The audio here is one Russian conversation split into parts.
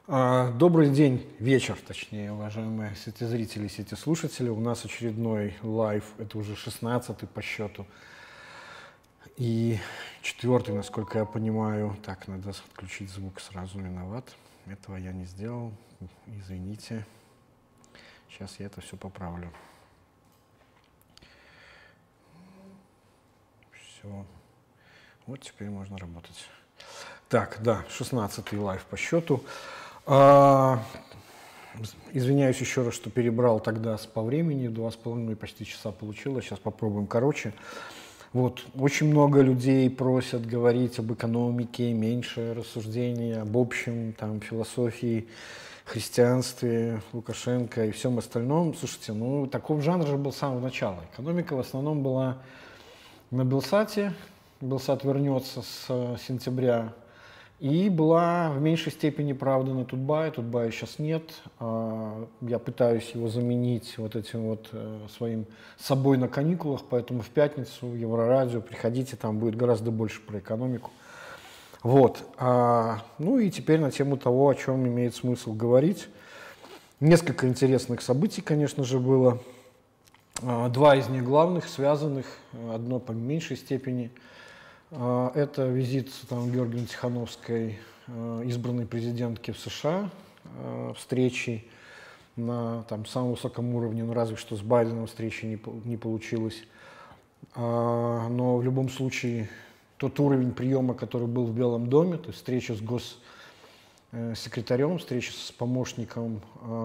Добрый день, вечер, точнее, уважаемые сети-зрители, сети-слушатели. У нас очередной лайв, это уже 16-й по счету. И четвертый, насколько я понимаю. Так, надо отключить звук сразу, виноват. Этого я не сделал, извините. Сейчас я это все поправлю. Все. Вот теперь можно работать. Так, да, 16-й лайв по счету. Извиняюсь еще раз, что перебрал тогда по времени, 2,5 почти часа получилось, сейчас попробуем короче. Вот, очень много людей просят говорить об экономике, меньше рассуждений об общем, там, философии, христианстве, Лукашенко и всем остальном. Слушайте, ну, такого жанра же был с самого начала. Экономика в основном была на Белсате, Белсат вернется с сентября. И была в меньшей степени правда на Тутбае. Тутбая сейчас нет. Я пытаюсь его заменить вот этим вот своим собой на каникулах, поэтому в пятницу в Еврорадио приходите, там будет гораздо больше про экономику. Вот. Ну и теперь на тему того, о чем имеет смысл говорить. Несколько интересных событий, конечно же, было. Два из них главных, связанных, одно по меньшей степени. Это визит Георгиевны Тихановской, избранной президентки в США, встречи на самом высоком уровне, ну разве что с Байденом встречи не получилось. Но в любом случае тот уровень приема, который был в Белом доме, то есть встреча с госсекретарем, встреча с помощником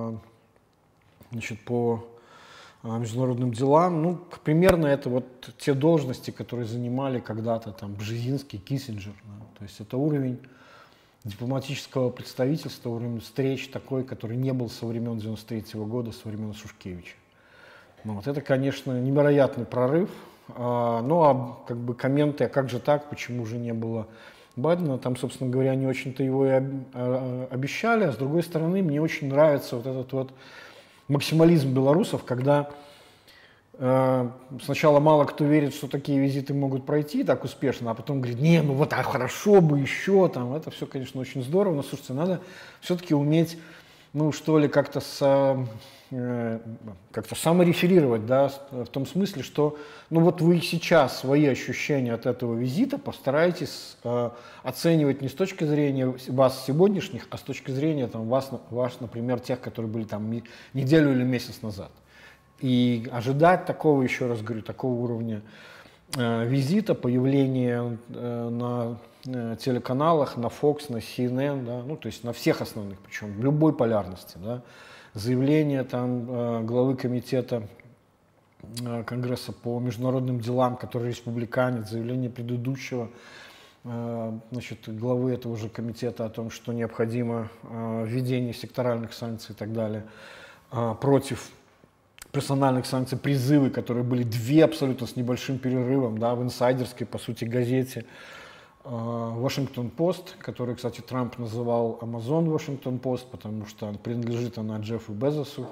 по международным делам, ну, примерно это вот те должности, которые занимали когда-то там Бжезинский, Киссинджер. Да. То есть это уровень дипломатического представительства, уровень встреч такой, который не был со времен 93-го года, со времен Шушкевича. Ну, вот это, конечно, невероятный прорыв. Как бы комменты, а как же так, почему же не было Байдена, там, собственно говоря, не очень-то его и обещали, а с другой стороны, мне очень нравится вот этот вот максимализм белорусов, когда сначала мало кто верит, что такие визиты могут пройти так успешно, а потом говорит, не, ну вот хорошо бы еще, там, это все, конечно, очень здорово, но, слушайте, надо все-таки уметь, ну, что ли, как-то самореферировать, да, в том смысле, что, ну, вот вы сейчас свои ощущения от этого визита постарайтесь оценивать не с точки зрения вас сегодняшних, а с точки зрения там, вас, например, тех, которые были там неделю или месяц назад. И ожидать такого, еще раз говорю, такого уровня визита, появления на телеканалах, на Fox, на CNN, да, ну, то есть на всех основных, причем в любой полярности, да, заявление там главы комитета Конгресса по международным делам, который республиканец, заявление предыдущего главы этого же комитета о том, что необходимо введение секторальных санкций и так далее, против персональных санкций, призывы, которые были две абсолютно с небольшим перерывом, да, в инсайдерской, по сути, газете Вашингтон-Пост, который, кстати, Трамп называл Amazon Вашингтон-Пост, потому что принадлежит она Джеффу Безосу,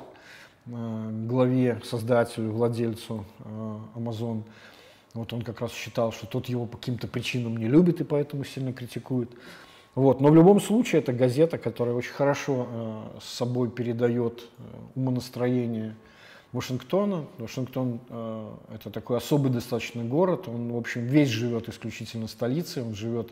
главе, создателю, владельцу Amazon. Вот он как раз считал, что тот его по каким-то причинам не любит и поэтому сильно критикует. Вот. Но в любом случае это газета, которая очень хорошо с собой передает умонастроение Вашингтона. Вашингтон это такой особый достаточно город, он, в общем, весь живет исключительно столицей, он живет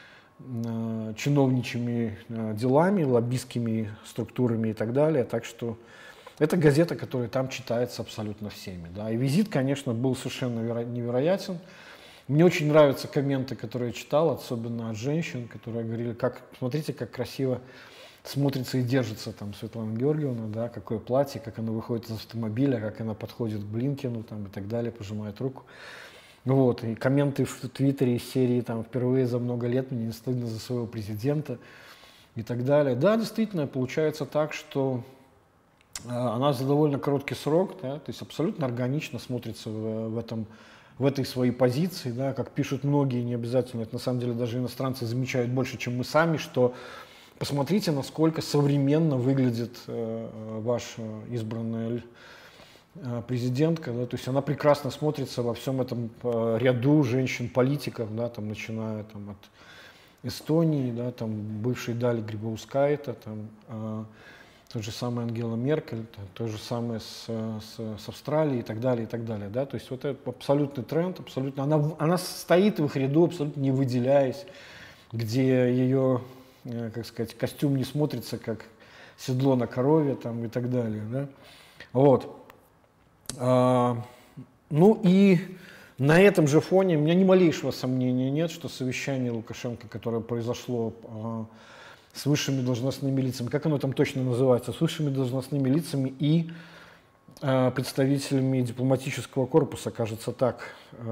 чиновничьими делами, лоббистскими структурами и так далее, так что это газета, которая там читается абсолютно всеми. Да. И визит, конечно, был совершенно невероятен. Мне очень нравятся комменты, которые я читал, особенно от женщин, которые говорили, смотрите, как красиво смотрится и держится там Светлана Георгиевна, да, какое платье, как она выходит из автомобиля, как она подходит к Блинкину там, и так далее, пожимает руку. Вот. И комменты в Твиттере из серии там, «Впервые за много лет мне не стыдно за своего президента» и так далее. Да, действительно, получается так, что она за довольно короткий срок, да, то есть абсолютно органично смотрится в этой своей позиции, да, как пишут многие, не обязательно, это на самом деле даже иностранцы замечают больше, чем мы сами, что посмотрите, насколько современно выглядит ваша избранная президентка, да, то есть она прекрасно смотрится во всем этом ряду женщин-политиков, да, там, начиная там, от Эстонии, да, там бывшей Дали Грибаускайте, там то же самое Ангела Меркель, то же самое с Австралией и так далее, и так далее. Да? То есть вот это абсолютный тренд, абсолютно, она стоит в их ряду, абсолютно не выделяясь, где ее, как сказать, костюм не смотрится как седло на корове там, и так далее. Да? Вот. Ну и на этом же фоне у меня ни малейшего сомнения нет, что совещание Лукашенко, которое произошло с высшими должностными лицами, как оно там точно называется, с высшими должностными лицами и представителями дипломатического корпуса, кажется так.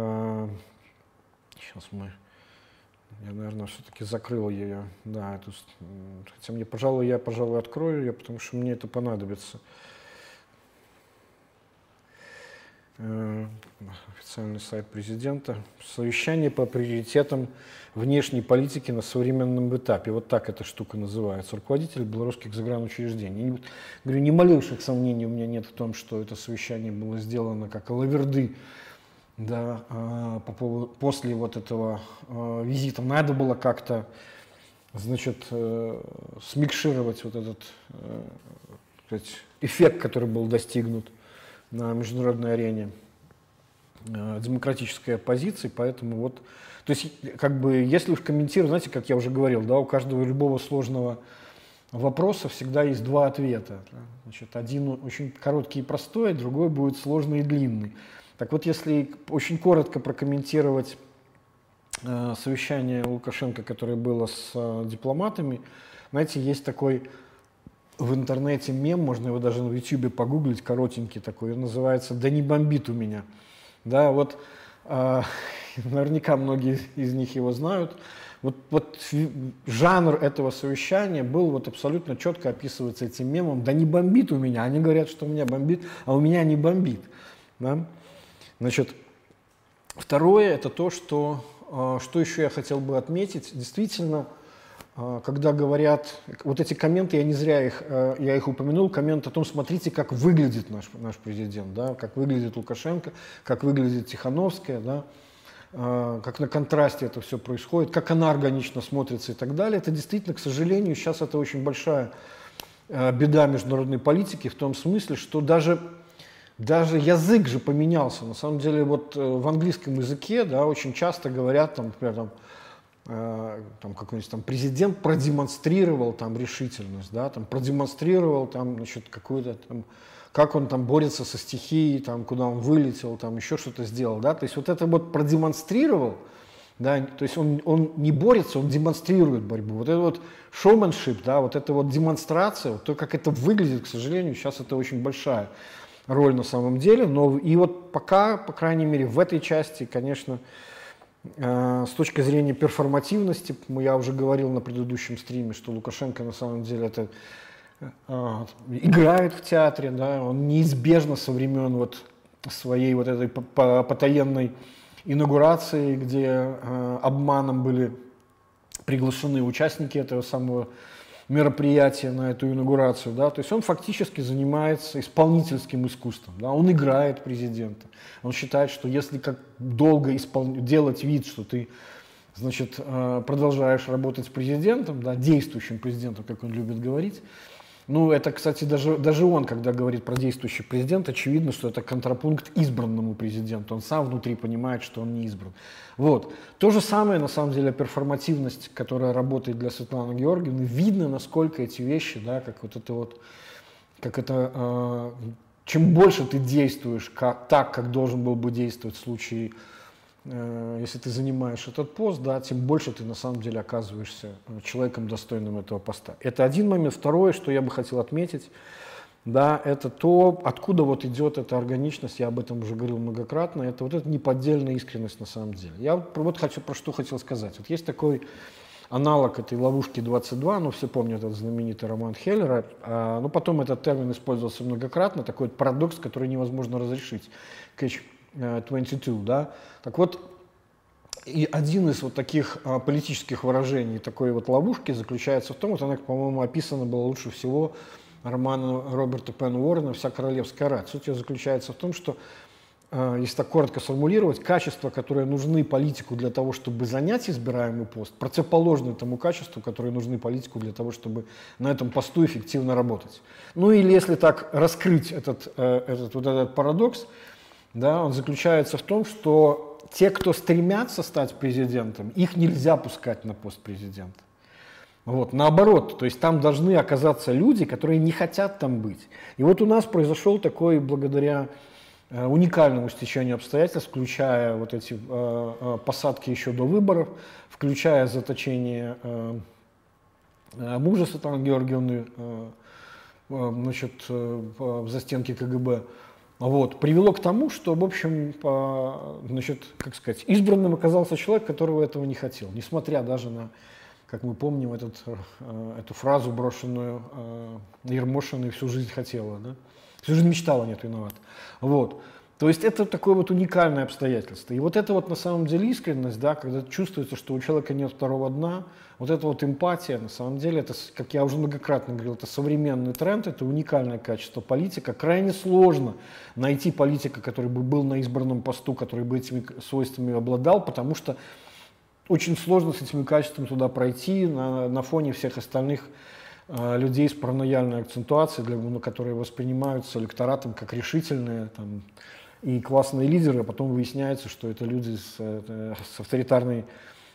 Сейчас я, наверное, все-таки закрыл ее. Да, хотя я, пожалуй, открою ее, потому что мне это понадобится. Официальный сайт президента. Совещание по приоритетам внешней политики на современном этапе. Вот так эта штука называется. Руководитель белорусских загранучреждений. Говорю, ни малейших сомнений у меня нет в том, что это совещание было сделано как лаверды, да, после вот этого визита. Надо было как-то, значит, смикшировать вот этот эффект, который был достигнут на международной арене демократической оппозиции, поэтому вот, то есть, как бы, если уж комментировать, знаете, как я уже говорил, да, у каждого любого сложного вопроса всегда есть два ответа. Да? Значит, один очень короткий и простой, а другой будет сложный и длинный. Так вот, если очень коротко прокомментировать совещание Лукашенко, которое было с дипломатами, знаете, есть такой в интернете мем, можно его даже на YouTube погуглить, коротенький такой, он называется «Да не бомбит у меня». Да, вот наверняка многие из них его знают. Вот жанр этого совещания был вот абсолютно четко описывается этим мемом «Да не бомбит у меня». Они говорят, что у меня бомбит, а у меня не бомбит. Да? Значит, второе, это то, что еще я хотел бы отметить. Действительно, когда говорят, вот эти комменты, я не зря их упомянул, коммент о том, смотрите, как выглядит наш президент, да, как выглядит Лукашенко, как выглядит Тихановская, да, как на контрасте это все происходит, как она органично смотрится и так далее. Это действительно, к сожалению, сейчас это очень большая беда международной политики в том смысле, что даже язык же поменялся. На самом деле вот в английском языке, да, очень часто говорят, там, например, какой-нибудь там президент продемонстрировал там решительность, да, там продемонстрировал там, значит, какую-то там, как он там борется со стихией, там, куда он вылетел, там еще что-то сделал, да, то есть вот это вот продемонстрировал, да, то есть он не борется, он демонстрирует борьбу. Вот это вот showmanship, да, вот эта вот демонстрация, вот то, как это выглядит, к сожалению, сейчас это очень большая роль на самом деле, но и вот пока, по крайней мере, в этой части, конечно, с точки зрения перформативности, я уже говорил на предыдущем стриме, что Лукашенко на самом деле это играет в театре, да, он неизбежно со времен вот своей вот этой потаенной инаугурации, где обманом были приглашены участники этого самого мероприятия на эту инаугурацию, да, то есть он фактически занимается исполнительским искусством, да, он играет президента, он считает, что если как долго делать вид, что ты, значит, продолжаешь работать с президентом, да, действующим президентом, как он любит говорить, ну, это, кстати, даже он, когда говорит про действующий президент, очевидно, что это контрапункт избранному президенту. Он сам внутри понимает, что он не избран. Вот. То же самое, на самом деле, перформативность, которая работает для Светланы Георгиевны. Видно, насколько эти вещи, да, чем больше ты действуешь так, как должен был бы действовать в случае, если ты занимаешь этот пост, да, тем больше ты на самом деле оказываешься человеком, достойным этого поста. Это один момент. Второе, что я бы хотел отметить, да, это то, откуда вот идет эта органичность, я об этом уже говорил многократно, это вот эта неподдельная искренность на самом деле. Я вот про что хотел сказать. Вот есть такой аналог этой ловушки 22, ну все помнят этот знаменитый роман Хеллера, но потом этот термин использовался многократно, такой вот парадокс, который невозможно разрешить. Catch-22, да. Так вот, и один из вот таких политических выражений такой вот ловушки заключается в том, вот она, по-моему, описана была лучше всего романом Роберта Пен Уоррена «Вся королевская рать». Суть ее заключается в том, что если так коротко сформулировать, качества, которые нужны политику для того, чтобы занять избираемый пост, противоположны тому качеству, которые нужны политику для того, чтобы на этом посту эффективно работать. Ну или если так раскрыть этот парадокс, да, он заключается в том, что те, кто стремятся стать президентом, их нельзя пускать на пост президента. Вот, наоборот, то есть там должны оказаться люди, которые не хотят там быть. И вот у нас произошел такой, благодаря уникальному стечению обстоятельств, включая вот эти посадки еще до выборов, включая заточение мужа Светланы Георгиевны значит, в застенке КГБ, вот, привело к тому, что, в общем, значит, как сказать, избранным оказался человек, которого этого не хотел, несмотря даже на, как мы помним, эту фразу, брошенную Ермошиной, всю жизнь хотела, да? Всю жизнь мечтала, нет, виноват. Вот. То есть это такое вот уникальное обстоятельство. И вот это вот на самом деле искренность, да, когда чувствуется, что у человека нет второго дна, вот эта вот эмпатия, на самом деле, это, как я уже многократно говорил, это современный тренд, это уникальное качество политика. Крайне сложно найти политика, который бы был на избранном посту, который бы этими свойствами обладал, потому что очень сложно с этими качествами туда пройти на фоне всех остальных людей с паранояльной акцентуацией, которые воспринимаются электоратом как решительные там, и классные лидеры, а потом выясняется, что это люди с авторитарной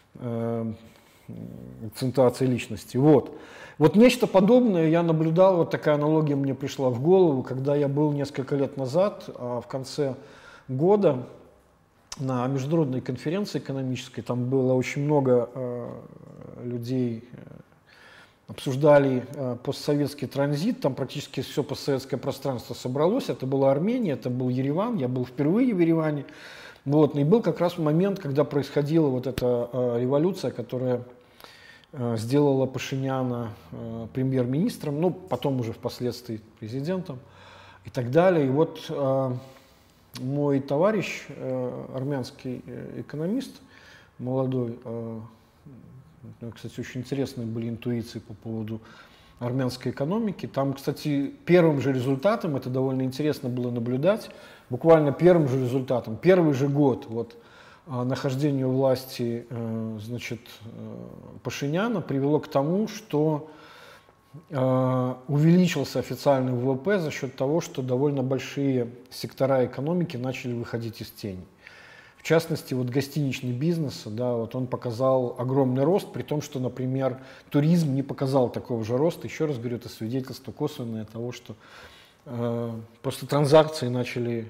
акцентуацией личности. Вот нечто подобное я наблюдал, вот такая аналогия мне пришла в голову, когда я был несколько лет назад, в конце года, на международной конференции экономической. Там было очень много людей, обсуждали постсоветский транзит, там практически все постсоветское пространство собралось. Это была Армения, это был Ереван, я был впервые в Ереване. Вот, и был как раз момент, когда происходила вот эта революция, которая сделала Пашиняна премьер-министром, ну, потом уже впоследствии президентом и так далее. И вот мой товарищ, армянский экономист, молодой, кстати, очень интересные были интуиции по поводу армянской экономики. Там, кстати, первым же результатом, это довольно интересно было наблюдать, буквально первым же результатом, первый же год вот, нахождения у власти значит, Пашиняна привело к тому, что увеличился официальный ВВП за счет того, что довольно большие сектора экономики начали выходить из тени. В частности, вот гостиничный бизнес, да, вот он показал огромный рост, при том, что, например, туризм не показал такого же роста. Еще раз говорю, это свидетельство косвенное того, что просто транзакции начали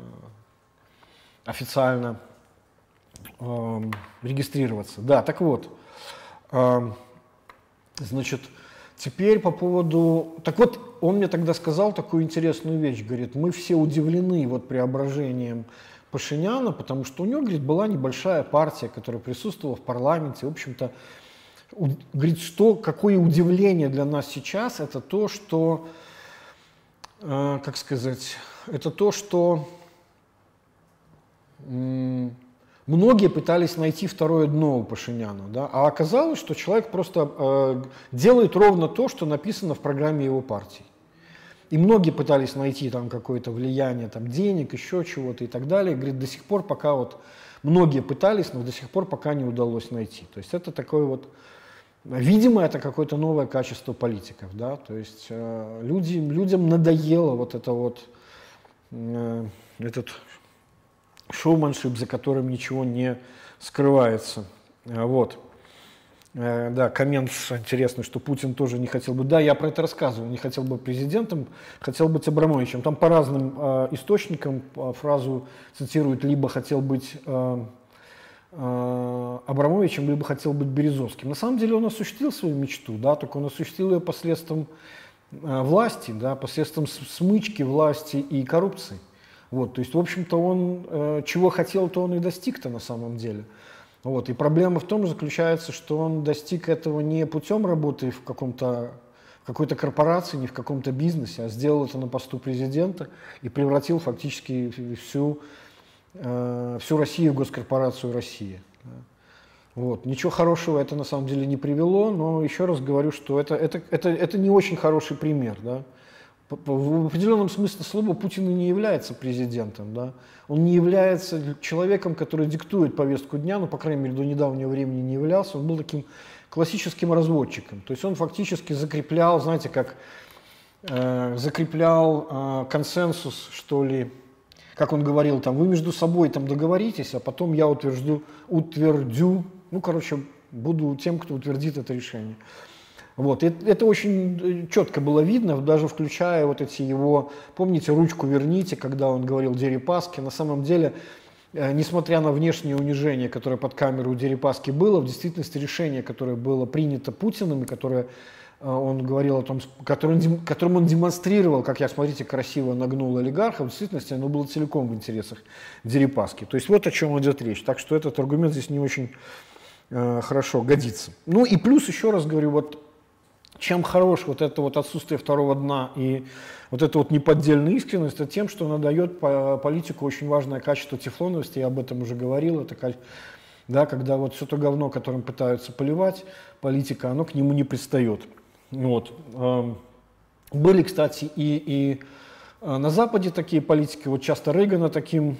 официально регистрироваться. Да, так вот, значит, теперь по поводу... Так вот, он мне тогда сказал такую интересную вещь, говорит, мы все удивлены вот преображением Пашиняна, потому что у него, говорит, была небольшая партия, которая присутствовала в парламенте. В общем-то, говорит, какое удивление для нас сейчас, это то, что, как сказать, это то, что многие пытались найти второе дно у Пашиняна, да, а оказалось, что человек просто делает ровно то, что написано в программе его партии. И многие пытались найти там какое-то влияние, там, денег, еще чего-то и так далее. Говорит, до сих пор пока вот многие пытались, но до сих пор пока не удалось найти. То есть это такое вот, видимо, это какое-то новое качество политиков, да, то есть людям надоело вот это вот, этот шоуменшип, за которым ничего не скрывается, вот. Да, коммент интересный, что Путин тоже не хотел бы, да, я про это рассказывал, не хотел бы президентом, хотел быть Абрамовичем. Там по разным источникам фразу цитируют, либо хотел быть Абрамовичем, либо хотел быть Березовским. На самом деле он осуществил свою мечту, да, только он осуществил ее посредством власти, да, посредством смычки власти и коррупции. Вот, то есть, в общем-то, он чего хотел, то он и достиг-то на самом деле. Вот. И проблема в том заключается, что он достиг этого не путем работы в какой-то корпорации, не в каком-то бизнесе, а сделал это на посту президента и превратил фактически всю Россию в госкорпорацию «Россия». Вот. Ничего хорошего это на самом деле не привело, но еще раз говорю, что это не очень хороший пример. Да? В определенном смысле слова Путин и не является президентом, да? Он не является человеком, который диктует повестку дня, ну, по крайней мере, до недавнего времени не являлся, он был таким классическим разводчиком. То есть он фактически закреплял, знаете, как закреплял консенсус, что ли, как он говорил, там, вы между собой там договоритесь, а потом я утверждю, ну, короче, буду тем, кто утвердит это решение. Вот. Это очень четко было видно, даже включая вот эти его, помните, ручку верните, когда он говорил Дерипаске. На самом деле, несмотря на внешнее унижение, которое под камеру у Дерипаски было, в действительности решение, которое было принято Путиным, и которое он говорил о том, которым он демонстрировал, как я, смотрите, красиво нагнул олигарха, в действительности оно было целиком в интересах Дерипаски. То есть вот о чем идет речь. Так что этот аргумент здесь не очень хорошо годится. Ну и плюс, еще раз говорю, вот чем хорош вот это вот отсутствие второго дна и вот эта вот неподдельная искренность, это тем, что она дает политику очень важное качество тефлоновости, я об этом уже говорил, это, да, когда вот все то говно, которым пытаются поливать политика, оно к нему не пристает. Вот. Были, кстати, и на Западе такие политики, вот часто Рейгана таким,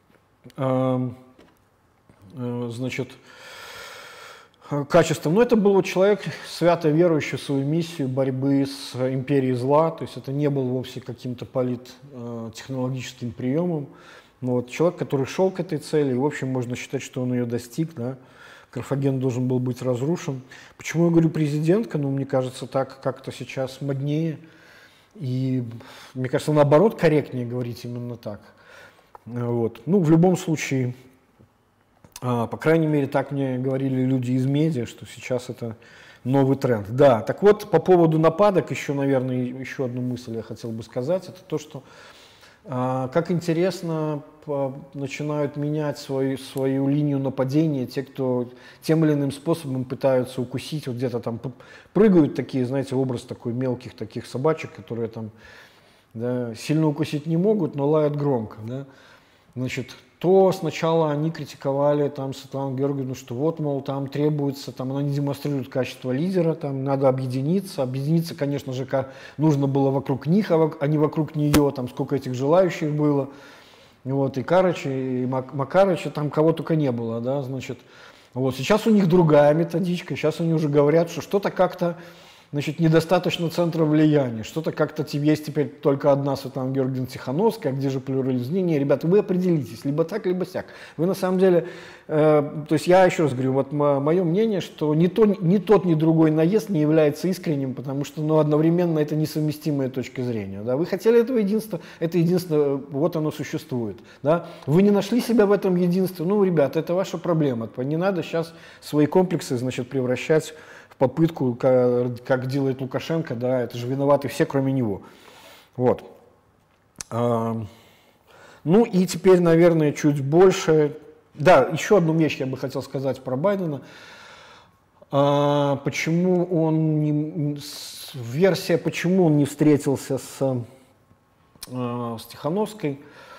значит, качеством. Но это был человек, свято верующий в свою миссию борьбы с империей зла, то есть это не был вовсе каким-то политтехнологическим приемом. Но вот человек, который шел к этой цели, и, в общем, можно считать, что он ее достиг, да. Карфаген должен был быть разрушен. Почему я говорю президентка? Ну, мне кажется, так как-то сейчас моднее. И, мне кажется, наоборот, корректнее говорить именно так. Вот. Ну, в любом случае, по крайней мере, так мне говорили люди из медиа, что сейчас это новый тренд. Да, так вот, по поводу нападок, еще, наверное, еще одну мысль я хотел бы сказать. Это то, что как интересно начинают менять свою линию нападения те, кто тем или иным способом пытаются укусить, вот где-то там прыгают такие, знаете, образ такой мелких таких собачек, которые там, да, сильно укусить не могут, но лают громко, да. Значит, то сначала они критиковали там Светлану Георгиевну, что вот, мол, там требуется, там она не демонстрирует качество лидера, там надо объединиться. Объединиться, конечно же, нужно было вокруг них, а не вокруг нее, там сколько этих желающих было. Вот, и Карыча, и Макарыча, там кого только не было, да, значит. Вот, сейчас у них другая методичка, сейчас они уже говорят, что что-то как-то, значит, недостаточно центра влияния, что-то как-то есть теперь только одна Светлана Георгиевна Тихановская, где же плюрализм? Не, ребята, вы определитесь, либо так, либо сяк. Вы на самом деле, то есть я еще раз говорю, вот мое мнение, что ни тот, ни другой наезд не является искренним, потому что, ну, одновременно это несовместимые точки зрения. Да? Вы хотели этого единства, это единство, вот оно существует. Да? Вы не нашли себя в этом единстве, ну, ребята, это ваша проблема. Не надо сейчас свои комплексы, значит, превращать попытку, как делает Лукашенко, да, это же виноваты все, кроме него. Вот. Ну и теперь, наверное, чуть больше. Да, еще одну вещь я бы хотел сказать про Байдена. Почему он версия, почему он не встретился с Тихановской.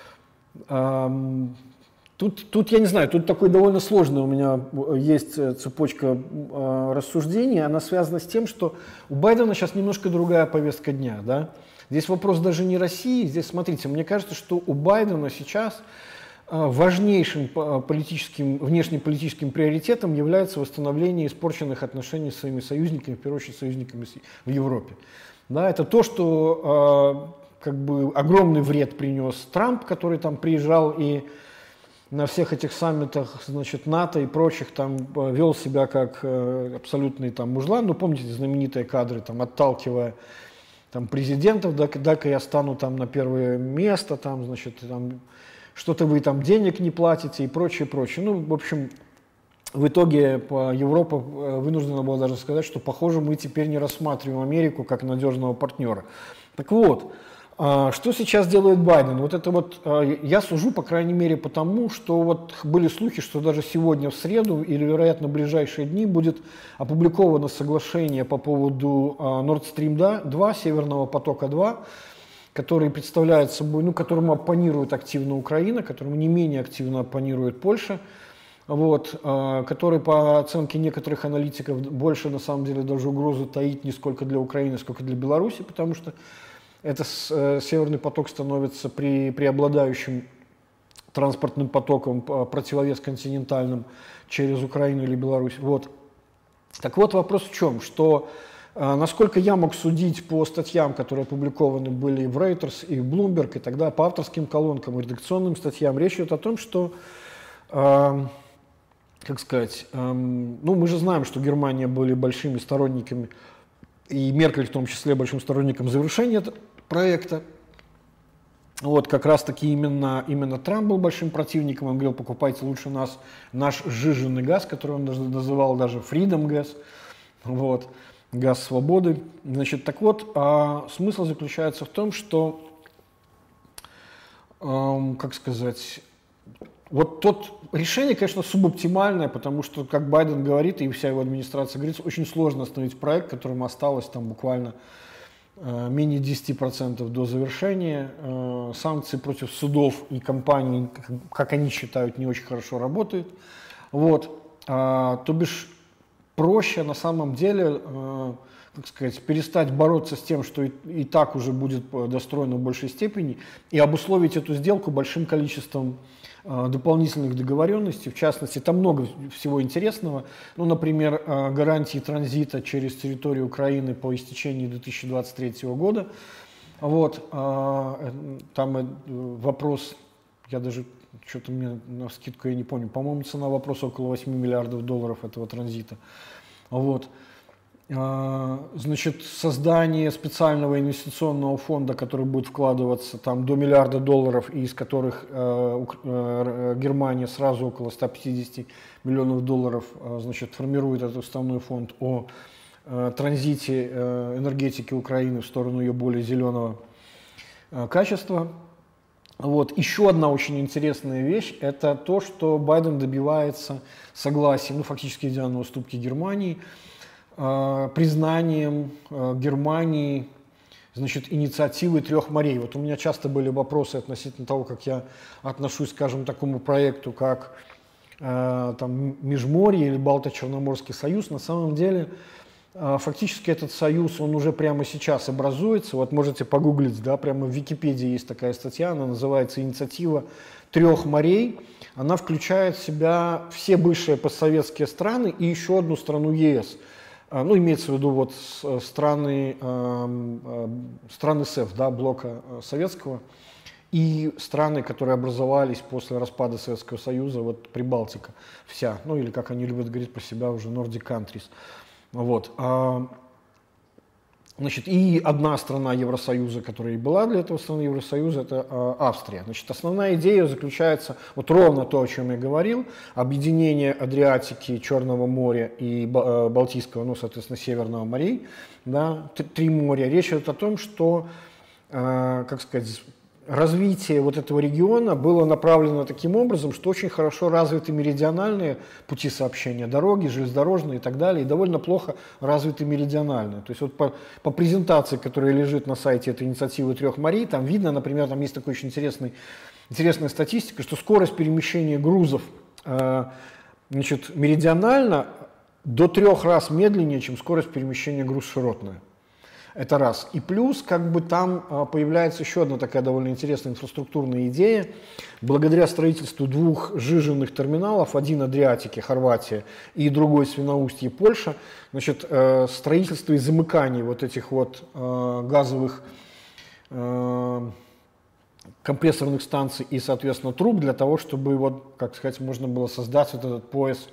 Тут я не знаю, тут такой довольно сложный у меня есть цепочка рассуждений. Она связана с тем, что у Байдена сейчас немножко другая повестка дня. Да? Здесь вопрос даже не России. Здесь, смотрите, мне кажется, что у Байдена сейчас важнейшим внешнеполитическим приоритетом является восстановление испорченных отношений с своими союзниками, в первую очередь союзниками в Европе. Да, это то, что как бы огромный вред принес Трамп, который там приезжал и на всех этих саммитах, значит, НАТО и прочих там вел себя как абсолютный там мужлан. Ну, помните знаменитые кадры, там, отталкивая там президентов, да-ка я стану там на первое место, там, значит, там, что-то вы там денег не платите и прочее, прочее. Ну, в общем, в итоге Европа вынуждена была даже сказать, что, похоже, мы теперь не рассматриваем Америку как надежного партнера. Так вот, что сейчас делает Байден? Вот это вот я сужу, по крайней мере, потому, что вот были слухи, что даже сегодня в среду или, вероятно, в ближайшие дни будет опубликовано соглашение по поводу Nord Stream 2, Северного потока-2, который представляет собой, ну, которому оппонирует активно Украина, которому не менее активно оппонирует Польша, вот, который, по оценке некоторых аналитиков, больше, на самом деле, даже угрозу таит не сколько для Украины, сколько для Беларуси, потому что Северный поток становится преобладающим транспортным потоком, противовес континентальным через Украину или Беларусь. Вот. Так вот, вопрос в чем, что насколько я мог судить по статьям, которые опубликованы были в Reuters и в Bloomberg, и тогда по авторским колонкам и редакционным статьям, речь идет о том, что, как сказать, ну, мы же знаем, что Германия были большими сторонниками, и Меркель в том числе большим сторонником завершения этого проекта. Вот, как раз-таки именно Трамп был большим противником, он говорил, покупайте лучше нас наш сжиженный газ, который он называл даже Freedom Gas, вот, газ свободы. Значит, так вот, смысл заключается в том, что, как сказать, вот тот решение, конечно, субоптимальное, потому что, как Байден говорит, и вся его администрация говорит, очень сложно остановить проект, которому осталось там буквально менее 10% до завершения. Санкции против судов и компаний, как они считают, не очень хорошо работают. Вот. То бишь проще на самом деле, как сказать, перестать бороться с тем, что и так уже будет достроено в большей степени, и обусловить эту сделку большим количеством дополнительных договоренностей. В частности, там много всего интересного. Ну, например, гарантии транзита через территорию Украины по истечении 2023 года. Вот. Там вопрос, я даже что-то мне навскидку я не помню, по-моему, цена вопроса около 8 миллиардов долларов этого транзита. Вот. Значит, создание специального инвестиционного фонда, который будет вкладываться там до $1 миллиарда, и из которых Германия сразу около 150 миллионов долларов, значит, формирует этот основной фонд о транзите энергетики Украины в сторону ее более зеленого качества. Вот. Еще одна очень интересная вещь – это то, что Байден добивается согласия, ну, фактически идеальной уступки Германии, признанием Германии, значит, инициативы 3 морей. Вот у меня часто были вопросы относительно того, как я отношусь, скажем, к такому проекту, как там, Межморье или Балто-Черноморский союз. На самом деле, фактически этот союз, он уже прямо сейчас образуется. Вот можете погуглить, да, прямо в Википедии есть такая статья, она называется «Инициатива 3 морей». Она включает в себя все бывшие постсоветские страны и еще одну страну ЕС. Ну, имеется в виду вот страны СЭФ, да, блока советского, и страны, которые образовались после распада Советского Союза, вот Прибалтика вся, ну или как они любят говорить про себя уже, Nordic countries. Вот. Значит, и одна страна Евросоюза, которая и была для этого страны Евросоюза, это Австрия. Значит, основная идея заключается, вот ровно то, о чем я говорил, объединение Адриатики, Черного моря и Балтийского, ну, соответственно, Северного морей, да, 3 моря. Речь идет о том, что, как сказать, развитие вот этого региона было направлено таким образом, что очень хорошо развиты меридиональные пути сообщения, дороги, железнодорожные и так далее, и довольно плохо развиты меридиональные. То есть вот по презентации, которая лежит на сайте этой инициативы 3 морей, там видно, например, там есть такая очень интересная статистика, что скорость перемещения грузов, значит, меридионально до 3 раз медленнее, чем скорость перемещения груз-широтная. Это раз. И плюс, как бы там появляется еще одна такая довольно интересная инфраструктурная идея. Благодаря строительству 2 сжиженных терминалов, один Адриатики, Хорватия, и другой Свиноустье, Польша, значит, строительство и замыкание вот этих вот газовых компрессорных станций и, соответственно, труб для того, чтобы, вот, как сказать, можно было создать вот этот пояс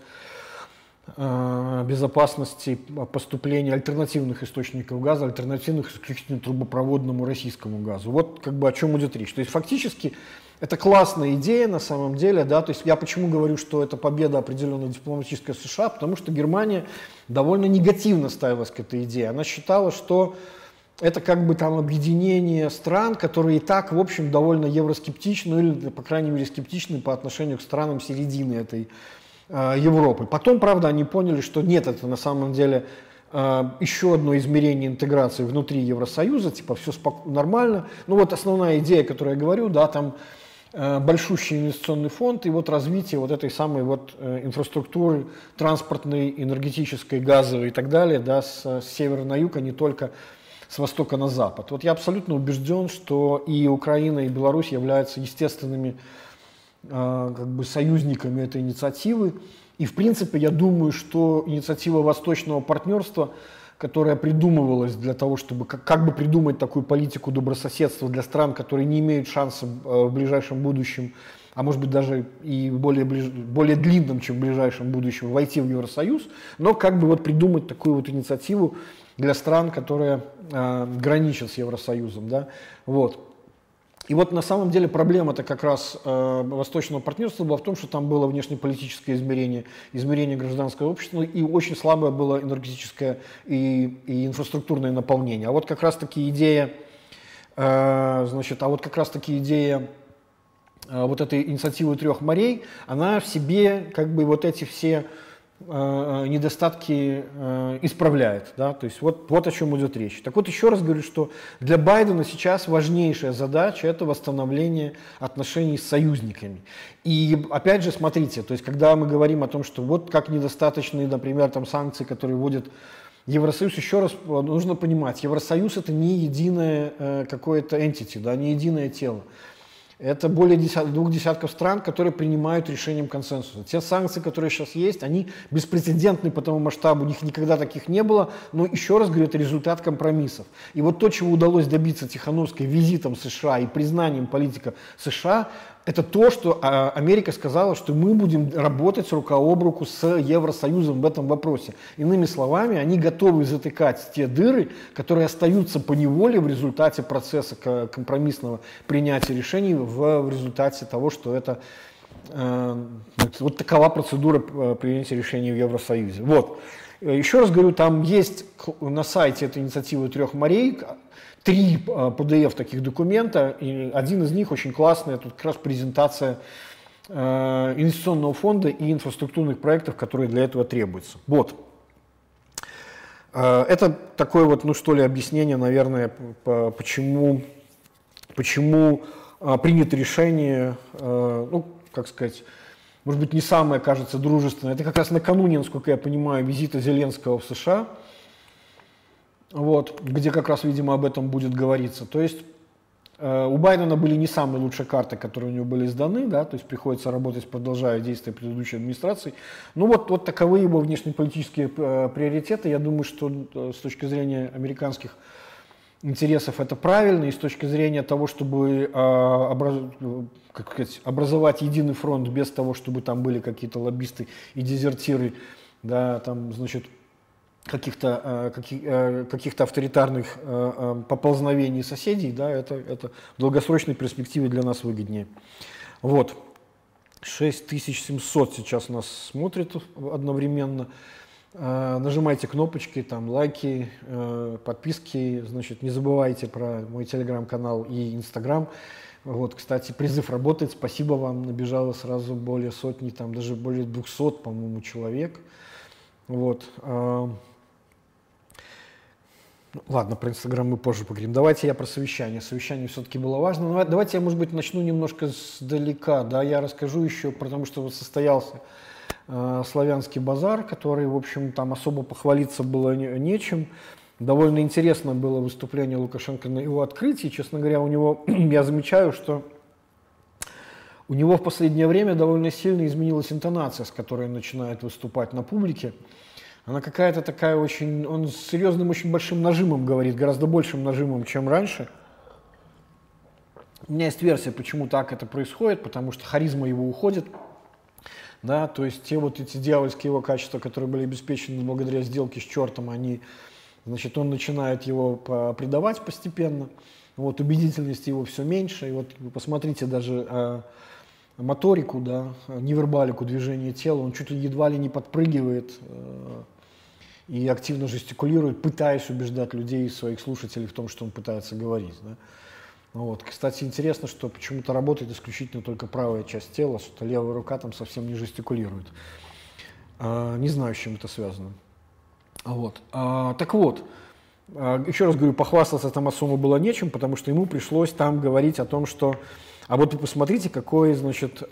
безопасности поступления альтернативных источников газа, альтернативных исключительно трубопроводному российскому газу. Вот как бы о чем идет речь. То есть фактически это классная идея на самом деле, да, то есть я почему говорю, что это победа определенная дипломатическая США, потому что Германия довольно негативно ставилась к этой идее. Она считала, что это как бы там объединение стран, которые и так, в общем, довольно евроскептичны, или, по крайней мере, скептичны по отношению к странам середины этой Европы. Потом, правда, они поняли, что нет, это на самом деле еще одно измерение интеграции внутри Евросоюза, типа все нормально. Ну вот основная идея, которую я говорю, да, там большущий инвестиционный фонд и вот развитие вот этой самой вот инфраструктуры транспортной, энергетической, газовой и так далее, да, с севера на юг, а не только с востока на запад. Вот я абсолютно убежден, что и Украина, и Беларусь являются естественными как бы союзниками этой инициативы. И, в принципе, я думаю, что инициатива Восточного партнерства, которая придумывалась для того, чтобы как бы придумать такую политику добрососедства для стран, которые не имеют шанса в ближайшем будущем, а может быть даже и более длинном, чем в ближайшем будущем, войти в Евросоюз, но как бы вот придумать такую вот инициативу для стран, которые граничат с Евросоюзом. Да? Вот. И вот на самом деле проблема-то как раз Восточного партнерства была в том, что там было внешнеполитическое измерение, измерение гражданского общества, и очень слабое было энергетическое и инфраструктурное наполнение. А вот как раз-таки идея, вот этой инициативы трех морей, она в себе как бы вот эти все недостатки исправляет. Да? То есть вот о чем идет речь. Так вот, еще раз говорю, что для Байдена сейчас важнейшая задача – это восстановление отношений с союзниками. И опять же, смотрите, то есть когда мы говорим о том, что вот как недостаточны, например, там, санкции, которые вводит Евросоюз, еще раз нужно понимать, Евросоюз – это не единое какое-то entity, да, не единое тело. Это более двух десятков стран, которые принимают решением консенсуса. Те санкции, которые сейчас есть, они беспрецедентны по тому масштабу, у них никогда таких не было, но еще раз говорю, это результат компромиссов. И вот то, чего удалось добиться Тихановской визитом США и признанием политика США, это то, что Америка сказала, что мы будем работать рука об руку с Евросоюзом в этом вопросе. Иными словами, они готовы затыкать те дыры, которые остаются по неволе в результате процесса компромиссного принятия решений, в результате того, что это вот такова процедура принятия решений в Евросоюзе. Вот. Еще раз говорю, там есть на сайте этой инициативы трех морей 3 PDF таких документа, и один из них очень классный, это как раз презентация инвестиционного фонда и инфраструктурных проектов, которые для этого требуются. Вот. Это такое вот, ну что ли, объяснение, наверное, почему принято решение, ну, как сказать, может быть, не самое, кажется, дружественное. Это как раз накануне, насколько я понимаю, визита Зеленского в США, вот, где как раз, видимо, об этом будет говориться. То есть у Байдена были не самые лучшие карты, которые у него были сданы, да, то есть приходится работать, продолжая действия предыдущей администрации. Ну вот таковы его внешнеполитические приоритеты. Я думаю, что с точки зрения американских интересов это правильно, и с точки зрения того, чтобы образовать единый фронт без того, чтобы там были какие-то лоббисты и дезертиры, да, там, значит, каких-то авторитарных поползновений соседей, да, это в долгосрочной перспективе для нас выгоднее. Вот. 6700 сейчас нас смотрит одновременно. Нажимайте кнопочки, там, лайки, подписки, значит, не забывайте про мой телеграм-канал и инстаграм. Вот, кстати, призыв работает, спасибо вам, набежало сразу более сотни, там даже более 200, по-моему, человек. Вот. Ладно, про Инстаграм мы позже поговорим. Давайте я про совещание. Совещание все-таки было важно. Но давайте я, может быть, начну немножко сдалека. Да, я расскажу еще, потому что вот состоялся славянский базар, который, в общем, там особо похвалиться было нечем. Довольно интересно было выступление Лукашенко на его открытии. Честно говоря, у него, я замечаю, что у него в последнее время довольно сильно изменилась интонация, с которой он начинает выступать на публике. Она какая-то такая очень, он с серьезным, очень большим нажимом говорит, гораздо большим нажимом, чем раньше. У меня есть версия, почему так это происходит, потому что харизма его уходит. Да, то есть те вот эти дьявольские его качества, которые были обеспечены благодаря сделке с чертом, они, значит, он начинает его придавать постепенно. Вот, убедительность его все меньше. И вот вы посмотрите даже моторику, да, невербалику движения тела, он чуть ли едва ли не подпрыгивает и активно жестикулирует, пытаясь убеждать людей, своих слушателей в том, что он пытается говорить. Да. Вот. Кстати, интересно, что почему-то работает исключительно только правая часть тела, что левая рука там совсем не жестикулирует. Не знаю, с чем это связано. Вот. Так вот, еще раз говорю, похвастаться там особо было нечем, потому что ему пришлось там говорить о том, что... А вот вы посмотрите, какой, значит,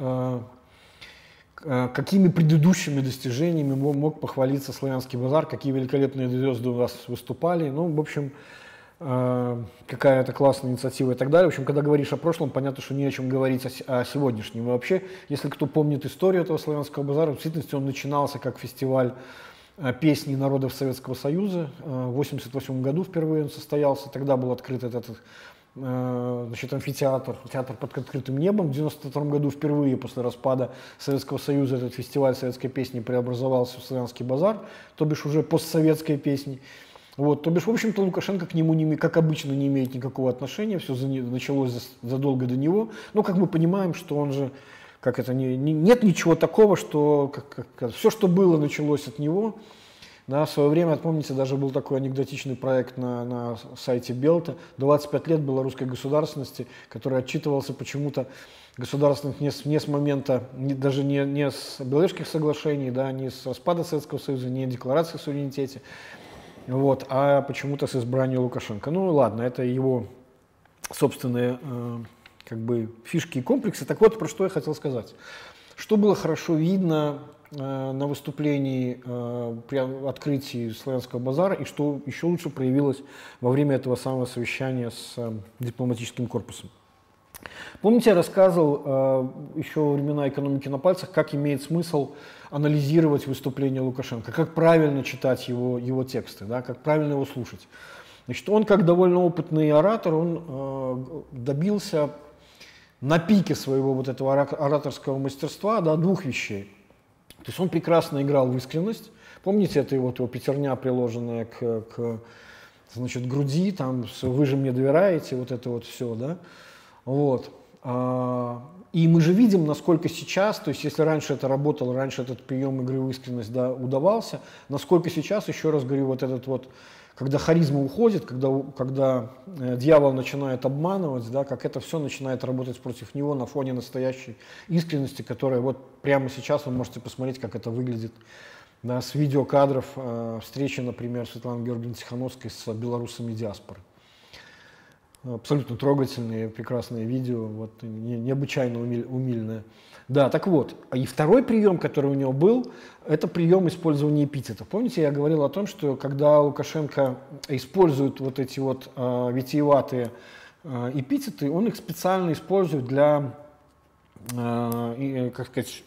какими предыдущими достижениями мог похвалиться славянский базар, какие великолепные звезды у вас выступали. Ну, в общем, какая-то классная инициатива и так далее. В общем, когда говоришь о прошлом, понятно, что не о чем говорить о сегодняшнем. И вообще, если кто помнит историю этого славянского базара, в действительности он начинался как фестиваль песни народов Советского Союза. В 1988 году впервые он состоялся. Тогда был открыт этот значит, амфитеатр, театр под открытым небом. В 1992 году впервые после распада Советского Союза этот фестиваль советской песни преобразовался в Славянский базар, то бишь уже постсоветской песни. Вот, то бишь, в общем-то, Лукашенко к нему, как обычно, не имеет никакого отношения, все началось задолго до него. Но, как мы понимаем, что он же, нет ничего такого, что все, что было, началось от него. Да, в свое время, помните, даже был такой анекдотичный проект на сайте Белта. 25 лет белорусской государственности, который отчитывался почему-то государственных не с момента, даже не с Беловежских соглашений, да, не с распада Советского Союза, не декларации о суверенитете, вот, а почему-то с избранием Лукашенко. Ну ладно, это его собственные фишки и комплексы. Так вот, про что я хотел сказать. Что было хорошо видно на выступлении при открытии Славянского базара, и что еще лучше проявилось во время этого самого совещания с дипломатическим корпусом. Помните, я рассказывал еще во времена экономики на пальцах, как имеет смысл анализировать выступление Лукашенко, как правильно читать его тексты, да, как правильно его слушать. Значит, он, как довольно опытный оратор, он добился на пике своего вот этого ораторского мастерства, да, двух вещей. То есть он прекрасно играл в искренность. Помните, это его пятерня, приложенная к груди, там, вы же мне доверяете, вот это вот все, да. Вот. И мы же видим, насколько сейчас, то есть если раньше это работало, раньше этот прием игры в искренность, да, удавался, насколько сейчас, еще раз говорю, вот этот вот, когда харизма уходит, когда дьявол начинает обманывать, да, как это все начинает работать против него на фоне настоящей искренности, которая вот прямо сейчас вы можете посмотреть, как это выглядит, да, с видеокадров встречи, например, Светланы Георгиевны Тихановской с белорусами диаспоры. Абсолютно трогательные, прекрасные видео, вот, необычайно умильное. Да, так вот, и второй прием, который у него был, это прием использования эпитетов. Помните, я говорил о том, что когда Лукашенко использует вот эти вот витиеватые эпитеты, он их специально использует для, как сказать,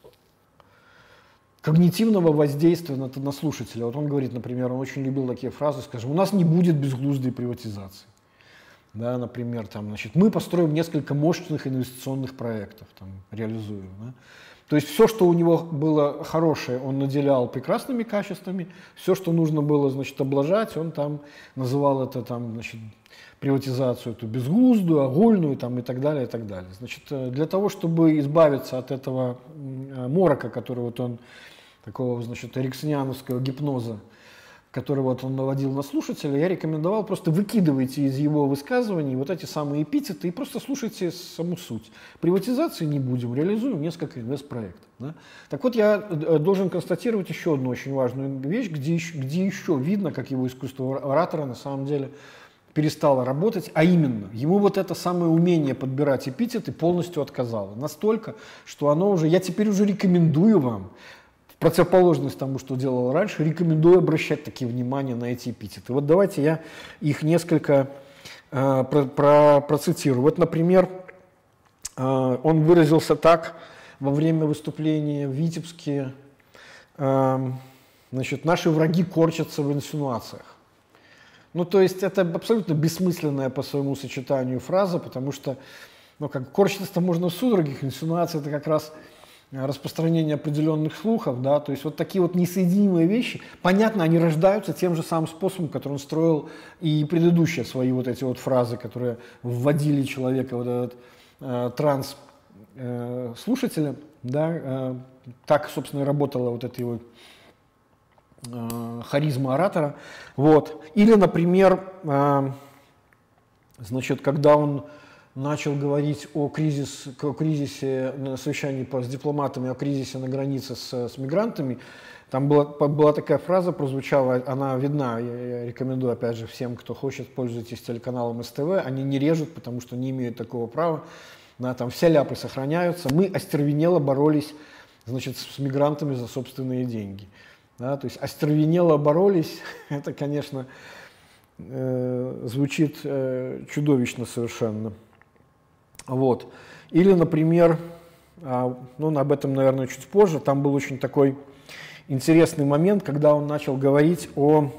когнитивного воздействия на слушателя. Вот он говорит, например, он очень любил такие фразы, скажем, у нас не будет безглуздой приватизации. Да, например, там, значит, мы построим несколько мощных инвестиционных проектов, там, реализуем. Да. То есть все, что у него было хорошее, он наделял прекрасными качествами, все, что нужно было, значит, облажать, он там называл это там, значит, приватизацию эту безглуздую, огульную там, и так далее, и так далее. Значит, для того, чтобы избавиться от этого морока, который вот он, такого, значит, эриксониановского гипноза, который вот он наводил на слушателя, я рекомендовал просто выкидывайте из его высказываний вот эти самые эпитеты и просто слушайте саму суть. Приватизации не будем, реализуем несколько инвестпроектов. Да? Так вот, я должен констатировать еще одну очень важную вещь, где еще видно, как его искусство оратора на самом деле перестало работать, а именно, ему вот это самое умение подбирать эпитеты полностью отказало. Настолько, что оно уже, я теперь уже рекомендую вам, противоположность тому, что делал раньше, рекомендую обращать такие внимание на эти эпитеты. Вот давайте я их несколько процитирую. Вот, например, он выразился так во время выступления в Витебске, значит, наши враги корчатся в инсинуациях. Ну, то есть это абсолютно бессмысленная по своему сочетанию фраза, потому что, ну, как корчиться можно в судорогах, инсинуация — это как раз распространение определенных слухов, да, то есть вот такие вот несоединимые вещи, понятно, они рождаются тем же самым способом, который он строил и предыдущие свои вот эти вот фразы, которые вводили человека в этот транс слушателя, да, так, собственно, и работала вот эта его харизма оратора, вот. Или, например, значит, когда он начал говорить о кризисе на совещании с дипломатами, о кризисе на границе с мигрантами. Там была такая фраза, прозвучала, она видна, я рекомендую, опять же, всем, кто хочет, пользуйтесь телеканалом СТВ, они не режут, потому что не имеют такого права, да, там все ляпы сохраняются. Мы остервенело боролись, значит, с мигрантами за собственные деньги. Да, то есть остервенело боролись, это, конечно, звучит чудовищно совершенно. Вот. Или, например, ну, об этом, наверное, чуть позже, там был очень такой интересный момент, когда он начал говорить о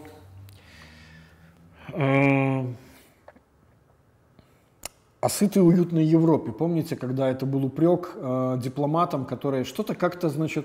сытой уютной Европе. Помните, когда это был упрек дипломатам, которые что-то как-то, значит,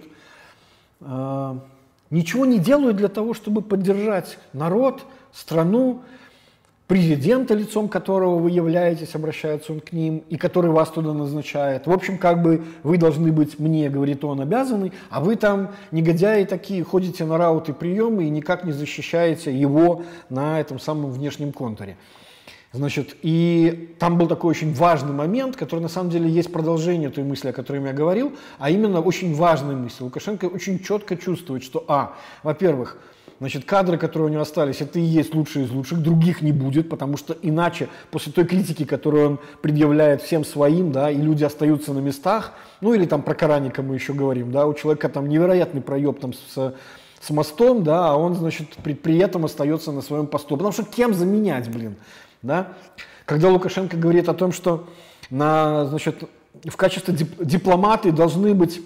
ничего не делают для того, чтобы поддержать народ, страну, президента, лицом которого вы являетесь, обращается он к ним, и который вас туда назначает. В общем, как бы вы должны быть мне, говорит он, обязаны, а вы там, негодяи такие, ходите на рауты приемы и никак не защищаете его на этом самом внешнем контуре. Значит, и там был такой очень важный момент, который на самом деле есть продолжение той мысли, о которой я говорил, а именно очень важная мысль. Лукашенко очень четко чувствует, что, во-первых, значит, кадры, которые у него остались, это и есть лучшие из лучших, других не будет, потому что иначе, после той критики, которую он предъявляет всем своим, да, и люди остаются на местах, ну или там про Караника мы еще говорим, да, у человека там невероятный проеб там с мостом, да, а он, значит, при этом остается на своем посту, потому что кем заменять, блин, да? Когда Лукашенко говорит о том, что значит, в качестве дипломаты должны быть,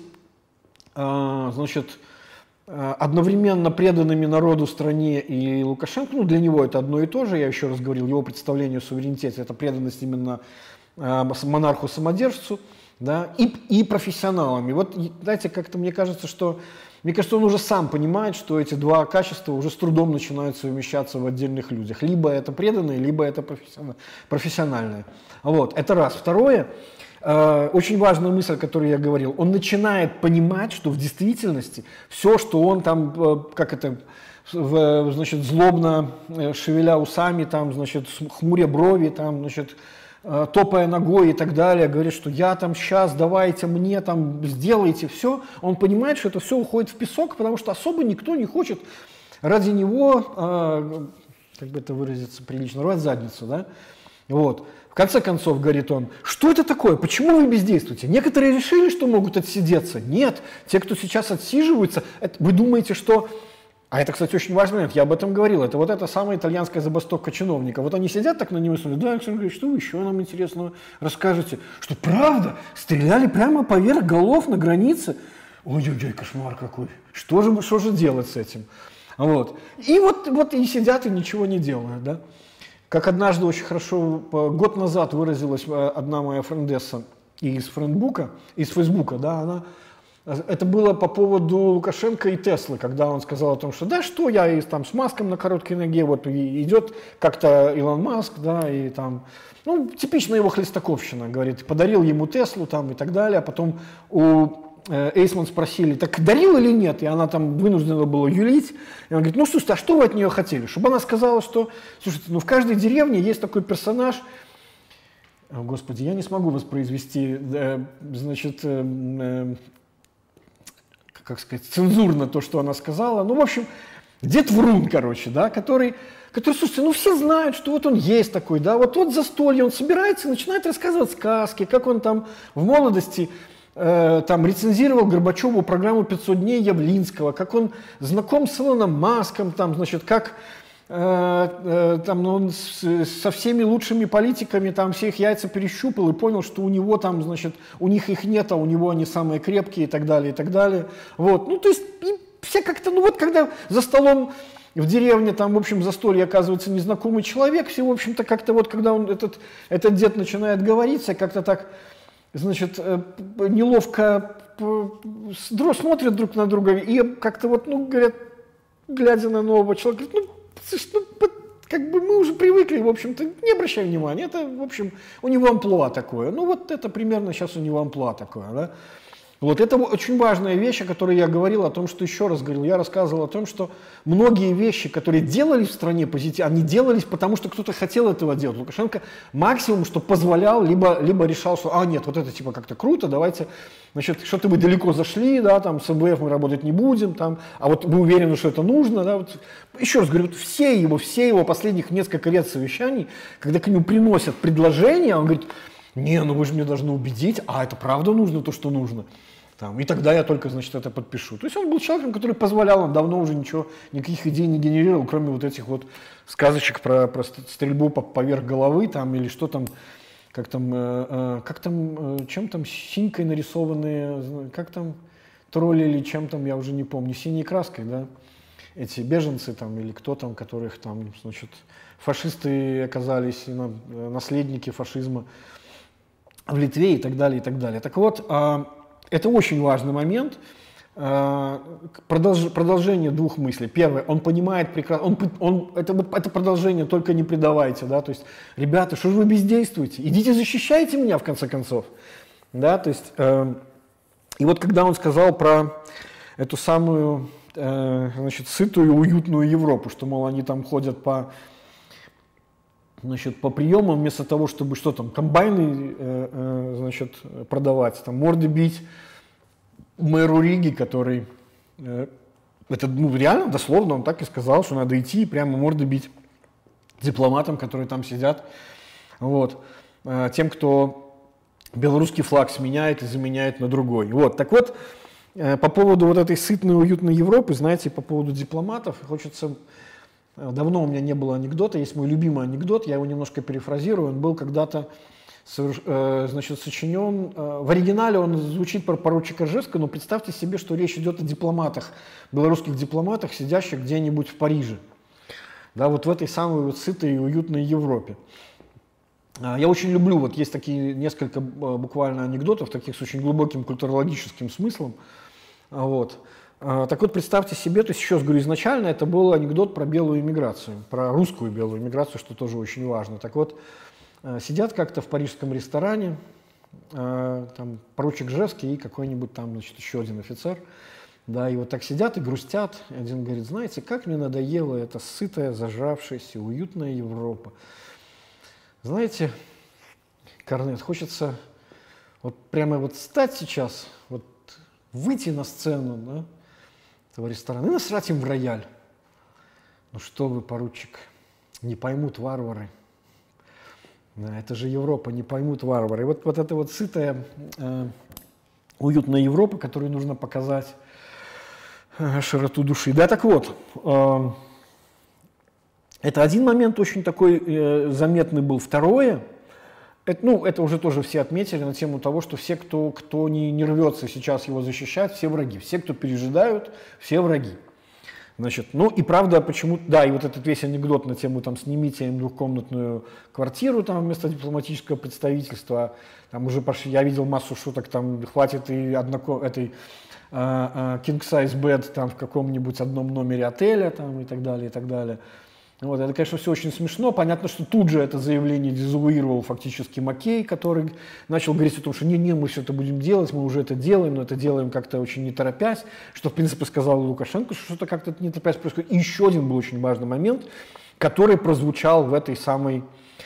значит, одновременно преданными народу, стране и Лукашенко, ну, для него это одно и то же, я еще раз говорил, его представление о суверенитете – это преданность именно монарху-самодержцу, да, и профессионалами. Вот, знаете, как-то мне кажется, он уже сам понимает, что эти два качества уже с трудом начинают совмещаться в отдельных людях. Либо это преданные, либо это профессиональные. Вот, это раз. Второе, очень важная мысль, о которой я говорил, он начинает понимать, что в действительности все, что он там, значит, злобно шевеля усами, там, значит, хмуря брови, там, значит, топая ногой и так далее, говорит, что я там сейчас, давайте мне там, сделайте все, он понимает, что это все уходит в песок, потому что особо никто не хочет ради него, как бы это выразиться прилично, рвать задницу, да, вот. В конце концов, говорит он, что это такое, почему вы бездействуете? Некоторые решили, что могут отсидеться, нет, те, кто сейчас отсиживаются, вы думаете, что... А это, кстати, очень важный момент, я об этом говорил, это вот эта самая итальянская забастовка чиновников. Вот они сидят так на него и смотрят, да, Александр Григорьевич, что вы еще нам интересного расскажете? Что правда, стреляли прямо поверх голов на границе? Ой-ой-ой, кошмар какой, что же делать с этим? Вот. И вот и сидят и ничего не делают, да. Как однажды очень хорошо, год назад выразилась одна моя френдесса из Фейсбука, да, она... Это было по поводу Лукашенко и Теслы, когда он сказал о том, что да что я там с Маском на короткой ноге, вот и идет как-то Илон Маск, да, и там, ну, типичная его хлестаковщина, говорит, подарил ему Теслу там и так далее, а потом у Эйсман спросили, так дарил или нет, и она там вынуждена была юлить, и он говорит, ну, слушайте, а что вы от нее хотели? Чтобы она сказала, что, слушайте, ну, в каждой деревне есть такой персонаж, господи, я не смогу воспроизвести, значит, как сказать, цензурно то, что она сказала. Ну, в общем, дед Врун, короче, да, который, слушайте, ну, все знают, что вот он есть такой, да, вот застолье, он собирается и начинает рассказывать сказки, как он там в молодости там рецензировал Горбачеву программу «500 дней» Явлинского, как он знаком с Илоном Маском, там, значит, как там, он со всеми лучшими политиками там все их яйца перещупал и понял, что у него там, значит, у них их нет, а у него они самые крепкие и так далее, и так далее. Вот, ну, то есть, все как-то, ну, вот, когда за столом в деревне, там, в общем, застолье оказывается незнакомый человек, все, в общем-то, как-то вот, когда он, этот дед начинает говорить, все как-то так, значит, неловко смотрят друг на друга и как-то вот, ну, говорят, глядя на нового человека, говорят, ну, как бы мы уже привыкли, в общем-то, не обращай внимания, это, в общем, у него амплуа такое. Ну, вот это примерно сейчас у него амплуа такое, да. Вот это очень важная вещь, о которой я говорил, о том, что еще раз говорил, я рассказывал о том, что многие вещи, которые делались в стране позитивно, они делались потому, что кто-то хотел этого делать. Лукашенко максимум, что позволял, либо решал, что, нет, вот это типа как-то круто, давайте, значит, что-то вы далеко зашли, да, там, с МВФ мы работать не будем, там, а вот вы уверены, что это нужно, да, вот. Еще раз говорю, вот все его последних несколько лет совещаний, когда к нему приносят предложения, он говорит, не, ну вы же меня должны убедить, а это правда нужно, то, что нужно. Там, и тогда я только, значит, это подпишу. То есть он был человеком, который позволял, он давно уже ничего, никаких идей не генерировал, кроме вот этих вот сказочек про стрельбу поверх головы там, или что там, чем там синькой нарисованные, как там тролли или чем там, я уже не помню, синей краской, да, эти беженцы там или кто там, которых там, значит, фашисты оказались, наследники фашизма в Литве и так далее, и так далее. Так вот, это очень важный момент. Продолжение двух мыслей. Первое, он понимает прекрасно, это продолжение, только не предавайте, да, то есть, ребята, что же вы бездействуете? Идите защищайте меня, в конце концов, да, то есть, и вот когда он сказал про эту самую, значит, сытую, уютную Европу, что, мол, они там ходят по приемам, вместо того, чтобы что там, комбайны, значит, продавать, там, морды бить мэру Риги, который, это, реально, дословно, он так и сказал, что надо идти и прямо морды бить дипломатам, которые там сидят, вот, тем, кто белорусский флаг сменяет и заменяет на другой. Вот, так вот, по поводу вот этой сытной, уютной Европы, знаете, по поводу дипломатов, хочется... Давно у меня не было анекдота, есть мой любимый анекдот, я его немножко перефразирую, он был когда-то, значит, сочинен, в оригинале он звучит про поручика Ржевского, но представьте себе, что речь идет о дипломатах, белорусских дипломатах, сидящих где-нибудь в Париже, да, вот в этой самой вот сытой и уютной Европе. Я очень люблю, вот есть такие несколько буквально анекдотов, таких с очень глубоким культурологическим смыслом, вот. Так вот, представьте себе, то есть, еще раз говорю, изначально это был анекдот про белую иммиграцию, про русскую белую иммиграцию, что тоже очень важно. Так вот, сидят как-то в парижском ресторане, там, поручик Ржевский и какой-нибудь там, значит, еще один офицер, да, и вот так сидят и грустят. И один говорит, знаете, как мне надоела эта сытая, зажравшаяся, уютная Европа. Знаете, Корнет, хочется вот прямо вот встать сейчас, вот выйти на сцену, да, этого ресторана и насрать им в рояль. Ну что вы, поручик, не поймут варвары. Да, это же Европа, не поймут варвары. И вот эта вот сытая, уютная Европа, которую нужно показать широту души. Да, так вот, это один момент очень такой заметный был. Второе, это уже тоже все отметили на тему того, что все, кто не рвется сейчас его защищать, все враги. Все, кто пережидают, все враги. Значит, ну и правда, почему, да, и вот этот весь анекдот на тему, там, снимите им двухкомнатную квартиру там вместо дипломатического представительства, там уже пошли, я видел массу шуток, там, хватит и этой king size bed там в каком-нибудь одном номере отеля, там, и так далее, и так далее. Вот, это, конечно, все очень смешно. Понятно, что тут же это заявление дезавуировал фактически Маккей, который начал говорить о том, что не, мы все это будем делать, мы уже это делаем, но это делаем как-то очень не торопясь, что, в принципе, сказал Лукашенко, что что-то как-то не торопясь происходит. И еще один был очень важный момент, который прозвучал в этой самой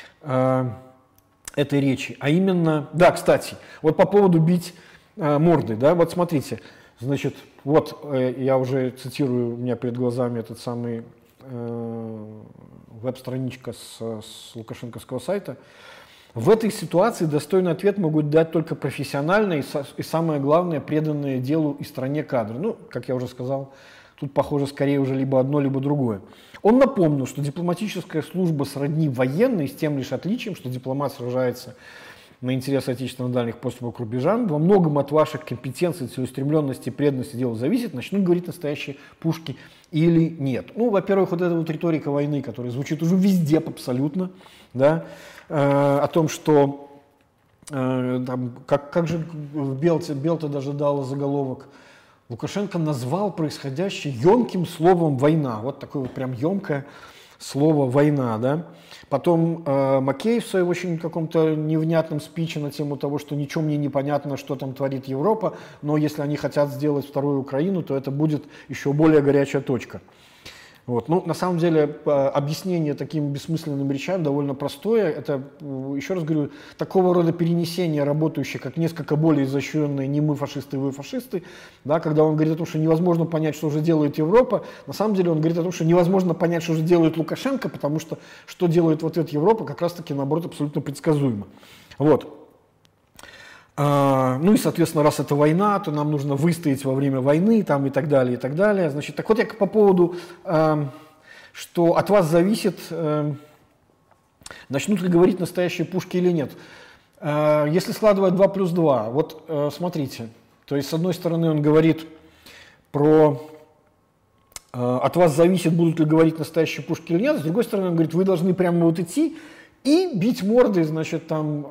этой речи. А именно, да, кстати, вот по поводу бить мордой, да, вот смотрите, значит, вот я уже цитирую, у меня перед глазами этот самый веб-страничка с лукашенковского сайта. В этой ситуации достойный ответ могут дать только профессиональные и, самое главное, преданные делу и стране кадры. Ну, как я уже сказал, тут, похоже, скорее уже либо одно, либо другое. Он напомнил, что дипломатическая служба сродни военной, с тем лишь отличием, что дипломат сражается на интересы Отечества на дальних подступах к рубежам. Во многом от ваших компетенций, целеустремленности, преданности делу зависит, начнут говорить настоящие пушки или нет. Ну, во-первых, вот эта вот риторика войны, которая звучит уже везде абсолютно, да, о том, что там, как же Белта даже дала заголовок, Лукашенко назвал происходящее емким словом «война». Вот такое вот прям емкое слово «война», да. Потом Маккей в своем очень каком-то невнятном спиче на тему того, что ничего мне не понятно, что там творит Европа, но если они хотят сделать вторую Украину, то это будет еще более горячая точка. Вот. Ну, на самом деле, объяснение таким бессмысленным речам довольно простое. Это, еще раз говорю, такого рода перенесение, работающее как несколько более изощренные «не мы фашисты, вы фашисты», да, когда он говорит о том, что невозможно понять, что же делает Европа, на самом деле он говорит о том, что невозможно понять, что же делает Лукашенко, потому что что делает в ответ Европа, как раз-таки, наоборот, абсолютно предсказуемо. Вот. Ну и, соответственно, раз это война, то нам нужно выстоять во время войны там, и так далее, и так далее. Значит, так вот я по поводу, что от вас зависит, начнут ли говорить настоящие пушки или нет. Если складывать 2 плюс 2, вот смотрите, то есть с одной стороны он говорит про от вас зависит, будут ли говорить настоящие пушки или нет, с другой стороны он говорит, вы должны прямо вот идти и бить морды, значит,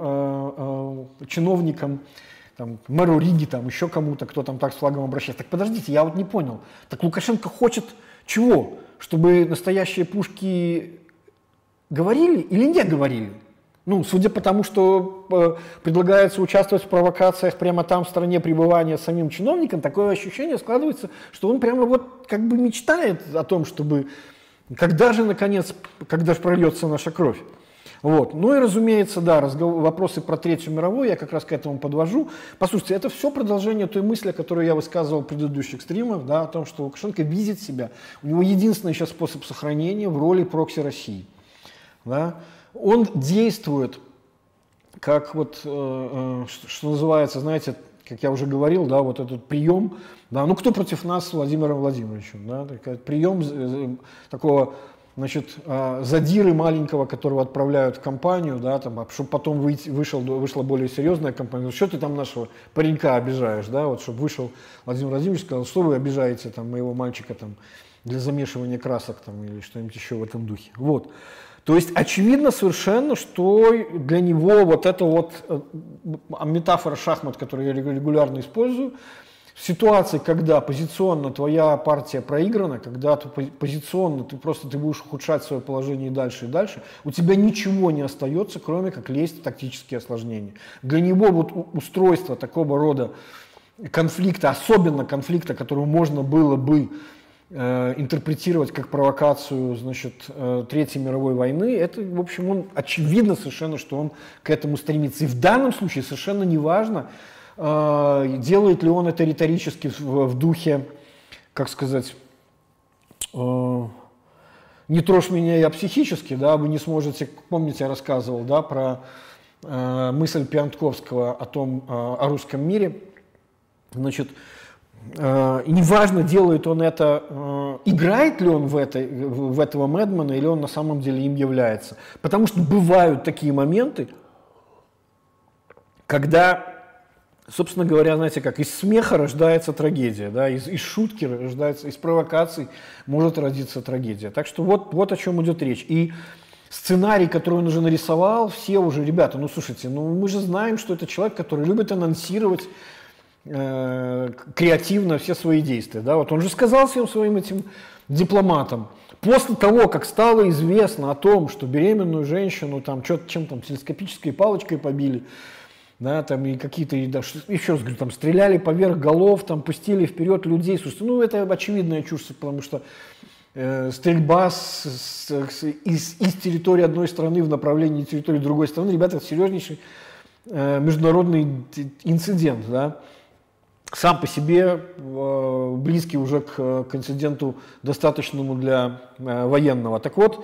там, чиновникам, там, мэру Риги, там, еще кому-то, кто там так с флагом обращается. Так подождите, я вот не понял. Так Лукашенко хочет чего? Чтобы настоящие пушки говорили или не говорили? Ну, судя по тому, что предлагается участвовать в провокациях прямо там, в стране пребывания самим чиновникам, такое ощущение складывается, что он прямо вот как бы мечтает о том, чтобы когда же, наконец, когда же прольется наша кровь. Вот. Ну и, разумеется, да, вопросы про Третью мировую я как раз к этому подвожу. Послушайте, это все продолжение той мысли, которую я высказывал в предыдущих стримах, да, о том, что Лукашенко видит себя. У него единственный сейчас способ сохранения в роли прокси России. Да. Он действует как вот, что называется, знаете, как я уже говорил, да, вот этот прием, да, ну кто против нас с Владимиром Владимировичем, да, прием такого, значит, задиры маленького, которого отправляют в компанию, да, там, чтобы потом вышла более серьезная компания. Ну, что ты там нашего паренька обижаешь, да, вот, чтобы вышел Владимир Владимирович и сказал, что вы обижаете там моего мальчика там для замешивания красок там или что-нибудь еще в этом духе. Вот. То есть очевидно совершенно, что для него вот эта вот метафора шахмат, которую я регулярно использую, в ситуации, когда позиционно твоя партия проиграна, когда позиционно ты будешь ухудшать свое положение и дальше, у тебя ничего не остается, кроме как лезть в тактические осложнения. Для него вот устройство такого рода конфликта, особенно конфликта, который можно было бы интерпретировать как провокацию, значит, Третьей мировой войны, это, в общем, он очевидно совершенно, что он к этому стремится. И в данном случае совершенно неважно, делает ли он это риторически в духе, как сказать, не трожь меня я психически, да, вы не сможете, помните, я рассказывал, да, про мысль Пиантковского о русском мире, значит, неважно, делает он это, играет ли он в этого Мэдмена, или он на самом деле им является. Потому что бывают такие моменты, когда, собственно говоря, знаете, как из смеха рождается трагедия, да, из шутки рождается, из провокаций может родиться трагедия. Так что вот о чем идет речь. И сценарий, который он уже нарисовал, все уже, ребята, ну слушайте, ну мы же знаем, что это человек, который любит анонсировать креативно все свои действия. Да? Вот он же сказал всем своим этим дипломатам, после того, как стало известно о том, что беременную женщину там, чем там, телескопической палочкой побили, да, там, и какие-то, еще раз говорю, там, стреляли поверх голов, там, пустили вперед людей. Слушайте, ну это очевидная чушь, потому что стрельба из территории одной страны в направлении территории другой страны, ребята, это серьезнейший международный инцидент, да. Сам по себе близкий уже к инциденту достаточному для военного. Так вот,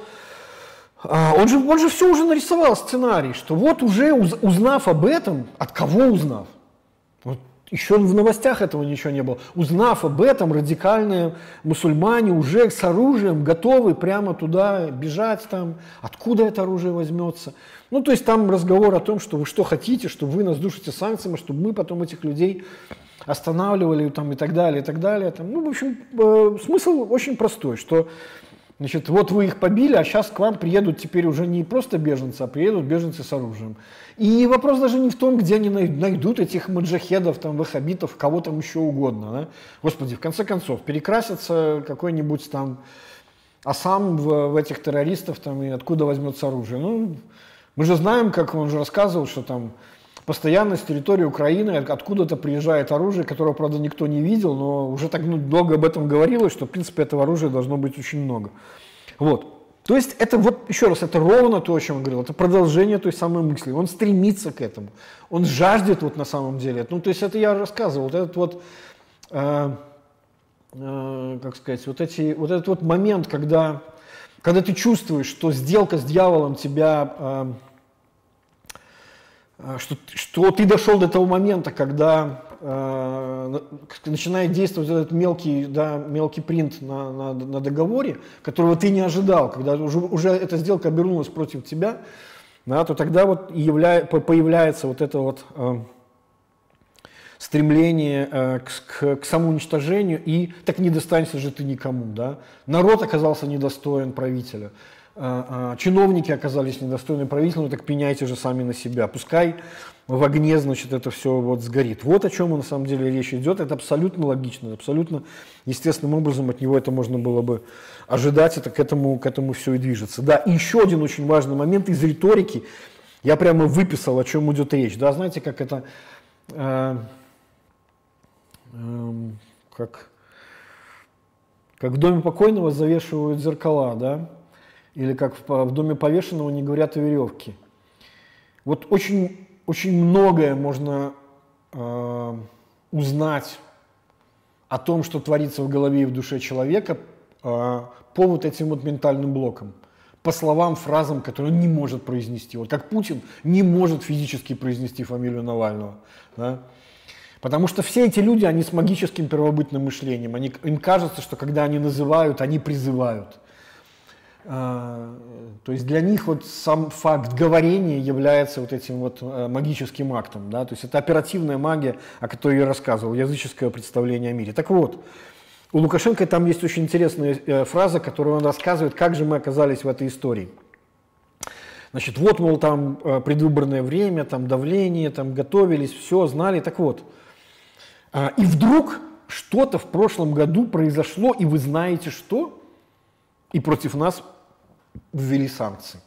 он же все уже нарисовал сценарий, что вот уже узнав об этом, от кого узнав? Вот еще в новостях этого ничего не было. Узнав об этом, радикальные мусульмане уже с оружием готовы прямо туда бежать, там, откуда это оружие возьмется. Ну, то есть там разговор о том, что вы что хотите, что вы нас душите санкциями, чтобы мы потом этих людей останавливали там, и так далее, и так далее. Там. Ну, в общем, смысл очень простой, что, значит, вот вы их побили, а сейчас к вам приедут теперь уже не просто беженцы, а приедут беженцы с оружием. И вопрос даже не в том, где они найдут этих маджахедов, там, ваххабитов, кого там еще угодно. Да? Господи, в конце концов, перекрасится какой-нибудь там Асам в этих террористов, там, и откуда возьмется оружие. Ну, мы же знаем, как он же рассказывал, что там постоянно с территории Украины откуда-то приезжает оружие, которого, правда, никто не видел, но уже так долго об этом говорилось, что, в принципе, этого оружия должно быть очень много. Вот. То есть это вот, еще раз, это ровно то, о чем я говорил, это продолжение той самой мысли. Он стремится к этому, он жаждет вот на самом деле. Ну, то есть это я рассказывал, вот этот вот, как сказать, вот этот вот момент, когда ты чувствуешь, что сделка с дьяволом тебя что ты дошел до того момента, когда начинает действовать этот мелкий принт на договоре, которого ты не ожидал, когда уже эта сделка обернулась против тебя, да, то тогда вот и появляется вот это вот стремление к самоуничтожению, и так не достанешься же ты никому. Да? Народ оказался недостоин правителя, чиновники оказались недостойны правителя, ну так пеняйте же сами на себя. Пускай в огне, значит, это все вот сгорит. Вот о чем на самом деле речь идет. Это абсолютно логично, абсолютно естественным образом от него это можно было бы ожидать, это к этому все и движется. Да, и еще один очень важный момент из риторики. Я прямо выписал, о чем идет речь. Да, знаете, как это... как в доме покойного завешивают зеркала, да? Или как в доме повешенного не говорят о веревке. Вот очень многое можно узнать о том, что творится в голове и в душе человека по вот этим вот ментальным блокам, по словам, фразам, которые он не может произнести. Вот как Путин не может физически произнести фамилию Навального. Да? Потому что все эти люди, они с магическим первобытным мышлением. Им кажется, что когда они называют, они призывают. То есть для них вот сам факт говорения является вот этим вот магическим актом. Да? То есть это оперативная магия, о которой я рассказывал, языческое представление о мире. Так вот, у Лукашенко там есть очень интересная фраза, которую он рассказывает, как же мы оказались в этой истории. Значит, вот, мол, там предвыборное время, там давление, там готовились, все, знали. Так вот, и вдруг что-то в прошлом году произошло, и вы знаете что? И против нас ввели санкции.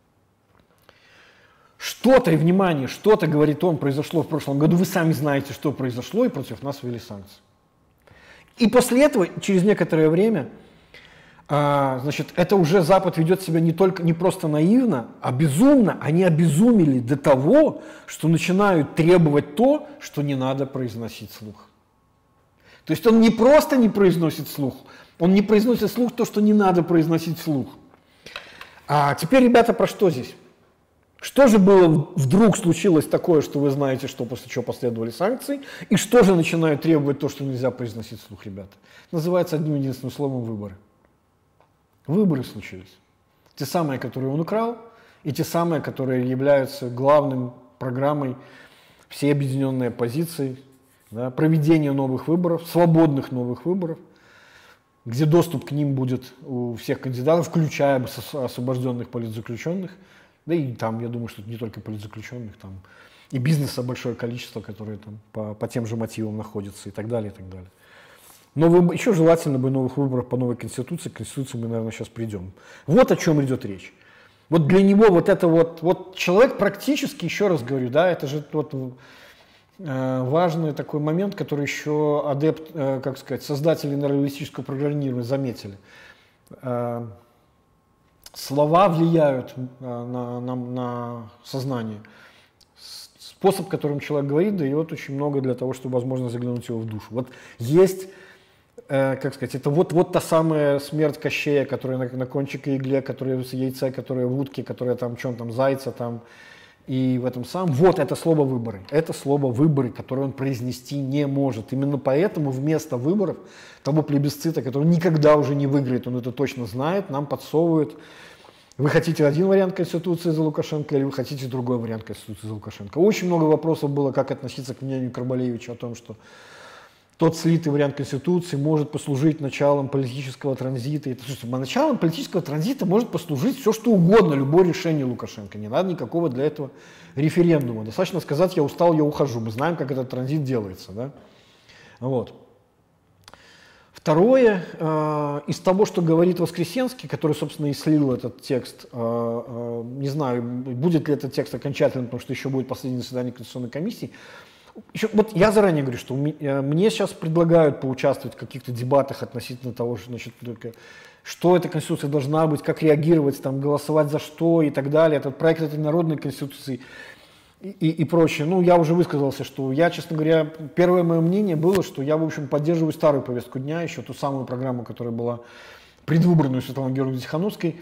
Что-то, и внимание, что-то, говорит он, произошло в прошлом году, вы сами знаете, что произошло, и против нас ввели санкции. И после этого, через некоторое время, значит, это уже Запад ведет себя не просто наивно, а безумно. Они обезумели до того, что начинают требовать то, что не надо произносить вслух. То есть он не просто не произносит вслух, он не произносит вслух то, что не надо произносить вслух. А теперь, ребята, про что здесь? Что же было вдруг случилось такое, что вы знаете, что после чего последовали санкции, и что же начинают требовать то, что нельзя произносить вслух, ребята? Называется одним единственным словом выборы. Выборы случились. Те самые, которые он украл, и те самые, которые являются главным программой всей объединенной оппозиции, да, проведение новых выборов, свободных новых выборов, где доступ к ним будет у всех кандидатов, включая освобожденных политзаключенных, да и там, я думаю, что не только политзаключенных, там и бизнеса большое количество, которые там по тем же мотивам находятся и так далее, и так далее. Но еще желательно бы новых выборов по новой конституции. К конституции мы, наверное, сейчас придем. Вот о чем идет речь. Вот для него вот это вот человек практически, еще раз говорю, да, это же вот важный такой момент, который еще адепт, как сказать, создатели нейролингвистического программирования заметили. Слова влияют на сознание. Способ, которым человек говорит, дает очень много для того, чтобы возможно заглянуть его в душу. Вот есть, как сказать, это вот та самая смерть Кощея, которая на кончике игле, которая с яйца, которая в утке, которая там, что он там, зайца там, и в этом самом. Вот это слово «выборы». Это слово «выборы», которое он произнести не может. Именно поэтому вместо выборов, того плебисцита, который никогда уже не выиграет, он это точно знает, нам подсовывают: вы хотите один вариант Конституции за Лукашенко или вы хотите другой вариант Конституции за Лукашенко. Очень много вопросов было, как относиться к мнению Карбалевича о том, что тот слитый вариант Конституции может послужить началом политического транзита. И, слушайте, началом политического транзита может послужить все, что угодно, любое решение Лукашенко. Не надо никакого для этого референдума. Достаточно сказать: я устал, я ухожу. Мы знаем, как этот транзит делается. Да? Вот. Второе, из того, что говорит Воскресенский, который, собственно, и слил этот текст, не знаю, будет ли этот текст окончательным, потому что еще будет последнее заседание Конституционной комиссии. Еще, вот я заранее говорю, что мне сейчас предлагают поучаствовать в каких-то дебатах относительно того, что, значит, что эта Конституция должна быть, как реагировать, там, голосовать за что и так далее. Этот проект этой народной Конституции и прочее. Ну, я уже высказался, что я, честно говоря, первое мое мнение было, что я, в общем, поддерживаю старую повестку дня, еще ту самую программу, которая была предвыборную Светланы Георгиевны Тихановской.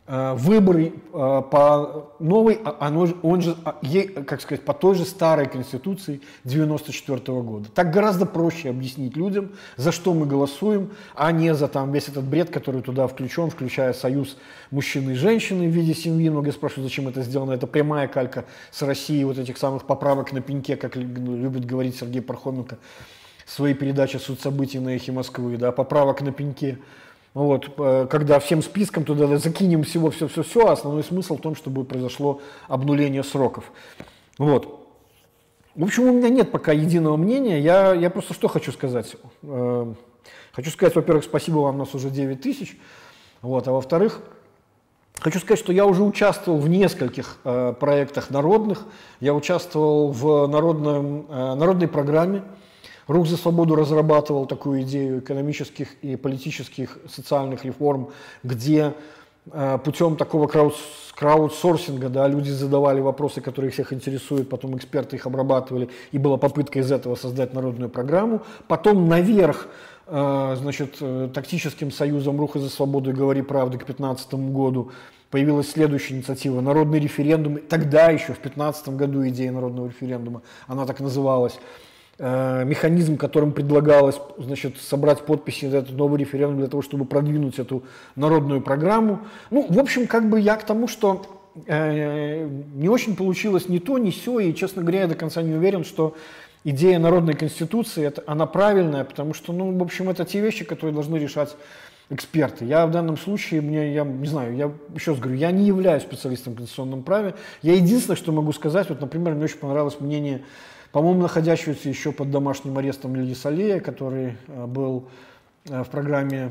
выборы по новой, как сказать, по той же старой Конституции 1994 года. Так гораздо проще объяснить людям, за что мы голосуем, а не за там весь этот бред, который туда включен, включая союз мужчины и женщины в виде семьи. Многие спрашивают, зачем это сделано. Это прямая калька с Россией вот этих самых поправок на пеньке, как любит говорить Сергей Пархоменко в своей передаче «Суть событий» на «Эхе Москвы», да, поправок на пеньке. Вот, когда всем списком туда закинем всего все, основной смысл в том, чтобы произошло обнуление сроков. Вот. В общем, у меня нет пока единого мнения. Я просто что хочу сказать? Хочу сказать, во-первых, спасибо вам, нас уже 9 тысяч. Вот, а во-вторых, хочу сказать, что я уже участвовал в нескольких проектах народных. Я участвовал в народной программе. «Рух за свободу» разрабатывал такую идею экономических и политических социальных реформ, где путем такого краудсорсинга, да, люди задавали вопросы, которые всех интересуют, потом эксперты их обрабатывали, и была попытка из этого создать народную программу. Потом наверх, значит, тактическим союзом «Руха за свободу» и «Говори правду» к 2015 году появилась следующая инициатива – народный референдум. Тогда еще, в 2015 году, идея народного референдума, она так называлась. Механизм, которым предлагалось, значит, собрать подписи за этот новый референдум для того, чтобы продвинуть эту народную программу. Ну, в общем, как бы я к тому, что не очень получилось ни то, ни сё, и, честно говоря, я до конца не уверен, что идея народной конституции, она правильная, потому что, ну, в общем, это те вещи, которые должны решать эксперты. Я в данном случае, я не знаю, я еще раз говорю, я не являюсь специалистом в конституционном праве. Я единственное, что могу сказать, вот, например, мне очень понравилось мнение, по-моему, находящегося еще под домашним арестом Ильи Салея, который был в программе,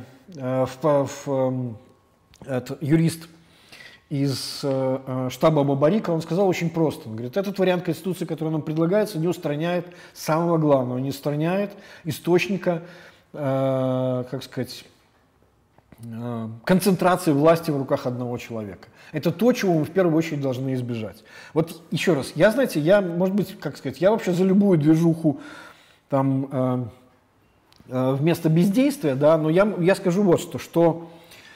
юрист из штаба Бабарика, он сказал очень просто. Он говорит, этот вариант Конституции, который нам предлагается, не устраняет самого главного, не устраняет источника, как сказать, концентрации власти в руках одного человека. Это то, чего мы в первую очередь должны избежать. Вот еще раз, знаете, может быть, как сказать, я вообще за любую движуху там, вместо бездействия, да, но я скажу вот что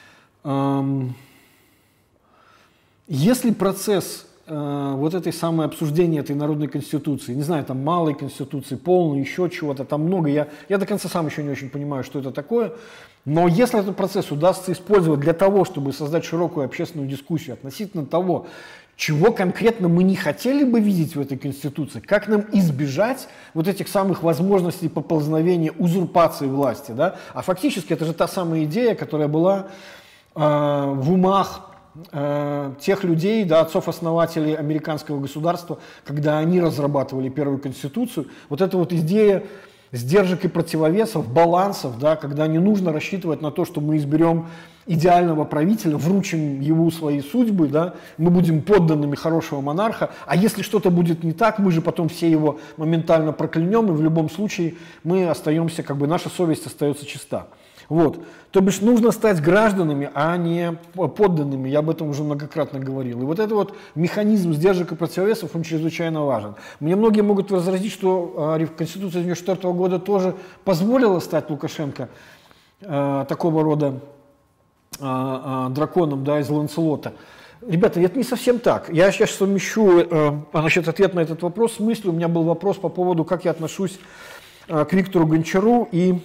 если процесс вот этой самой обсуждения этой народной конституции, не знаю, там малой конституции, полной, еще чего-то, там много, я до конца сам еще не очень понимаю, что это такое, но если этот процесс удастся использовать для того, чтобы создать широкую общественную дискуссию относительно того, чего конкретно мы не хотели бы видеть в этой конституции, как нам избежать вот этих самых возможностей поползновения, узурпации власти, да, а фактически это же та самая идея, которая была в умах тех людей, да, отцов-основателей американского государства, когда они разрабатывали первую конституцию, вот эта вот идея сдержек и противовесов, балансов, да, когда не нужно рассчитывать на то, что мы изберем идеального правителя, вручим ему свои судьбы, да, мы будем подданными хорошего монарха, а если что-то будет не так, мы же потом все его моментально проклянем, и в любом случае мы остаемся, как бы наша совесть остается чиста. Вот. То бишь нужно стать гражданами, а не подданными, я об этом уже многократно говорил. И вот этот вот механизм сдержек и противовесов, он чрезвычайно важен. Мне многие могут возразить, что Конституция 1994 года тоже позволила стать Лукашенко такого рода драконом, да, из Ланселота. Ребята, это не совсем так. Я сейчас совмещу ответ на этот вопрос с мыслью. У меня был вопрос по поводу, как я отношусь к Виктору Гончару и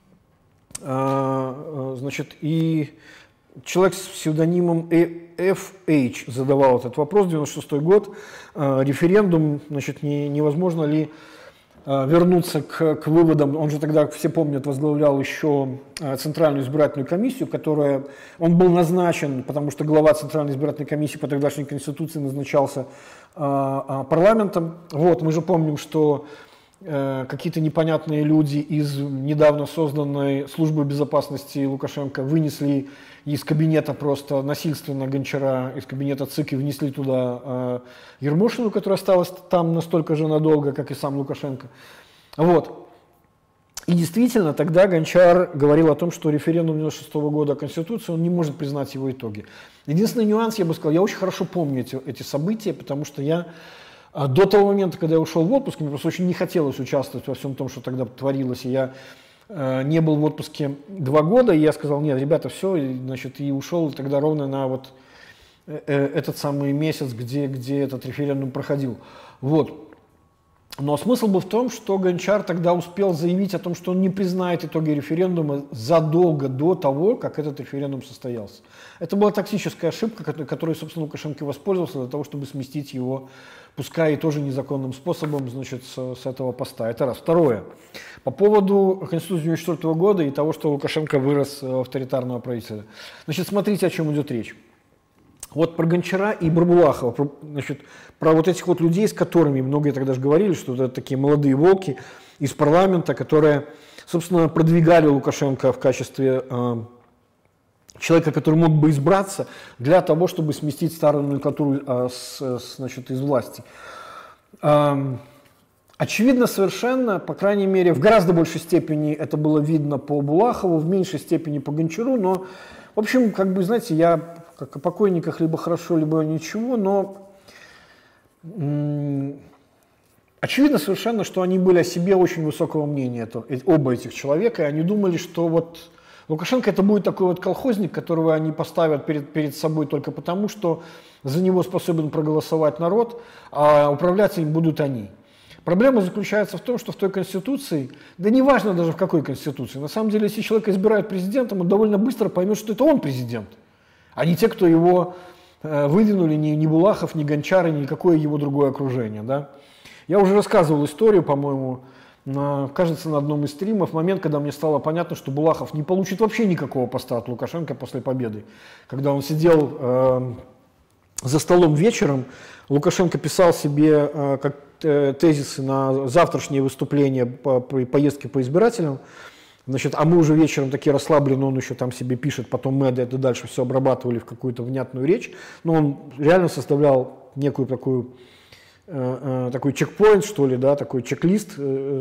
значит, и человек с псевдонимом FH задавал этот вопрос, 96 год, референдум, значит, невозможно ли вернуться к выводам, он же тогда, все помнят, возглавлял еще Центральную избирательную комиссию, которая, он был назначен, потому что глава Центральной избирательной комиссии по тогдашней Конституции назначался парламентом. Вот, мы же помним, что какие-то непонятные люди из недавно созданной службы безопасности Лукашенко вынесли из кабинета просто насильственно Гончара, из кабинета ЦИК и внесли туда Ермошину, которая осталась там настолько же надолго, как и сам Лукашенко. Вот. И действительно, тогда Гончар говорил о том, что референдум 1996 года о Конституции, он не может признать его итоги. Единственный нюанс, я бы сказал, я очень хорошо помню эти события, потому что я до того момента, когда я ушел в отпуск, мне просто очень не хотелось участвовать во всем том, что тогда творилось, и я не был в отпуске 2 года, и я сказал, нет, ребята, все, и, значит, и ушел тогда ровно на вот этот самый месяц, где этот референдум проходил. Вот. Но смысл был в том, что Гончар тогда успел заявить о том, что он не признает итоги референдума задолго до того, как этот референдум состоялся. Это была тактическая ошибка, которой, собственно, Лукашенко воспользовался для того, чтобы сместить его, пускай и тоже незаконным способом, значит, с этого поста. Это раз. Второе. По поводу Конституции 1994 года и того, что Лукашенко вырос в авторитарного правителя. Значит, смотрите, о чем идет речь. Вот про Гончара и Бурбулахова, значит, про вот этих вот людей, с которыми многие тогда же говорили, что это такие молодые волки из парламента, которые, собственно, продвигали Лукашенко в качестве человека, который мог бы избраться для того, чтобы сместить старую номенклатуру значит, из власти. Очевидно совершенно, по крайней мере, в гораздо большей степени это было видно по Булахову, в меньшей степени по Гончару, но, в общем, как бы, знаете, я как о покойниках либо хорошо, либо ничего, но очевидно совершенно, что они были о себе очень высокого мнения, оба этих человека, и они думали, что вот Лукашенко это будет такой вот колхозник, которого они поставят перед собой только потому, что за него способен проголосовать народ, а управлять им будут они. Проблема заключается в том, что в той Конституции, да неважно даже в какой Конституции, на самом деле, если человека избирают президентом, он довольно быстро поймет, что это он президент, а не те, кто его выдвинули, ни Булахов, ни Гончар, ни никакое его другое окружение. Да? Я уже рассказывал историю, по-моему, кажется, на одном из стримов, момент, когда мне стало понятно, что Булахов не получит вообще никакого поста от Лукашенко после победы. Когда он сидел за столом вечером, Лукашенко писал себе как тезисы на завтрашнее выступление по поездке по избирателям. Значит, а мы уже вечером такие расслаблены, он еще там себе пишет, потом мы это дальше все обрабатывали в какую-то внятную речь. Но он реально составлял некую такой чекпоинт, что ли, да, такой чек-лист,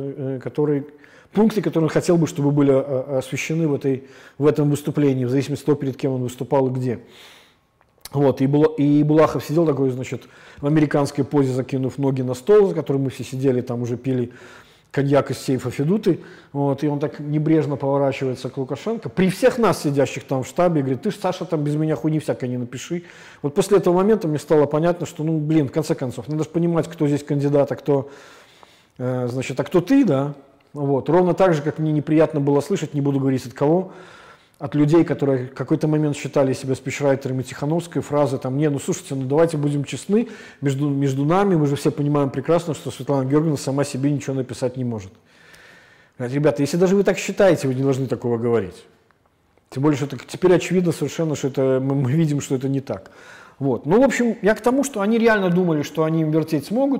пункты, которые он хотел бы, чтобы были освещены в этом выступлении, в зависимости от того, перед кем он выступал и где. Вот, и Булахов сидел такой, значит, в американской позе, закинув ноги на стол, за которым мы все сидели, там уже пили коньяк из сейфа Федуты, вот, и он так небрежно поворачивается к Лукашенко, при всех нас, сидящих там в штабе, говорит: ты ж, Саша, там без меня хуйни всякой не напиши. Вот после этого момента мне стало понятно, что, ну, блин, в конце концов, надо же понимать, кто здесь кандидат, а кто, значит, а кто ты, да, вот, ровно так же, как мне неприятно было слышать, не буду говорить от кого, от людей, которые в какой-то момент считали себя спичрайтерами Тихановской, фразы там: не, ну слушайте, ну давайте будем честны, между нами, мы же все понимаем прекрасно, что Светлана Георгиевна сама себе ничего написать не может. Ребята, если даже вы так считаете, вы не должны такого говорить. Тем более, что это теперь очевидно совершенно, что это, мы видим, что это не так. Вот. Ну, в общем, я к тому, что они реально думали, что они им вертеть смогут.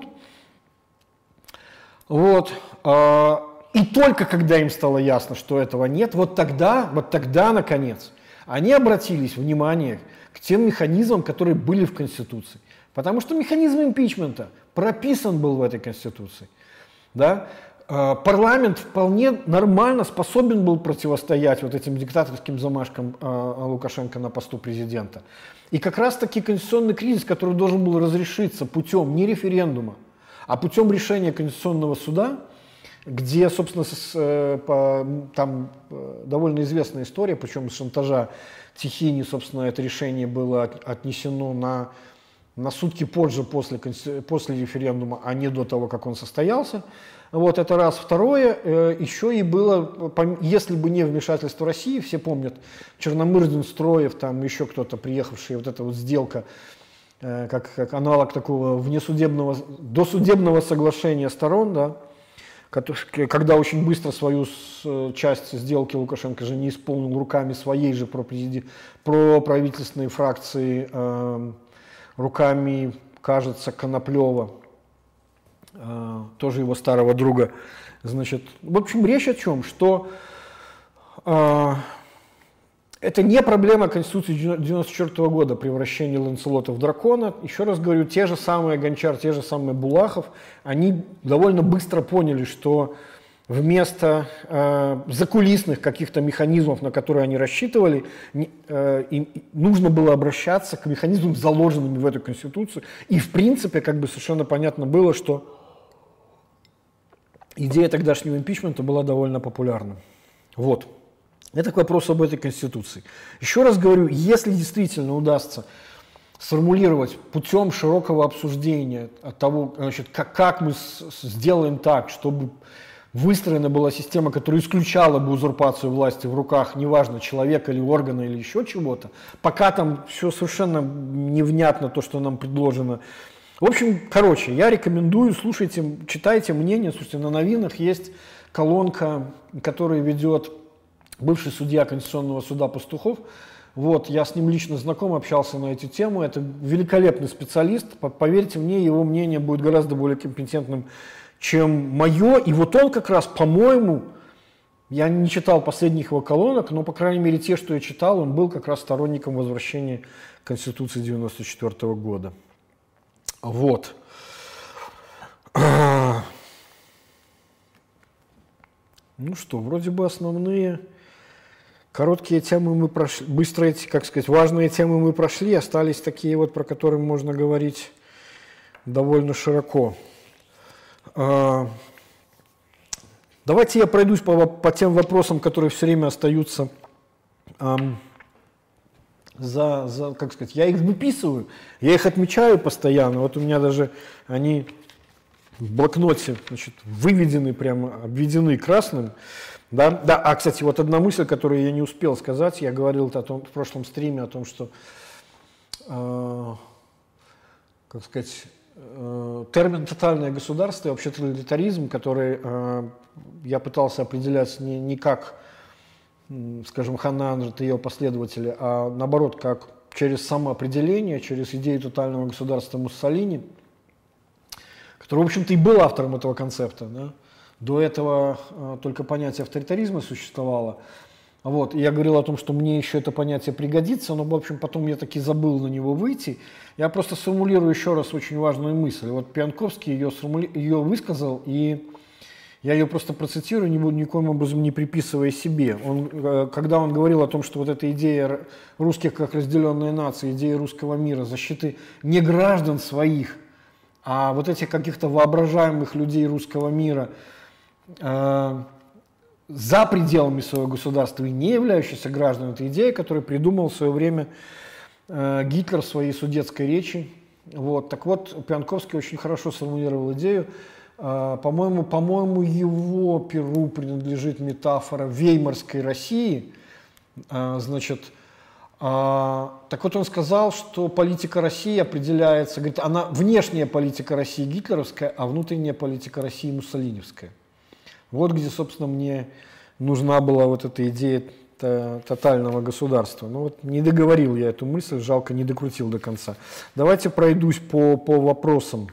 Вот. И только когда им стало ясно, что этого нет, вот тогда, наконец, они обратились, внимание, к тем механизмам, которые были в Конституции. Потому что механизм импичмента прописан был в этой Конституции. Да? Парламент вполне нормально способен был противостоять вот этим диктаторским замашкам Лукашенко на посту президента. И как раз-таки конституционный кризис, который должен был разрешиться путем не референдума, а путем решения Конституционного суда, где, собственно, там довольно известная история, причем из шантажа Тихини, собственно, это решение было отнесено на сутки позже, после референдума, а не до того, как он состоялся. Вот это раз. Второе, еще и было, если бы не вмешательство России, все помнят, Черномырдин, Строев, там еще кто-то, приехавший, вот эта вот сделка, как аналог такого досудебного соглашения сторон, да, когда очень быстро свою часть сделки Лукашенко же не исполнил руками своей же проправительственной фракции, руками, кажется, Коноплева, тоже его старого друга. Значит, в общем, речь о чем? Что это не проблема Конституции 1994 года, превращение Ланселота в дракона. Еще раз говорю, те же самые Гончар, те же самые Булахов, они довольно быстро поняли, что вместо закулисных каких-то механизмов, на которые они рассчитывали, им нужно было обращаться к механизмам, заложенным в эту Конституцию. И в принципе, как бы совершенно понятно было, что идея тогдашнего импичмента была довольно популярна. Вот. Это к вопросу об этой Конституции. Еще раз говорю, если действительно удастся сформулировать путем широкого обсуждения от того, значит, как мы сделаем так, чтобы выстроена была система, которая исключала бы узурпацию власти в руках, неважно, человека или органа или еще чего-то, пока там все совершенно невнятно то, что нам предложено. В общем, короче, я рекомендую, слушайте, читайте мнение, слушайте, на новинах есть колонка, которую ведет бывший судья Конституционного суда Пастухов. Вот, я с ним лично знаком, общался на эту тему. Это великолепный специалист. Поверьте мне, его мнение будет гораздо более компетентным, чем мое. И вот он как раз, по-моему, я не читал последних его колонок, но, по крайней мере, те, что я читал, он был как раз сторонником возвращения Конституции 1994 года. Вот. Ну что, вроде бы основные... Короткие темы мы прошли, быстрые, как сказать, важные темы мы прошли, остались такие вот, про которые можно говорить довольно широко. Давайте я пройдусь по тем вопросам, которые все время остаются как сказать, я их выписываю, я их отмечаю постоянно. Вот у меня даже они в блокноте, значит, выведены прямо, обведены красным. Да, да, кстати, вот одна мысль, которую я не успел сказать, я говорил о том, в прошлом стриме о том, что, как сказать, термин «тотальное государство» и вообще тоталитаризм, который я пытался определять не как, скажем, Ханна Аренд и ее последователи, а наоборот, как через самоопределение, через идею тотального государства Муссолини, который, в общем-то, и был автором этого концепта, да? До этого только понятие авторитаризма существовало. Вот. И я говорил о том, что мне еще это понятие пригодится, но, в общем, потом я таки забыл на него выйти. Я просто сформулирую еще раз очень важную мысль. Вот Пьянковский ее высказал, и я ее просто процитирую, никоим образом не приписывая себе. Когда он говорил о том, что вот эта идея русских как разделенная нация, идея русского мира, защиты не граждан своих, а вот этих каких-то воображаемых людей русского мира, за пределами своего государства и не являющихся гражданами, это идея, которую придумал в свое время Гитлер в своей судетской речи. Вот. Так вот, Пьянковский очень хорошо сформулировал идею. По-моему, его перу принадлежит метафора веймарской России. Значит, так вот он сказал, что политика России определяется, говорит, она внешняя политика России гитлеровская, а внутренняя политика России муссолиневская. Вот где, собственно, мне нужна была вот эта идея тотального государства. Ну вот не договорил я эту мысль, жалко, не докрутил до конца. Давайте пройдусь по вопросам.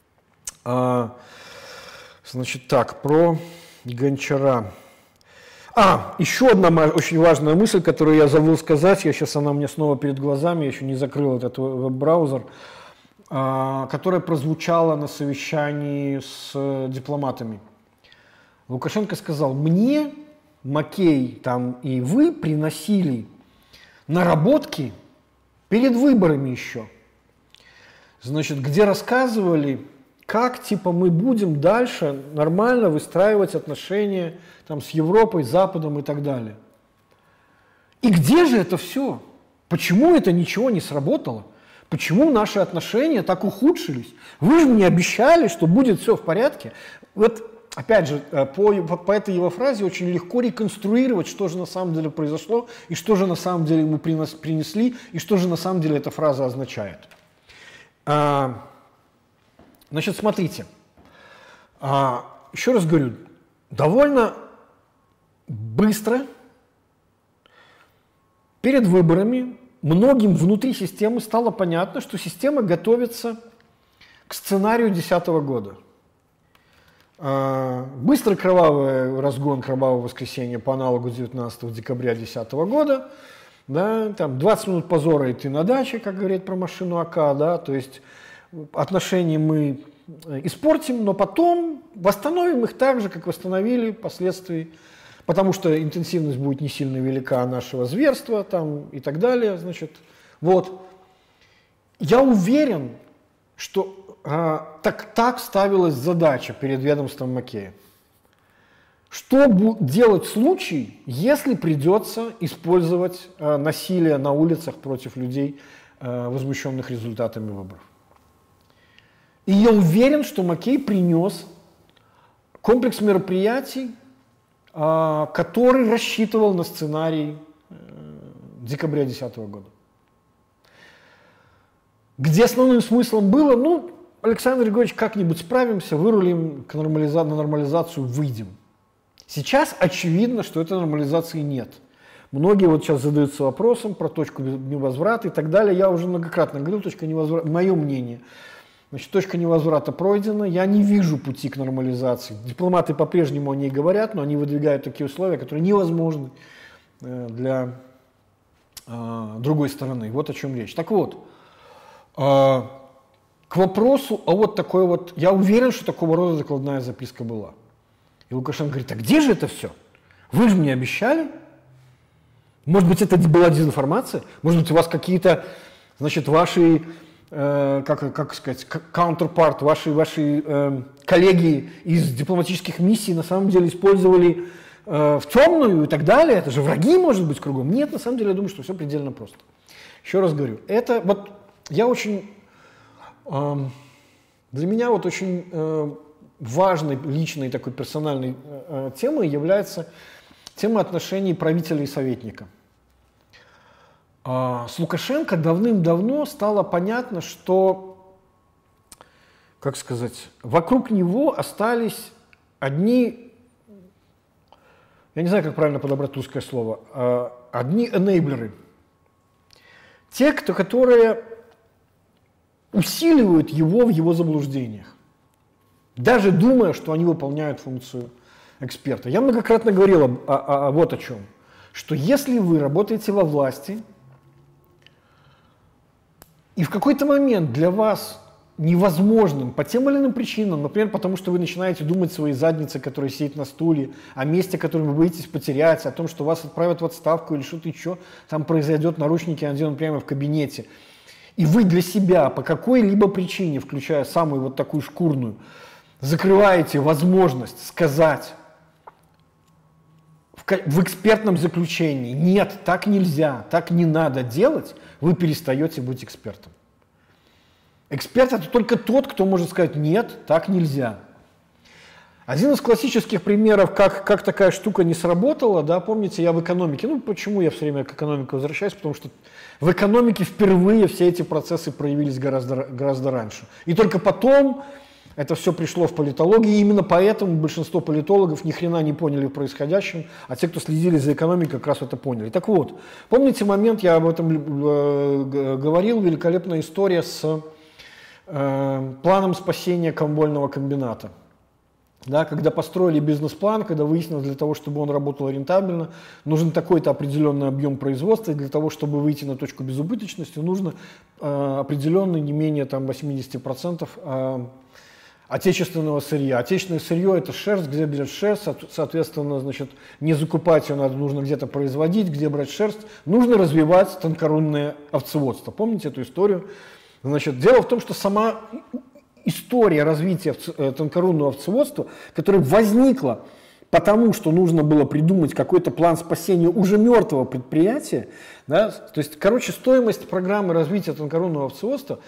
Значит так, про Гончара. Еще одна очень важная мысль, которую я забыл сказать, она у меня снова перед глазами, я еще не закрыл этот веб-браузер, которая прозвучала на совещании с дипломатами. Лукашенко сказал: мне, Макей там, и вы приносили наработки перед выборами еще, значит, где рассказывали, как типа мы будем дальше нормально выстраивать отношения там, с Европой, Западом и так далее. И где же это все? Почему это ничего не сработало? Почему наши отношения так ухудшились? Вы же мне обещали, что будет все в порядке. Вот опять же, по этой его фразе очень легко реконструировать, что же на самом деле произошло, и что же на самом деле ему принесли, и что же на самом деле эта фраза означает. Значит, смотрите, еще раз говорю, довольно быстро перед выборами многим внутри системы стало понятно, что система готовится к сценарию 2010 года. Быстрый кровавый разгон, кровавого воскресенья по аналогу 19 декабря 2010 года, да, там 20 минут позора и ты на даче, как говорит про машину АК, да, то есть отношения мы испортим, но потом восстановим их так же, как восстановили впоследствии, потому что интенсивность будет не сильно велика нашего зверства там, и так далее. Значит, вот. Я уверен, что так ставилась задача перед ведомством Макея. Что делать в случае, если придется использовать насилие на улицах против людей возмущенных результатами выборов. И я уверен, что Маккей принес комплекс мероприятий, который рассчитывал на сценарий декабря 2010 года. Где основным смыслом было, ну, Александр Григорьевич, как-нибудь справимся, вырулим на нормализацию, выйдем. Сейчас очевидно, что этой нормализации нет. Многие вот сейчас задаются вопросом про точку невозврата и так далее. Я уже многократно говорил, точка невозврата, мое мнение. Значит, точка невозврата пройдена, я не вижу пути к нормализации. Дипломаты по-прежнему о ней говорят, но они выдвигают такие условия, которые невозможны для другой стороны. Вот о чем речь. Так вот, к вопросу о вот такой вот, я уверен, что такого рода докладная записка была. И Лукашенко говорит, а где же это все? Вы же мне обещали. Может быть, это была дезинформация? Может быть, у вас какие-то, значит, ваши, как сказать, counterpart, ваши коллеги из дипломатических миссий на самом деле использовали в темную и так далее? Это же враги, может быть, кругом. Нет, на самом деле, я думаю, что все предельно просто. Еще раз говорю, это вот, я очень, для меня вот очень важной личной такой персональной темой является тема отношений правителя и советника. С Лукашенко давным-давно стало понятно, что, как сказать, вокруг него остались одни, я не знаю, как правильно подобрать русское слово, одни энейблеры. Те, которые усиливают его в его заблуждениях, даже думая, что они выполняют функцию эксперта. Я многократно говорил вот о чем. Что если вы работаете во власти, и в какой-то момент для вас невозможным по тем или иным причинам, например, потому что вы начинаете думать своей задницей, которая сидит на стуле, о месте, которое вы боитесь потерять, о том, что вас отправят в отставку или что-то еще там произойдет, наручники наденут прямо в кабинете, и вы для себя по какой-либо причине, включая самую вот такую шкурную, закрываете возможность сказать в экспертном заключении, нет, так нельзя, так не надо делать, вы перестаете быть экспертом. Эксперт – это только тот, кто может сказать, нет, так нельзя. Один из классических примеров, как такая штука не сработала, да, помните, я в экономике, ну почему я все время к экономике возвращаюсь, потому что в экономике впервые все эти процессы проявились гораздо раньше. И только потом это все пришло в политологию, и именно поэтому большинство политологов ни хрена не поняли в происходящем, а те, кто следили за экономикой, как раз это поняли. Так вот, помните момент, я об этом говорил, великолепная история с планом спасения комбольного комбината. Да, когда построили бизнес-план, когда выяснилось, для того, чтобы он работал рентабельно, нужен такой-то определенный объем производства, и для того, чтобы выйти на точку безубыточности, нужно определенный, не менее там, 80% отечественного сырья. Отечественное сырье – это шерсть, где берет шерсть, соответственно, значит, не закупать ее надо, нужно где-то производить, где брать шерсть. Нужно развивать тонкорунное овцеводство. Помните эту историю? Значит, дело в том, что сама история развития тонкорунного овцеводства, которая возникла потому, что нужно было придумать какой-то план спасения уже мертвого предприятия, да, то есть, короче, стоимость программы развития тонкорунного овцеводства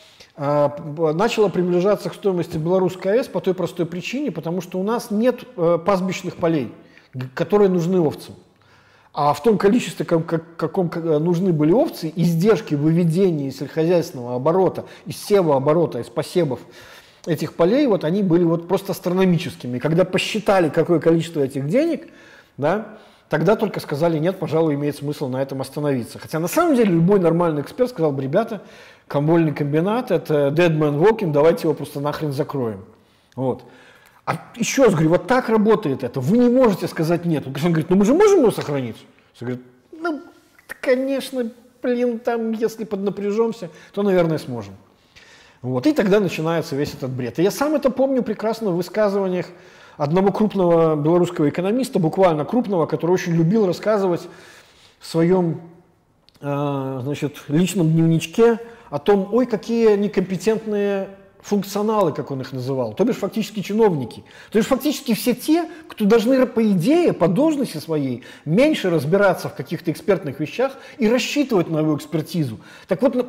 начала приближаться к стоимости Белорусской АЭС по той простой причине, потому что у нас нет пастбищных полей, которые нужны овцам. А в том количестве, каком нужны были овцы, издержки выведения из сельскохозяйственного оборота, из севооборота, из посевов этих полей, вот они были вот просто астрономическими. И когда посчитали, какое количество этих денег, да, тогда только сказали, нет, пожалуй, имеет смысл на этом остановиться. Хотя на самом деле любой нормальный эксперт сказал бы, ребята, комбольный комбинат – это dead man walking, давайте его просто нахрен закроем. Вот. А еще раз говорю, вот так работает это. Вы не можете сказать нет. Он говорит, ну мы же можем его сохранить? Он говорит, ну, конечно, блин, там, если поднапряжемся, то, наверное, сможем. Вот. И тогда начинается весь этот бред. И я сам это помню прекрасно в высказываниях одного крупного белорусского экономиста, буквально крупного, который очень любил рассказывать в своем значит, личном дневничке о том, ой, какие некомпетентные функционалы, как он их называл, то бишь фактически чиновники, то бишь фактически все те, кто должны, по идее, по должности своей, меньше разбираться в каких-то экспертных вещах и рассчитывать на его экспертизу. Так вот,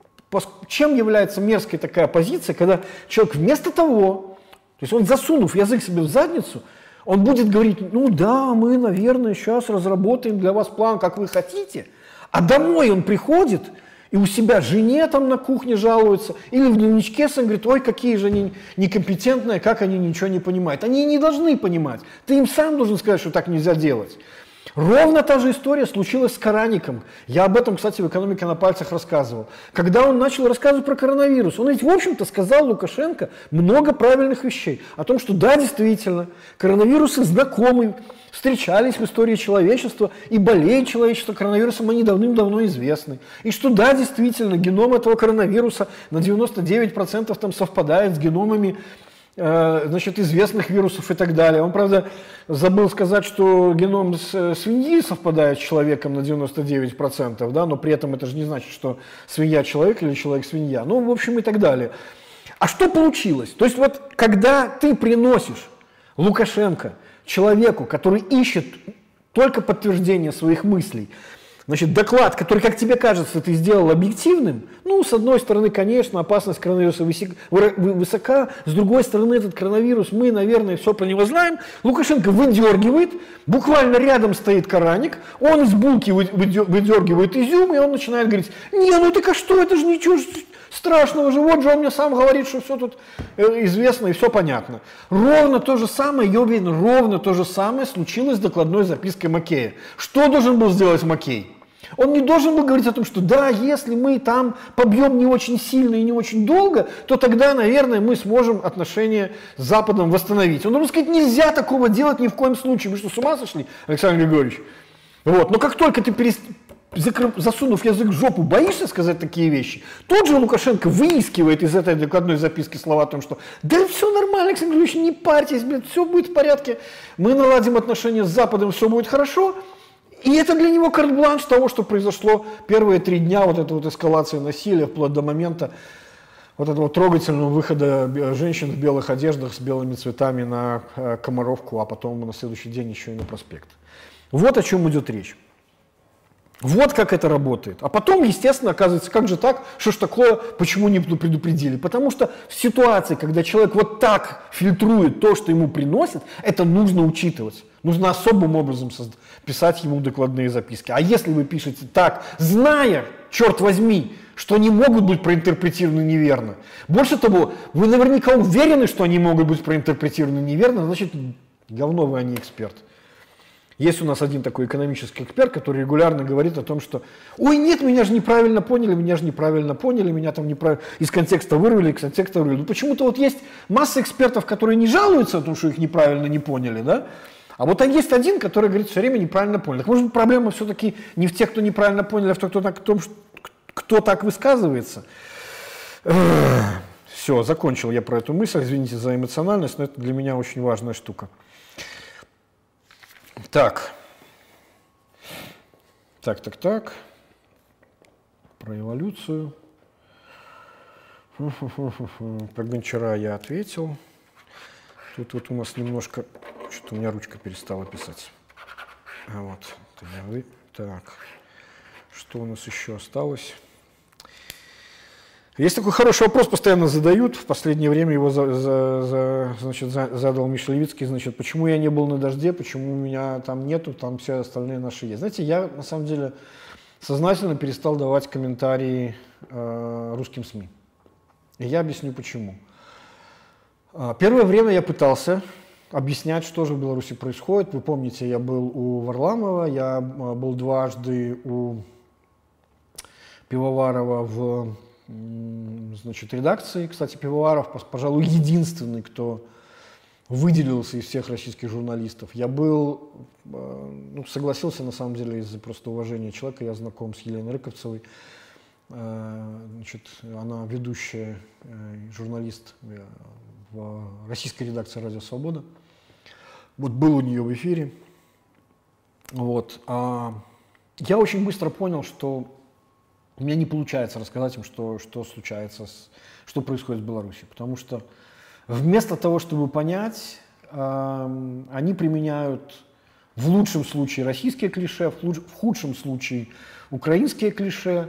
чем является мерзкая такая позиция, когда человек вместо того, то есть он, засунув язык себе в задницу, он будет говорить, ну да, мы, наверное, сейчас разработаем для вас план, как вы хотите, а домой он приходит и у себя жене там на кухне жалуется, или в дневничке сам говорит, ой, какие же они некомпетентные, как они ничего не понимают. Они не должны понимать. Ты им сам должен сказать, что так нельзя делать. Ровно та же история случилась с Караником. Я об этом, кстати, в «Экономике на пальцах» рассказывал. Когда он начал рассказывать про коронавирус, он ведь, в общем-то, сказал Лукашенко много правильных вещей. О том, что да, действительно, коронавирусы знакомы, встречались в истории человечества, и болеет человечество коронавирусом, они давным-давно известны. И что да, действительно, геном этого коронавируса на 99% там совпадает с геномами известных вирусов и так далее. Он, правда, забыл сказать, что геном свиньи совпадает с человеком на 99%, да, но при этом это же не значит, что свинья человек или человек свинья. Ну, в общем, и так далее. А что получилось? То есть вот когда ты приносишь Лукашенко, человеку, который ищет только подтверждение своих мыслей, значит, доклад, который, как тебе кажется, ты сделал объективным, ну, с одной стороны, конечно, опасность коронавируса высока, с другой стороны, этот коронавирус, мы, наверное, все про него знаем. Лукашенко выдергивает, буквально рядом стоит Караник, он из булки выдергивает изюм, и он начинает говорить, не, ну так а что, это же ничего страшного же, вот же он мне сам говорит, что все тут известно и все понятно. Ровно то же самое, я уверен, ровно то же самое случилось с докладной запиской Маккея. Что должен был сделать Маккей? Он не должен был говорить о том, что да, если мы там побьем не очень сильно и не очень долго, то тогда, наверное, мы сможем отношения с Западом восстановить. Он должен сказать, нельзя такого делать ни в коем случае. Вы что, с ума сошли, Александр Григорьевич? Вот. Но как только ты засунув язык в жопу, боишься сказать такие вещи, тут же Лукашенко выискивает из этой докладной записки слова о том, что да все нормально, Александр Григорьевич, не парьтесь, все будет в порядке, мы наладим отношения с Западом, все будет хорошо. И это для него карт-бланш того, что произошло первые 3 дня вот этой вот эскалации насилия, вплоть до момента вот этого трогательного выхода женщин в белых одеждах с белыми цветами на Комаровку, а потом на следующий день еще и на проспект. Вот о чем идет речь. Вот как это работает. А потом, естественно, оказывается, как же так, что ж такое, почему не предупредили? Потому что в ситуации, когда человек вот так фильтрует то, что ему приносят, это нужно учитывать. Нужно особым образом писать ему докладные записки. А если вы пишете так, зная, черт возьми, что они могут быть проинтерпретированы неверно, больше того, вы наверняка уверены, что они могут быть проинтерпретированы неверно, значит, говно вы, а не эксперт. Есть у нас один такой экономический эксперт, который регулярно говорит о том, что «Ой, нет, меня же неправильно поняли, меня там неправильно из контекста вырвали, Ну, почему-то вот есть масса экспертов, которые не жалуются о том, что их неправильно не поняли, да? А вот есть один, который говорит, все время неправильно понял. Так может быть, проблема все-таки не в тех, кто неправильно понял, а в том, кто так высказывается? Все, закончил я про эту мысль, извините за эмоциональность, но это для меня очень важная штука. Так. Про эволюцию. Про Гончара я ответил. Тут вот у нас немножко... Что-то у меня ручка перестала писать. Так. Что у нас еще осталось? Есть такой хороший вопрос, постоянно задают. В последнее время его задал Миша Левицкий. Значит, почему я не был на «Дожде», почему меня там нету, там все остальные наши есть. Знаете, я на самом деле сознательно перестал давать комментарии русским СМИ. И я объясню почему. Первое время я пытался объяснять, что же в Беларуси происходит. Вы помните, я был у Варламова, я был дважды у Пивоварова в редакции. Кстати, Пивоваров, пожалуй, единственный, кто выделился из всех российских журналистов. Я был, согласился на самом деле из-за просто уважения человека. Я знаком с Еленой Рыковцевой. Она ведущая журналист в российской редакции «Радио Свобода». Вот был у нее в эфире. Я очень быстро понял, что у меня не получается рассказать им, что случается, что происходит в Беларуси. Потому что вместо того, чтобы понять, они применяют в лучшем случае российские клише, в худшем случае украинские клише.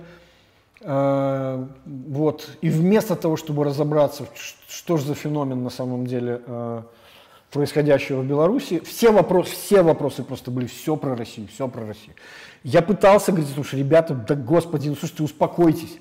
Вот. И вместо того, чтобы разобраться, что же за феномен на самом деле происходящего в Беларуси, все вопросы просто были все про Россию, все про Россию. Я пытался говорить, слушай, ребята, да господи, ну слушайте, успокойтесь.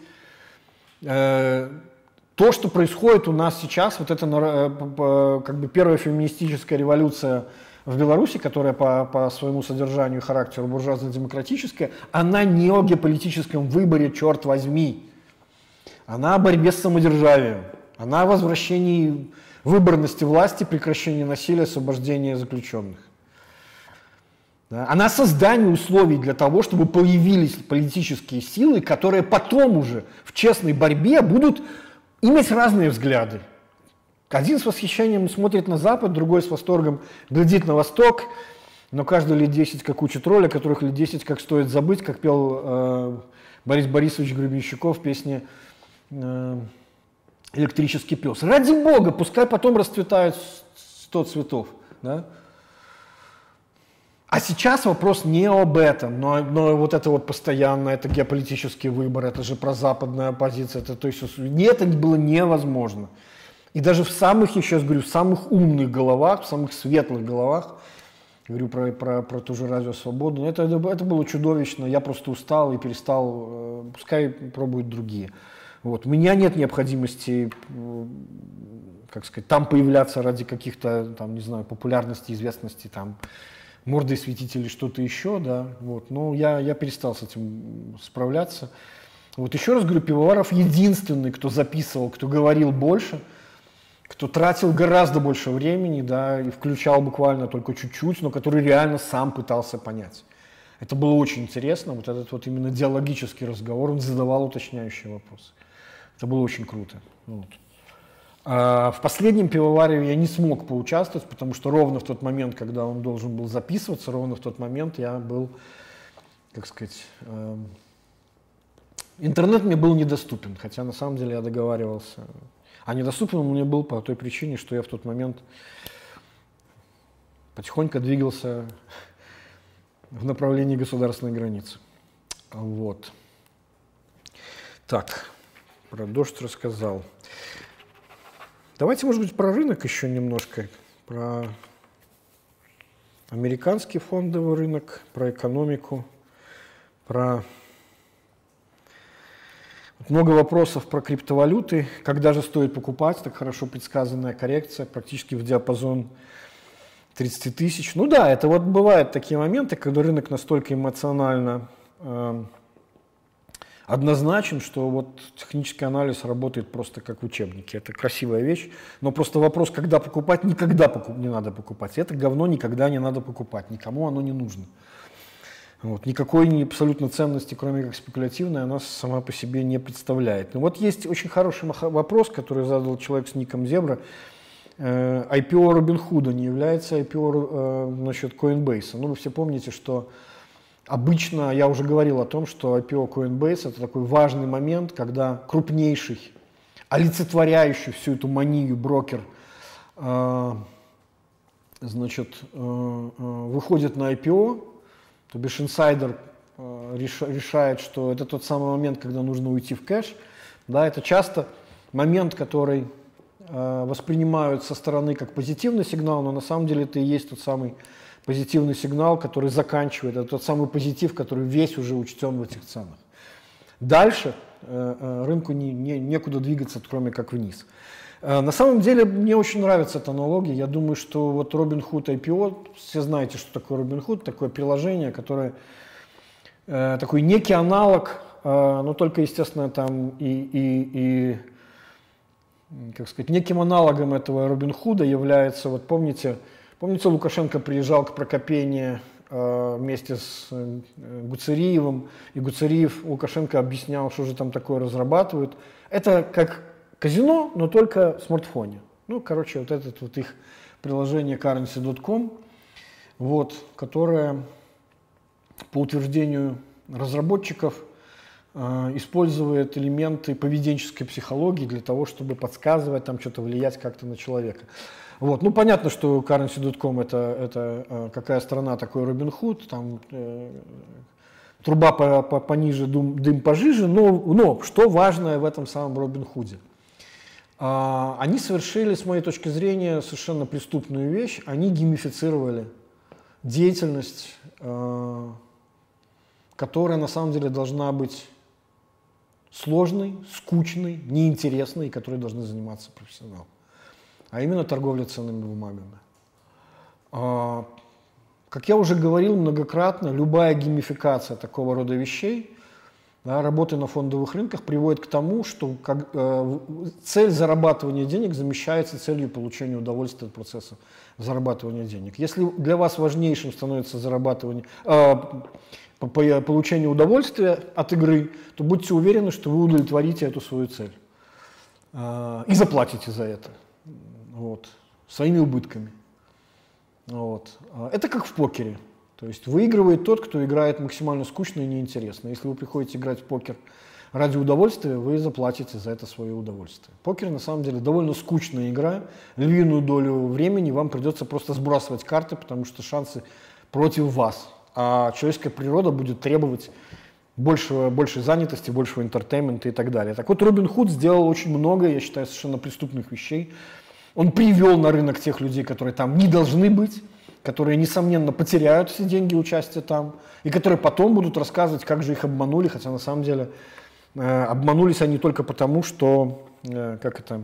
То, что происходит у нас сейчас, вот это как бы первая феминистическая революция в Беларуси, которая по своему содержанию и характеру буржуазно-демократическая, она не о геополитическом выборе, черт возьми. Она о борьбе с самодержавием, она о возвращении выборности власти, прекращении насилия, освобождении заключенных. Да? Она о создании условий для того, чтобы появились политические силы, которые потом уже в честной борьбе будут иметь разные взгляды. Один с восхищением смотрит на Запад, другой с восторгом глядит на Восток, но каждый лет 10 как учит роли, которых лет 10 как стоит забыть, как пел Борис Борисович Гребенщиков в песне «Электрический пес». Ради бога, пускай потом расцветают 100 цветов. Да? А сейчас вопрос не об этом, но вот это вот постоянно, это геополитический выбор, это же прозападная оппозиция, это было невозможно. И даже в самых, еще раз говорю, в самых умных головах, в самых светлых головах, говорю про ту же Радио Свободу, это было чудовищно, я просто устал и перестал, пускай пробуют другие. Вот. У меня нет необходимости, как сказать, там появляться ради каких-то, там, не знаю, популярности, известности, там, мордой светить или что-то еще, да, вот. Но я перестал с этим справляться. Вот еще раз говорю, Пивоваров единственный, кто записывал, кто говорил больше, кто тратил гораздо больше времени, да, и включал буквально только чуть-чуть, но который реально сам пытался понять. Это было очень интересно, вот этот вот именно диалогический разговор, он задавал уточняющие вопросы. Это было очень круто. Вот. А в последнем Пивоварове я не смог поучаствовать, потому что ровно в тот момент, когда он должен был записываться, ровно в тот момент я был, как сказать, интернет мне был недоступен, хотя на самом деле я договаривался. А недоступен он мне был по той причине, что я в тот момент потихоньку двигался в направлении государственной границы. Вот. Так, про дождь рассказал. Давайте, может быть, про рынок еще немножко, про американский фондовый рынок, про экономику, про... Много вопросов про криптовалюты, когда же стоит покупать, так хорошо предсказанная коррекция, практически в диапазон 30 тысяч. Ну да, это вот бывают такие моменты, когда рынок настолько эмоционально однозначен, что вот технический анализ работает просто как в учебнике. Это красивая вещь, но просто вопрос, когда покупать, никогда не надо покупать. Это говно никогда не надо покупать, никому оно не нужно. Вот. Никакой абсолютно ценности, кроме как спекулятивной, она сама по себе не представляет. Но вот есть очень хороший вопрос, который задал человек с ником Зебра. IPO Robinhood не является IPO насчет Coinbase. Ну, вы все помните, что обычно, я уже говорил о том, что IPO Coinbase — это такой важный момент, когда крупнейший, олицетворяющий всю эту манию брокер, выходит на IPO, то бишь инсайдер решает, что это тот самый момент, когда нужно уйти в кэш. Да, это часто момент, который воспринимают со стороны как позитивный сигнал, но на самом деле это и есть тот самый позитивный сигнал, который заканчивает, это тот самый позитив, который весь уже учтен в этих ценах. Дальше рынку некуда двигаться, кроме как вниз. На самом деле мне очень нравится эта аналогия. Я думаю, что вот Robinhood IPO, все знаете, что такое Robinhood, такое приложение, которое такой некий аналог, но только, естественно, там как сказать, неким аналогом этого Robinhood является, вот помните, Лукашенко приезжал к Прокопению вместе с Гуцериевым, и Гуцериев Лукашенко объяснял, что же там такое разрабатывают. Это как казино, но только в смартфоне. Ну, короче, вот это вот их приложение currency.com, вот, которое по утверждению разработчиков использует элементы поведенческой психологии для того, чтобы подсказывать, там что-то влиять как-то на человека. Вот. Ну, понятно, что Currency.com это какая страна, такой Робин Худ, там труба пониже, дым пожиже, но что важное в этом самом Робин Худе? Они совершили, с моей точки зрения, совершенно преступную вещь, они геймифицировали деятельность, которая на самом деле должна быть сложной, скучной, неинтересной, и которой должны заниматься профессионалы. А именно торговля ценными бумагами. Как я уже говорил многократно, любая геймификация такого рода вещей, да, работы на фондовых рынках приводит к тому, что цель зарабатывания денег замещается целью получения удовольствия от процесса зарабатывания денег. Если для вас важнейшим становится получение удовольствия от игры, то будьте уверены, что вы удовлетворите эту свою цель и заплатите за это своими убытками. Это как в покере. То есть выигрывает тот, кто играет максимально скучно и неинтересно. Если вы приходите играть в покер ради удовольствия, вы заплатите за это свое удовольствие. Покер на самом деле довольно скучная игра. Львиную долю времени вам придется просто сбрасывать карты, потому что шансы против вас. А человеческая природа будет требовать большей занятости, большего интертеймента и так далее. Так вот, Робин Худ сделал очень много, я считаю, совершенно преступных вещей. Он привел на рынок тех людей, которые там не должны быть, которые, несомненно, потеряют все деньги участия там, и которые потом будут рассказывать, как же их обманули, хотя на самом деле обманулись они только потому, что, sucker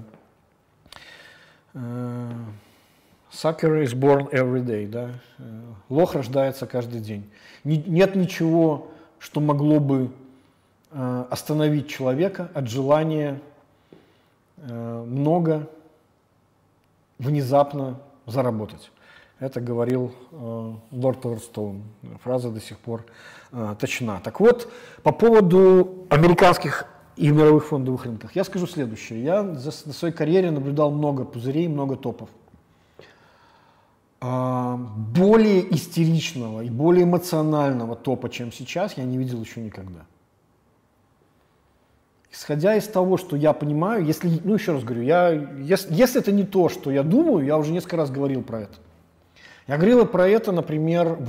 is born every day, да? Лох рождается каждый день. Нет ничего, что могло бы остановить человека от желания много, внезапно заработать. Это говорил лорд Оверстоун. Фраза до сих пор точна. Так вот, по поводу американских и мировых фондовых рынков, я скажу следующее. Я на своей карьере наблюдал много пузырей, много топов. Более истеричного и более эмоционального топа, чем сейчас, я не видел еще никогда. Исходя из того, что я понимаю, еще раз говорю, если это не то, что я думаю, я уже несколько раз говорил про это. Я говорил про это, например,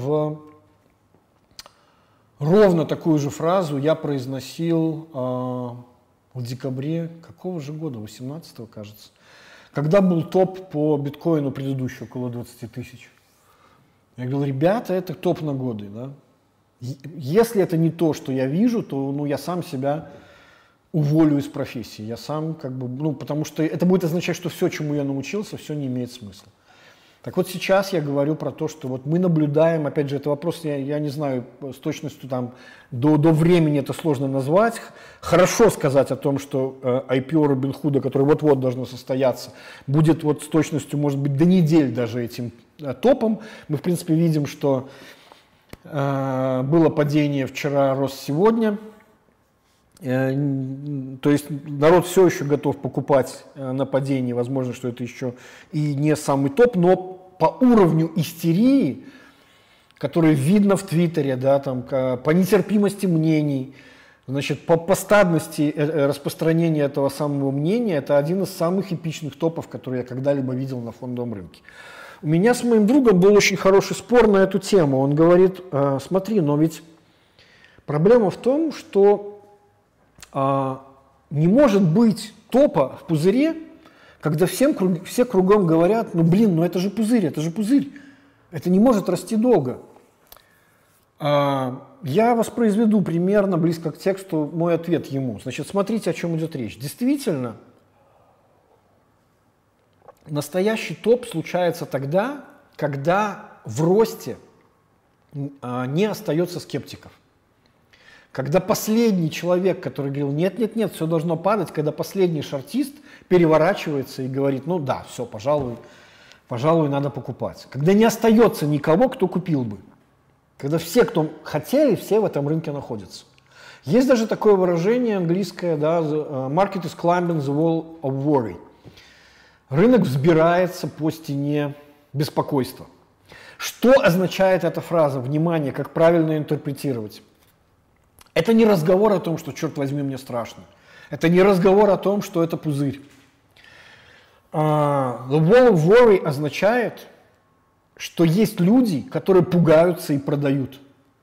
ровно такую же фразу я произносил в декабре какого же года, 18-го, кажется, когда был топ по биткоину предыдущий, около 20 тысяч. Я говорил, ребята, это топ на годы. Да? Если это не то, что я вижу, то я сам себя уволю из профессии. Я сам потому что это будет означать, что все, чему я научился, все не имеет смысла. Так вот сейчас я говорю про то, что вот мы наблюдаем, опять же, это вопрос, я не знаю с точностью до времени это сложно назвать. Хорошо сказать о том, что IPO Робинхуда, которое вот-вот должно состояться, будет с точностью, может быть, до недель даже этим топом. Мы, в принципе, видим, что было падение вчера, рост сегодня. То есть народ все еще готов покупать на падении, возможно, что это еще и не самый топ, но по уровню истерии, который видно в Твиттере, да, по нетерпимости мнений, значит, по стадности распространения этого самого мнения, это один из самых эпичных топов, которые я когда-либо видел на фондовом рынке. У меня с моим другом был очень хороший спор на эту тему. Он говорит, смотри, но ведь проблема в том, что не может быть топа в пузыре, когда все кругом говорят, это же пузырь, это не может расти долго. Я воспроизведу примерно близко к тексту мой ответ ему. Значит, смотрите, о чем идет речь. Действительно, настоящий топ случается тогда, когда в росте не остается скептиков. Когда последний человек, который говорил, нет, все должно падать, когда последний шортист переворачивается и говорит, все, пожалуй, надо покупать. Когда не остается никого, кто купил бы. Когда все, кто хотели, все в этом рынке находятся. Есть даже такое выражение английское, да, market is climbing the wall of worry. Рынок взбирается по стене беспокойства. Что означает эта фраза? Внимание, как правильно интерпретировать? Это не разговор о том, что, черт возьми, мне страшно. Это не разговор о том, что это пузырь. The wall of worry означает, что есть люди, которые пугаются и продают.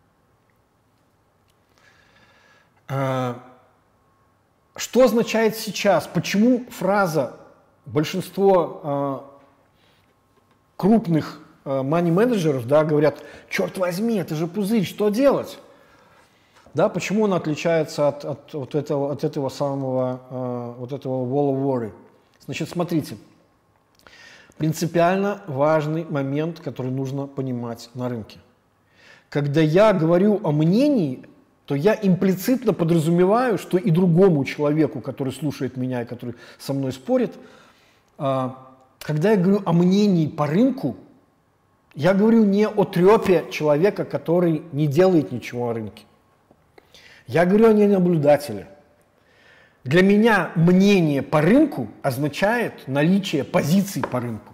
Что означает сейчас? Почему фраза большинство крупных money-менеджеров, да, говорят, черт возьми, это же пузырь, что делать? Да, почему он отличается от этого самого wall of worry? Значит, смотрите, принципиально важный момент, который нужно понимать на рынке. Когда я говорю о мнении, то я имплицитно подразумеваю, что и другому человеку, который слушает меня и который со мной спорит, когда я говорю о мнении по рынку, я говорю не о трепе человека, который не делает ничего о рынке. Я говорю о ненаблюдателе. Для меня мнение по рынку означает наличие позиций по рынку.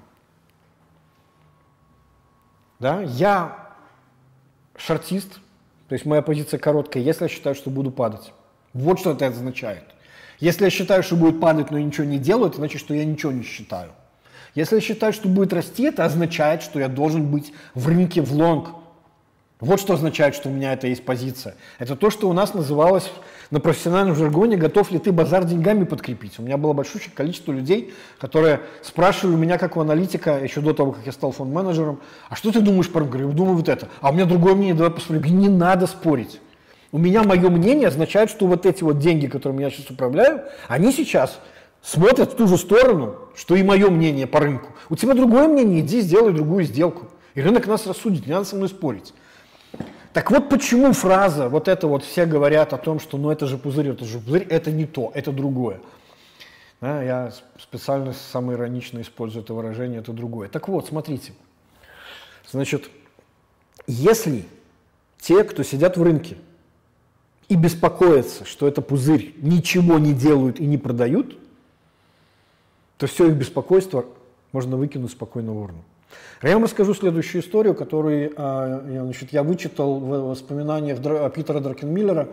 Да? Я шортист, то есть моя позиция короткая, если я считаю, что буду падать. Вот что это означает. Если я считаю, что будет падать, но я ничего не делаю, это значит, что я ничего не считаю. Если я считаю, что будет расти, это означает, что я должен быть в рынке в лонг. Вот что означает, что у меня это есть позиция. Это то, что у нас называлось на профессиональном жаргоне «готов ли ты базар деньгами подкрепить?». У меня было большое количество людей, которые спрашивали у меня, как у аналитика, еще до того, как я стал фонд-менеджером, а что ты думаешь про рынок? Я думаю вот это. А у меня другое мнение, давай посмотрим. Не надо спорить. У меня мое мнение означает, что вот эти вот деньги, которыми я сейчас управляю, они сейчас смотрят в ту же сторону, что и мое мнение по рынку. У тебя другое мнение, иди сделай другую сделку. И рынок нас рассудит, не надо со мной спорить. Так вот почему фраза, вот это вот все говорят о том, что ну это же пузырь, это не то, это другое. Да, я специально самоиронично использую это выражение, это другое. Так вот, смотрите, значит, если те, кто сидят в рынке и беспокоятся, что это пузырь, ничего не делают и не продают, то все их беспокойство можно выкинуть спокойно в урну. Я вам расскажу следующую историю, которую я вычитал в воспоминаниях Питера Дракенмиллера.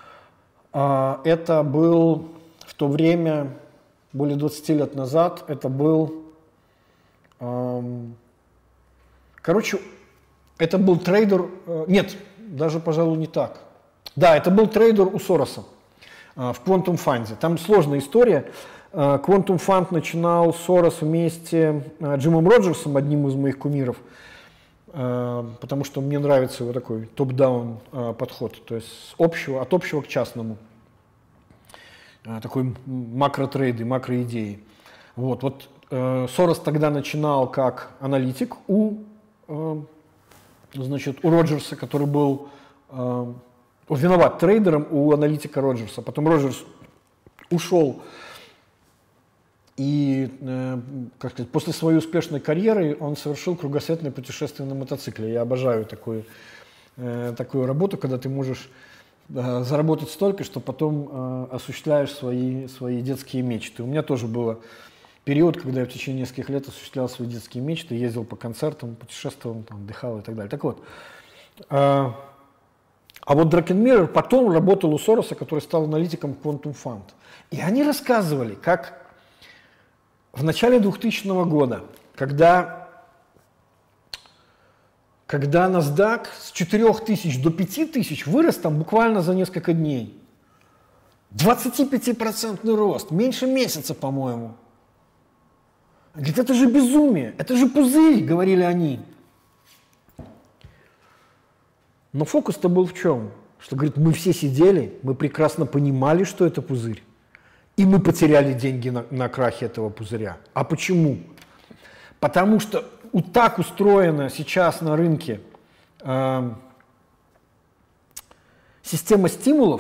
Это был в то время, более 20 лет назад, это был, это был трейдер, нет, даже, пожалуй, не так. Да, это был трейдер у Сороса в Quantum Fund. Там сложная история. Quantum Fund начинал Сорос вместе с Джимом Роджерсом, одним из моих кумиров, потому что мне нравится его такой топ-даун подход, то есть от общего к частному, такой макротрейды, макроидеи. Вот Сорос тогда начинал как аналитик у Роджерса, который был виноват трейдером у аналитика Роджерса. Потом Роджерс ушел. И, как сказать, после своей успешной карьеры он совершил кругосветное путешествие на мотоцикле. Я обожаю такую работу, когда ты можешь заработать столько, что потом осуществляешь свои детские мечты. У меня тоже был период, когда я в течение нескольких лет осуществлял свои детские мечты, ездил по концертам, путешествовал, отдыхал и так далее. Так вот, а вот Дракенмиллер потом работал у Сороса, который стал аналитиком Quantum Fund. И они рассказывали, как в начале 2000 года, когда NASDAQ с 4000 до 5000 вырос там буквально за несколько дней. 25% рост, меньше месяца, по-моему. Говорит, это же безумие, это же пузырь, говорили они. Но фокус-то был в чем? Что, говорит, мы все сидели, мы прекрасно понимали, что это пузырь. И мы потеряли деньги на крахе этого пузыря. А почему? Потому что так устроена сейчас на рынке система стимулов,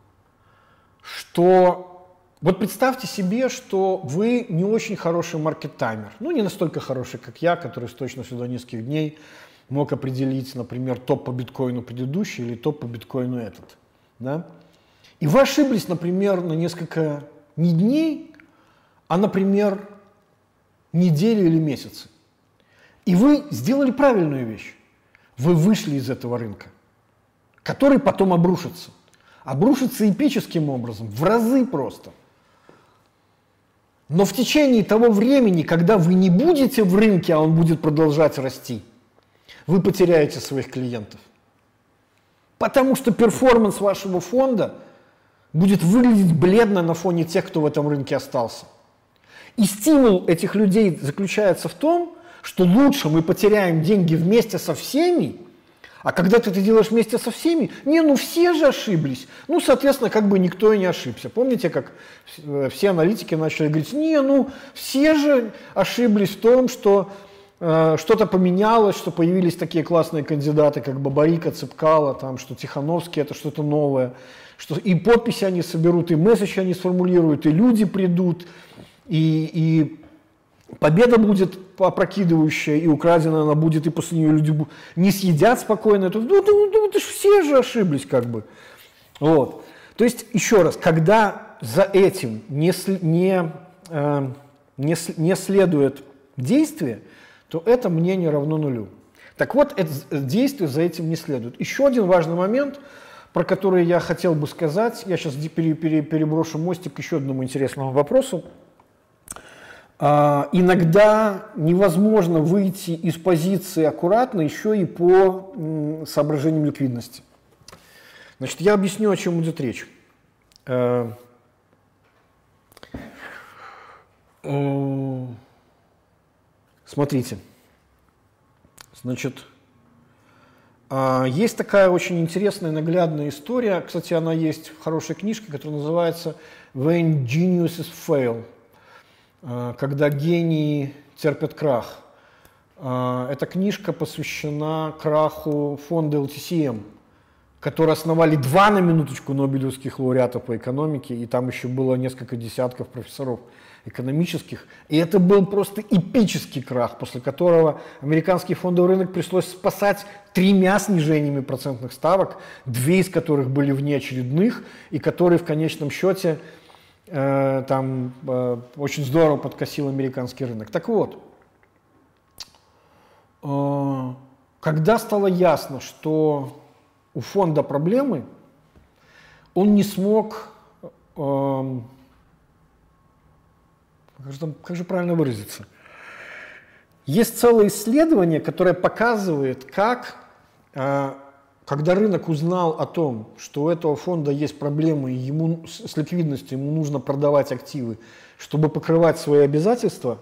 что вот представьте себе, что вы не очень хороший маркет-таймер. Ну, не настолько хороший, как я, который с точностью до нескольких дней мог определить, например, топ по биткоину предыдущий или топ по биткоину этот. Да? И вы ошиблись, например, на несколько не дней, а, например, недели или месяцы. И вы сделали правильную вещь. Вы вышли из этого рынка, который потом обрушится. обрушится эпическим образом, в разы просто. Но в течение того времени, когда вы не будете в рынке, а он будет продолжать расти, вы потеряете своих клиентов. Потому что перформанс вашего фонда будет выглядеть бледно на фоне тех, кто в этом рынке остался. И стимул этих людей заключается в том, что лучше мы потеряем деньги вместе со всеми, а когда ты это делаешь вместе со всеми, ну все же ошиблись. Ну, соответственно, как бы никто и не ошибся. Помните, как все аналитики начали говорить, все же ошиблись в том, что что-то поменялось, что появились такие классные кандидаты, как Бабарика, Цепкало, там, что Тихановский – это что-то новое, что и подписи они соберут, и месседжи они сформулируют, и люди придут, и победа будет опрокидывающая, и украденная она будет, и после нее люди не съедят спокойно. Это же все же ошиблись как бы. Вот. То есть, еще раз, когда за этим не следует действие, то это мнение равно нулю. Так вот, это действие за этим не следует. Еще один важный момент, про который я хотел бы сказать, я сейчас переброшу мостик к еще одному интересному вопросу. Иногда невозможно выйти из позиции аккуратно еще и по соображениям ликвидности. Значит, я объясню, о чем идет речь. Смотрите, значит, есть такая очень интересная наглядная история, кстати, она есть в хорошей книжке, которая называется «When Geniuses Fail», когда гении терпят крах. Эта книжка посвящена краху фонда LTCM, который основали 2, на минуточку, нобелевских лауреатов по экономике, и там еще было несколько десятков профессоров экономических. И это был просто эпический крах, после которого американский фондовый рынок пришлось спасать 3 снижениями процентных ставок, 2 из которых были внеочередных, и которые в конечном счете очень здорово подкосил американский рынок. Так вот, когда стало ясно, что у фонда проблемы, он не смог, как же правильно выразиться, есть целое исследование, которое показывает, как, когда рынок узнал о том, что у этого фонда есть проблемы, и ему с ликвидностью, ему нужно продавать активы, чтобы покрывать свои обязательства,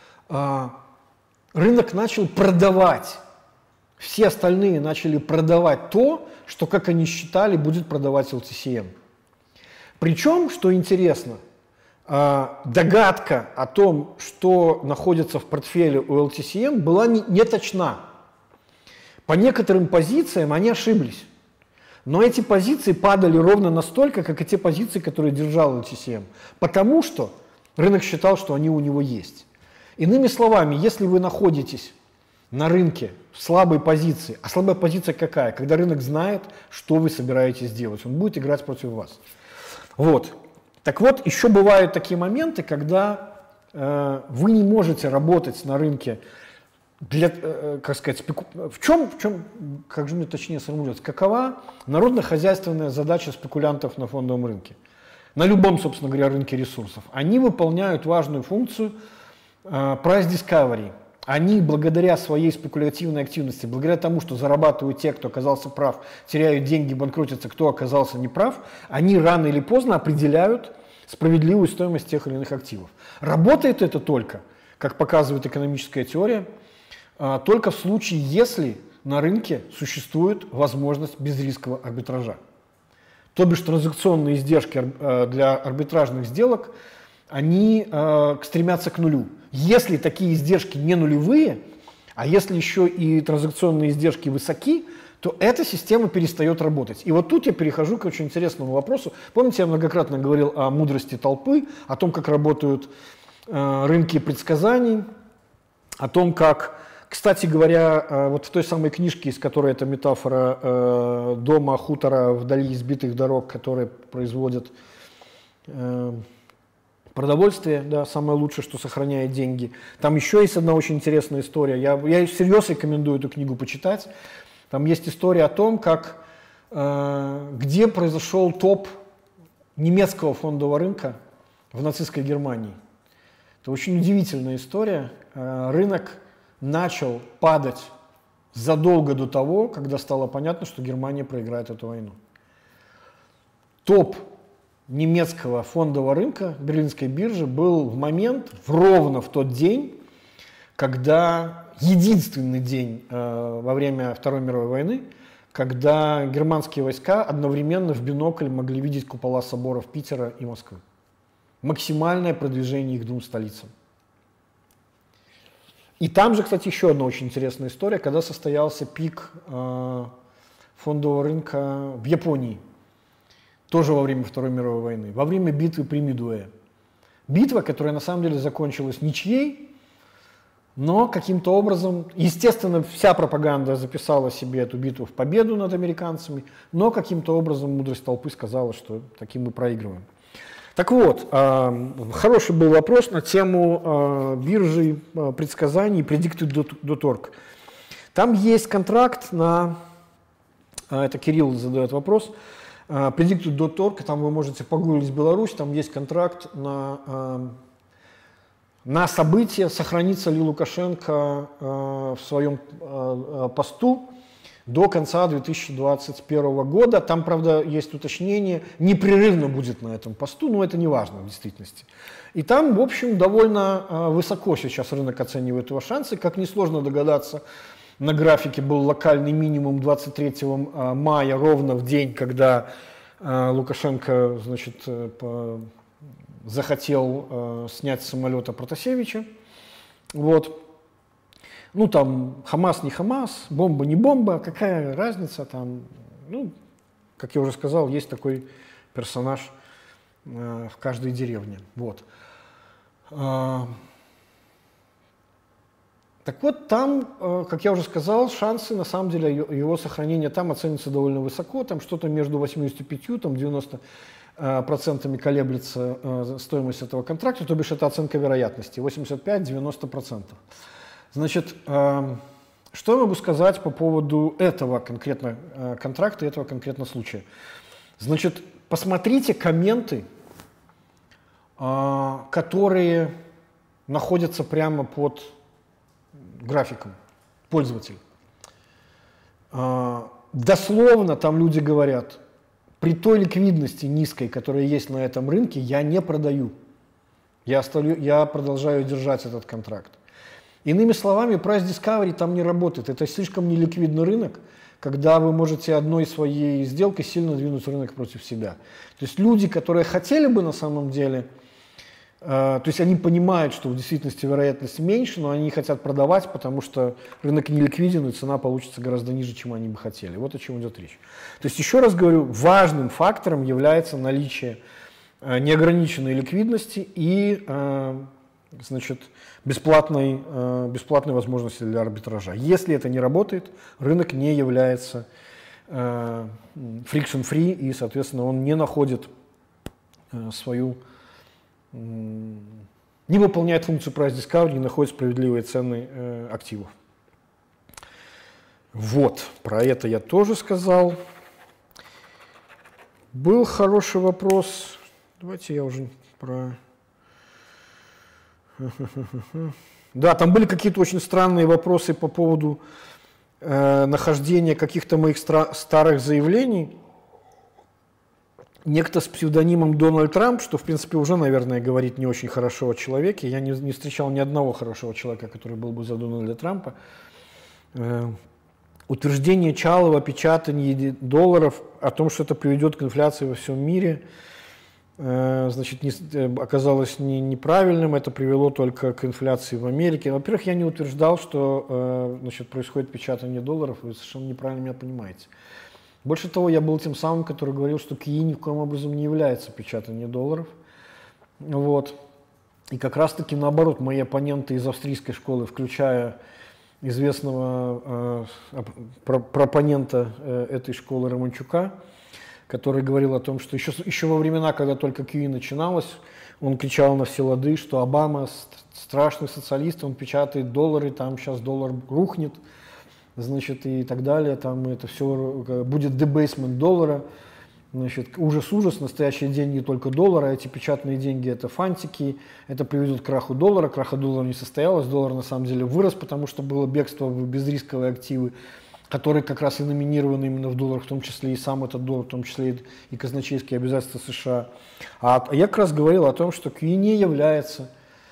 рынок начал продавать. Все остальные начали продавать то, что, как они считали, будет продавать LTCM. Причем, что интересно, догадка о том, что находится в портфеле у LTCM, была не точна. По некоторым позициям они ошиблись. Но эти позиции падали ровно настолько, как и те позиции, которые держал LTCM. Потому что рынок считал, что они у него есть. Иными словами, если вы находитесь на рынке в слабой позиции, а слабая позиция какая? Когда рынок знает, что вы собираетесь делать. Он будет играть против вас. Вот. Так вот, еще бывают такие моменты, когда вы не можете работать на рынке для, как сказать, в чем, как же мне точнее сформулировать, какова народно-хозяйственная задача спекулянтов на фондовом рынке? На любом, собственно говоря, рынке ресурсов. Они выполняют важную функцию price discovery. Они благодаря своей спекулятивной активности, благодаря тому, что зарабатывают те, кто оказался прав, теряют деньги, банкротятся, кто оказался неправ, они рано или поздно определяют справедливую стоимость тех или иных активов. Работает это только, как показывает экономическая теория, только в случае, если на рынке существует возможность безрискового арбитража. То бишь транзакционные издержки для арбитражных сделок, они стремятся к нулю. Если такие издержки не нулевые, а если еще и транзакционные издержки высоки, то эта система перестает работать. И вот тут я перехожу к очень интересному вопросу. Помните, я многократно говорил о мудрости толпы, о том, как работают рынки предсказаний, о том, как, кстати говоря, вот в той самой книжке, из которой эта метафора дома, хутора вдали избитых дорог, которые производят продовольствие, да, самое лучшее, что сохраняет деньги. Там еще есть одна очень интересная история. Я всерьез рекомендую эту книгу почитать. Там есть история о том, как где произошел топ немецкого фондового рынка в нацистской Германии. Это очень удивительная история. Рынок начал падать задолго до того, когда стало понятно, что Германия проиграет эту войну. Топ немецкого фондового рынка берлинской биржи был ровно в тот день, когда единственный день во время Второй мировой войны, когда германские войска одновременно в бинокль могли видеть купола соборов Питера и Москвы. Максимальное продвижение их к двум столицам. И там же, кстати, еще одна очень интересная история, когда состоялся пик фондового рынка в Японии, тоже во время Второй мировой войны, во время битвы при Мидуэ. Битва, которая на самом деле закончилась ничьей, но каким-то образом, естественно, вся пропаганда записала себе эту битву в победу над американцами, но каким-то образом мудрость толпы сказала, что таким мы проигрываем. Так вот, хороший был вопрос на тему биржи предсказаний Predicted.org. Там есть контракт на, это Кирилл задает вопрос, Predicted.org, там вы можете погуглить Беларусь, там есть контракт на событие, сохранится ли Лукашенко в своем посту до конца 2021 года. Там, правда, есть уточнение, непрерывно будет на этом посту, но это не важно в действительности. И там, в общем, довольно высоко сейчас рынок оценивает его шансы. Как несложно догадаться, на графике был локальный минимум 23 мая, ровно в день, когда Лукашенко, значит, захотел снять с самолета Протасевича. Вот. Ну, там, Хамас не Хамас, бомба не бомба, какая разница там, ну, как я уже сказал, есть такой персонаж в каждой деревне, вот. Так вот, там, как я уже сказал, шансы, на самом деле, его сохранения там оценятся довольно высоко, там что-то между 85, там 90% колеблется стоимость этого контракта, то бишь это оценка вероятности, 85-90%. Значит, что я могу сказать по поводу этого конкретно контракта, этого конкретно случая? Значит, посмотрите комменты, которые находятся прямо под графиком пользователя. Дословно там люди говорят, при той ликвидности низкой, которая есть на этом рынке, я не продаю. Я продолжаю держать этот контракт. Иными словами, price discovery там не работает. Это слишком неликвидный рынок, когда вы можете одной своей сделкой сильно двинуть рынок против себя. То есть люди, которые хотели бы на самом деле, то есть они понимают, что в действительности вероятность меньше, но они не хотят продавать, потому что рынок неликвиден, и цена получится гораздо ниже, чем они бы хотели. Вот о чем идет речь. То есть, еще раз говорю, важным фактором является наличие неограниченной ликвидности и, значит, бесплатной возможности для арбитража. Если это не работает, рынок не является friction-free, и, соответственно, он не находит свою, не выполняет функцию price discovery, не находит справедливые цены активов. Вот, про это я тоже сказал. Был хороший вопрос. Давайте я уже про... Да, там были какие-то очень странные вопросы по поводу нахождения каких-то моих старых заявлений. Некто с псевдонимом Дональд Трамп, что, в принципе, уже, наверное, говорит не очень хорошо о человеке. Я не встречал ни одного хорошего человека, который был бы за Дональда Трампа. Утверждение Чалова о печатании долларов, о том, что это приведет к инфляции во всем мире, значит, оказалось неправильным, это привело только к инфляции в Америке. Во-первых, я не утверждал, что, значит, происходит печатание долларов, вы совершенно неправильно меня понимаете. Больше того, я был тем самым, который говорил, что КИИ ни в коем образом не является печатанием долларов. Вот. И как раз-таки наоборот, мои оппоненты из австрийской школы, включая известного пропонента этой школы Романчука, который говорил о том, что еще во времена, когда только QE начиналось, он кричал на все лады, что Обама страшный социалист, он печатает доллары, там сейчас доллар рухнет. значит, и так далее, там это все будет дебейсмент доллара, значит, ужас-ужас, настоящие деньги только доллара, эти печатные деньги это фантики, это приведет к краху доллара не состоялось, доллар на самом деле вырос, потому что было бегство в безрисковые активы, которые как раз и номинированы именно в долларах, в том числе и сам этот доллар, в том числе и казначейские обязательства США. А я как раз говорил о том, что QE не является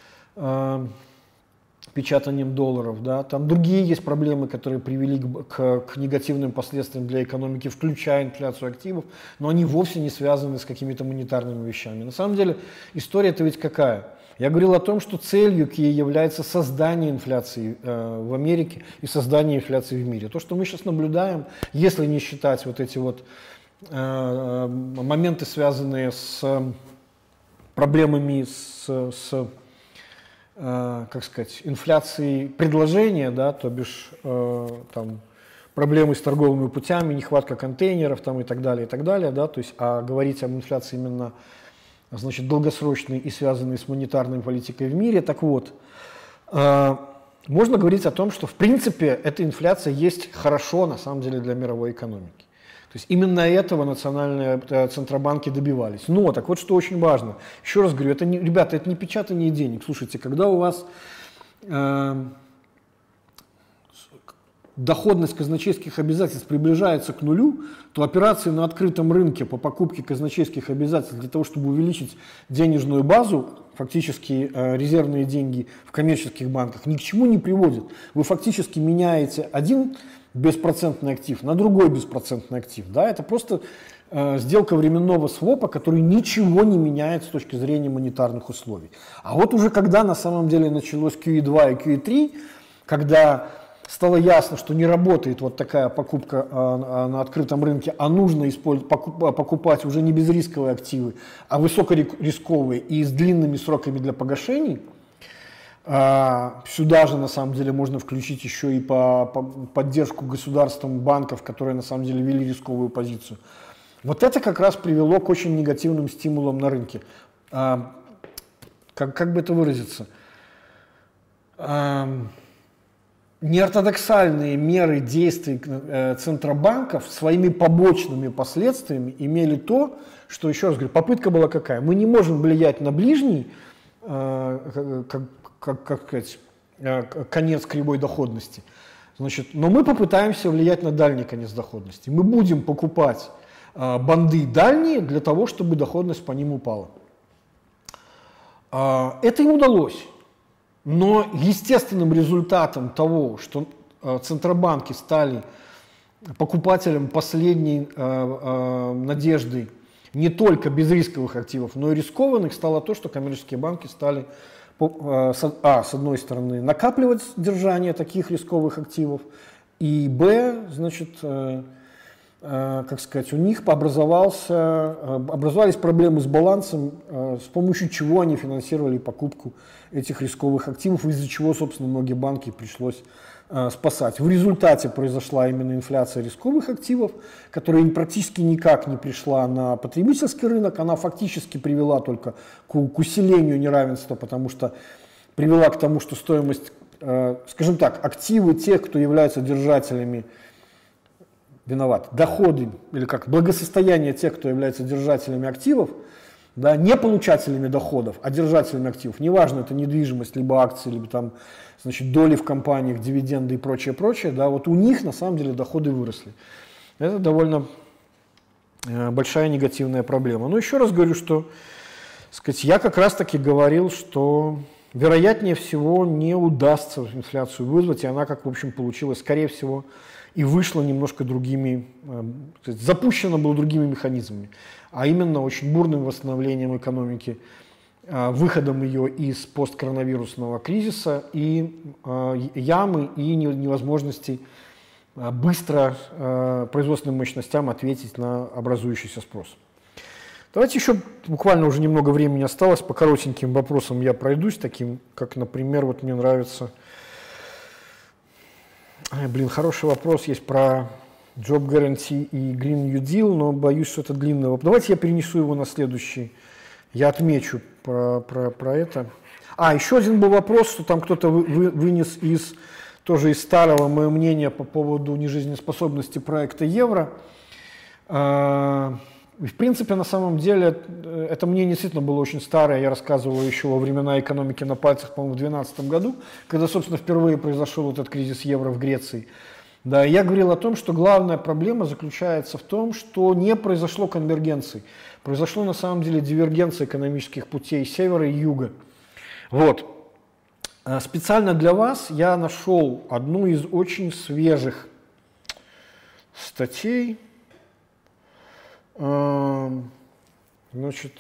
печатанием долларов. Да? Там другие есть проблемы, которые привели к негативным последствиям для экономики, включая инфляцию активов, но они вовсе не связаны с какими-то монетарными вещами. На самом деле история-то ведь какая? Я говорил о том, что целью QE является создание инфляции в Америке и создание инфляции в мире. То, что мы сейчас наблюдаем, если не считать вот эти вот моменты, связанные с проблемами как сказать, инфляцией предложения, да, то бишь там, проблемы с торговыми путями, нехватка контейнеров там, и так далее, да, то есть, а говорить об инфляции именно, значит, долгосрочной и связанной с монетарной политикой в мире, так вот, можно говорить о том, что в принципе эта инфляция есть хорошо на самом деле для мировой экономики. То есть именно этого национальные центробанки добивались. Но, так вот, что очень важно. Еще раз говорю, это не, ребята, это не печатание денег. Слушайте, когда у вас доходность казначейских обязательств приближается к нулю, то операции на открытом рынке по покупке казначейских обязательств для того, чтобы увеличить денежную базу, фактически резервные деньги в коммерческих банках, ни к чему не приводят. Вы фактически меняете один беспроцентный актив на другой беспроцентный актив. Да? Это просто сделка временного свопа, который ничего не меняет с точки зрения монетарных условий. А вот уже когда на самом деле началось QE2 и QE3, когда стало ясно, что не работает вот такая покупка на открытом рынке, а нужно покупать уже не безрисковые активы, а высокорисковые и с длинными сроками для погашений. Сюда же на самом деле можно включить еще и по поддержку государством банков, которые на самом деле вели рисковую позицию. Вот это как раз привело к очень негативным стимулам на рынке. Как бы это выразиться? Неортодоксальные меры действий центробанков своими побочными последствиями имели то, что, еще раз говорю, попытка была какая? Мы не можем влиять на ближний, как сказать, конец кривой доходности. Значит, но мы попытаемся влиять на дальний конец доходности. Мы будем покупать банды дальние для того, чтобы доходность по ним упала. Это им удалось. Но естественным результатом того, что центробанки стали покупателем последней надежды не только безрисковых активов, но и рискованных, стало то, что коммерческие банки стали с одной стороны накапливать содержание таких рисковых активов, и значит, как сказать, у них образовались проблемы с балансом, с помощью чего они финансировали покупку этих рисковых активов, из-за чего, собственно, многие банки пришлось спасать. В результате произошла именно инфляция рисковых активов, которая практически никак не пришла на потребительский рынок, она фактически привела только к усилению неравенства, потому что привела к тому, что стоимость, скажем так, активы тех, кто являются держателями, доходы или как благосостояние тех, кто является держателями активов, да, не получателями доходов, а держателями активов, неважно, это недвижимость, либо акции, либо там, значит, доли в компаниях, дивиденды и прочее, да, вот у них на самом деле доходы выросли. Это довольно большая негативная проблема. Но еще раз говорю, что, сказать, я как раз таки говорил, что вероятнее всего не удастся инфляцию вызвать, и она, как в общем получилось, скорее всего, и вышла немножко другими, запущена была другими механизмами, а именно очень бурным восстановлением экономики, выходом ее из посткоронавирусного кризиса и ямы, и невозможности быстро производственным мощностям ответить на образующийся спрос. Давайте еще, буквально уже немного времени осталось, по коротеньким вопросам я пройдусь, таким, как, например, вот мне нравится... Хороший вопрос есть про Job Guarantee и Green New Deal, но боюсь, что это длинный вопрос. Давайте я перенесу его на следующий. Я отмечу про это. Еще один был вопрос, что там кто-то вынес из тоже из старого мое мнение по поводу нежизнеспособности проекта евро. В принципе, на самом деле, это мнение действительно было очень старое, я рассказывал еще во времена экономики на пальцах, по-моему, в 2012 году, когда, собственно, впервые произошел этот кризис евро в Греции. Да, я говорил о том, что главная проблема заключается в том, что не произошло конвергенции. Произошло, на самом деле, дивергенция экономических путей севера и юга. Вот. Специально для вас я нашел одну из очень свежих статей. Значит,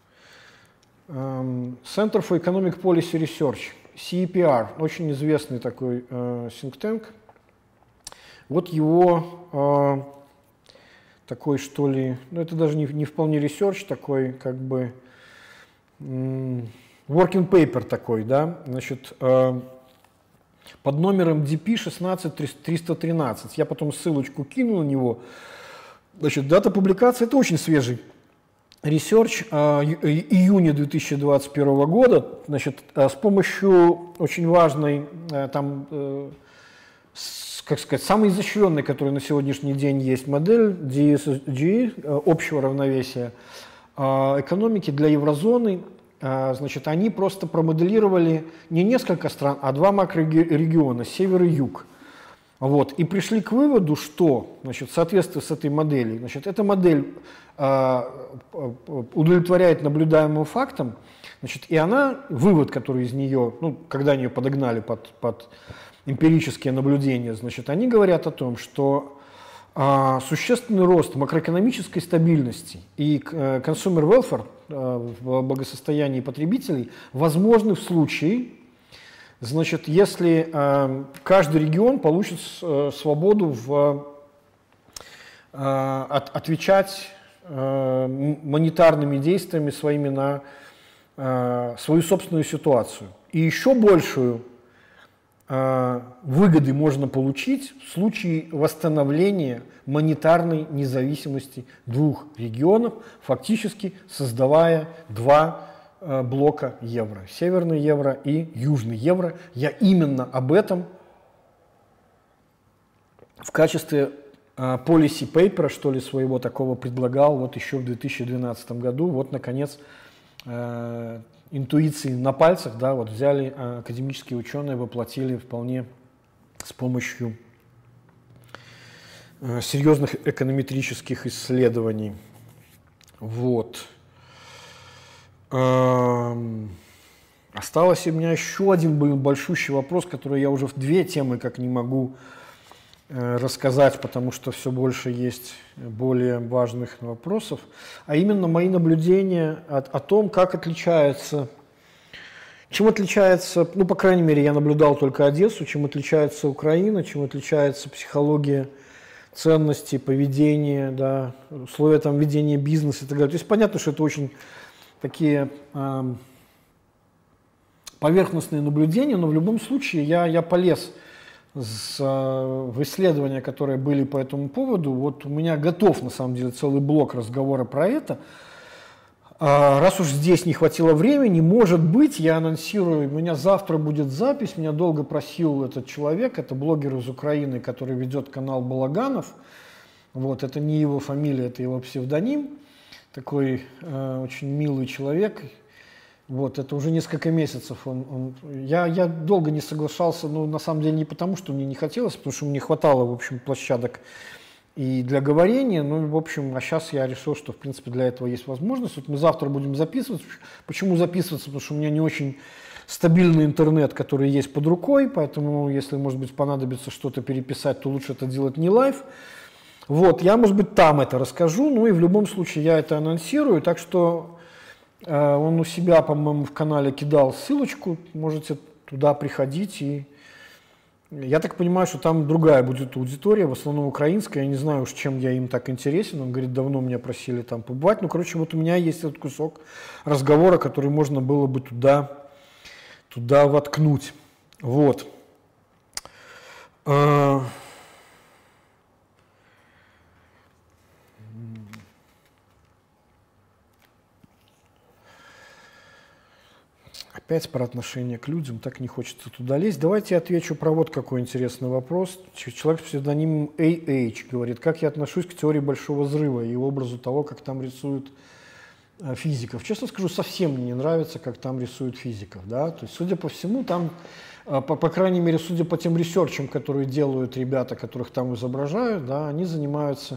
Center for Economic Policy Research, CEPR, очень известный такой think tank. Вот его такой, что ли, ну это даже не вполне research, такой как бы working paper такой, да, значит, под номером DP 16313. Я потом ссылочку кину на него. Значит, дата публикации – это очень свежий ресерч июня 2021 года. Значит, с помощью очень важной, там, как сказать, самой изощренной, которая на сегодняшний день есть, модель DSG, общего равновесия экономики для еврозоны. Значит, они просто промоделировали не несколько стран, а два макрорегиона – север и юг. Вот, и пришли к выводу, что, значит, в соответствии с этой моделью, значит, эта модель удовлетворяет наблюдаемым фактам, значит, и она, вывод, который из нее, ну, когда они ее подогнали под эмпирические наблюдения, значит, они говорят о том, что существенный рост макроэкономической стабильности и consumer welfare в благосостоянии потребителей возможны в случае, значит, если каждый регион получит свободу отвечать монетарными действиями своими на свою собственную ситуацию. И еще большую выгоды можно получить в случае восстановления монетарной независимости двух регионов, фактически создавая два блока евро. Северный евро и южный евро. Я именно об этом в качестве policy paper, что ли, своего такого предлагал вот еще в 2012 году. Вот, наконец, интуиции на пальцах, да, вот взяли академические ученые, воплотили вполне с помощью серьезных эконометрических исследований. Вот. Осталось у меня еще один большущий вопрос, который я уже в две темы как не могу рассказать, потому что все больше есть более важных вопросов, а именно мои наблюдения о том, как отличается, чем отличается, ну, по крайней мере, я наблюдал только Одессу, чем отличается Украина, чем отличается психология ценностей, поведение, да, условия там ведения бизнеса и так далее. То есть понятно, что это очень такие поверхностные наблюдения, но в любом случае я полез в исследования, которые были по этому поводу. Вот у меня готов, на самом деле, целый блок разговора про это. Раз уж здесь не хватило времени, может быть, я анонсирую, у меня завтра будет запись, меня долго просил этот человек, это блогер из Украины, который ведет канал Балаганов. Вот, это не его фамилия, это его псевдоним. Такой очень милый человек. Вот, это уже несколько месяцев. Я долго не соглашался, но на самом деле не потому, что мне не хотелось, потому что мне хватало, в общем, площадок и для говорения. Ну, в общем, а сейчас я решил, что, в принципе, для этого есть возможность. Вот мы завтра будем записываться. Почему записываться? Потому что у меня не очень стабильный интернет, который есть под рукой, поэтому, если, может быть, понадобится что-то переписать, то лучше это делать не лайв. Вот, я, может быть, там это расскажу, ну и в любом случае я это анонсирую, так что он у себя, по-моему, в канале кидал ссылочку, можете туда приходить. И я так понимаю, что там другая будет аудитория, в основном украинская, я не знаю уж, чем я им так интересен, он говорит, давно меня просили там побывать, ну, короче, вот у меня есть этот кусок разговора, который можно было бы туда воткнуть. Вот. опять про отношение к людям, так не хочется туда лезть. Давайте я отвечу про вот какой интересный вопрос. Человек с псевдонимом AH говорит, как я отношусь к теории Большого Взрыва и образу того, как там рисуют физиков. Честно скажу, совсем мне не нравится, как там рисуют физиков. Да? То есть, судя по всему, там, по крайней мере, судя по тем ресерчам, которые делают ребята, которых там изображают, да, они занимаются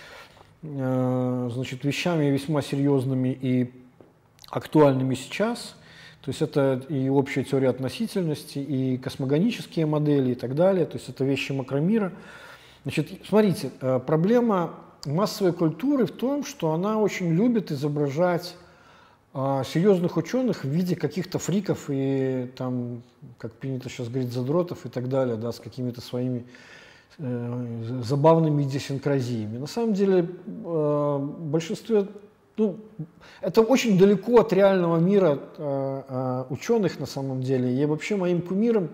значит, вещами весьма серьезными и актуальными сейчас. То есть это и общая теория относительности, и космогонические модели, и так далее. То есть это вещи макромира. Значит, смотрите, проблема массовой культуры в том, что она очень любит изображать серьезных ученых в виде каких-то фриков и, там, как принято сейчас говорить, задротов и так далее, да, с какими-то своими забавными идиосинкразиями. На самом деле, большинство, ну, это очень далеко от реального мира ученых на самом деле. И вообще моим кумиром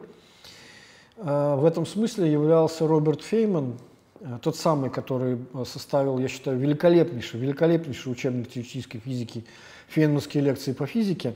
в этом смысле являлся Роберт Фейман, тот самый, который составил, я считаю, великолепнейший учебник теоретической физики, фейнманские лекции по физике.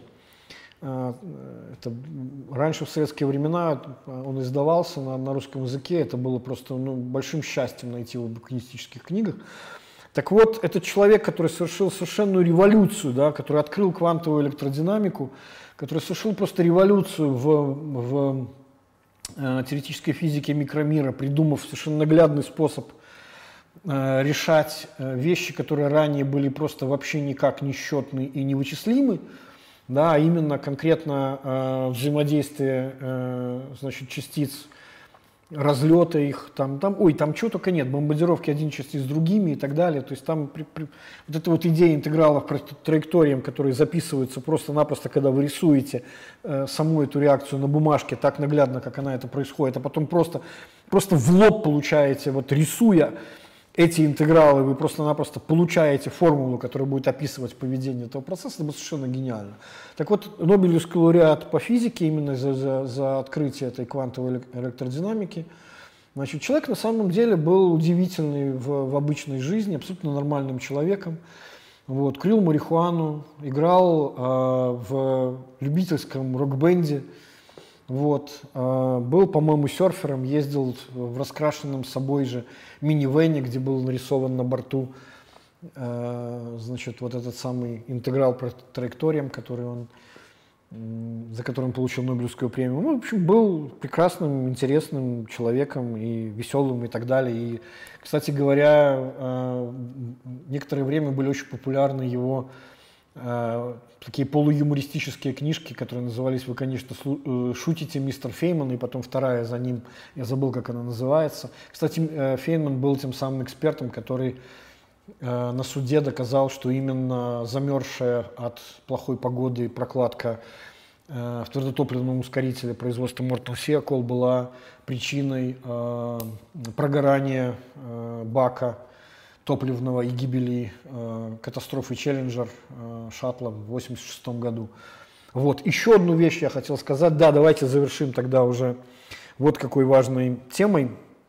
Это раньше, в советские времена, он издавался на русском языке, это было просто большим счастьем найти его в букинистических книгах. Так вот, этот человек, который совершил совершенную революцию, да, который открыл квантовую электродинамику, который совершил просто революцию в теоретической физике микромира, придумав совершенно наглядный способ решать вещи, которые ранее были просто вообще никак не счетны и не вычислимы, да, а именно конкретно взаимодействие значит, частиц, разлета их, там чего только нет, бомбардировки один частиц с другими и так далее. То есть там вот эта вот идея интегралов по траекториям, которые записываются просто-напросто, когда вы рисуете саму эту реакцию на бумажке так наглядно, как она это происходит, а потом просто в лоб получаете, вот рисуя эти интегралы, вы просто-напросто получаете формулу, которая будет описывать поведение этого процесса, это было совершенно гениально. Так вот, Нобелевский лауреат по физике, именно за открытие этой квантовой электродинамики, значит, человек на самом деле был удивительный в обычной жизни, абсолютно нормальным человеком. Вот, курил марихуану, играл в любительском рок-бенде, вот, был, по-моему, серфером, ездил в раскрашенном собой же минивэне, где был нарисован на борту значит, вот этот самый интеграл по траекториям, за который он получил Нобелевскую премию. Ну, в общем, был прекрасным, интересным человеком и веселым и так далее. И, кстати говоря, некоторое время были очень популярны его такие полуюмористические книжки, которые назывались «Вы, конечно, шутите, мистер Фейман», и потом вторая за ним, я забыл, как она называется. Кстати, Фейман был тем самым экспертом, который на суде доказал, что именно замерзшая от плохой погоды прокладка в твердотопливном ускорителе производства Morton Seacol была причиной прогорания бака топливного и гибели катастрофы Челленджер шаттла в 1986 году. Вот. Еще одну вещь я хотел сказать. Да, давайте завершим тогда уже вот какой важной темой.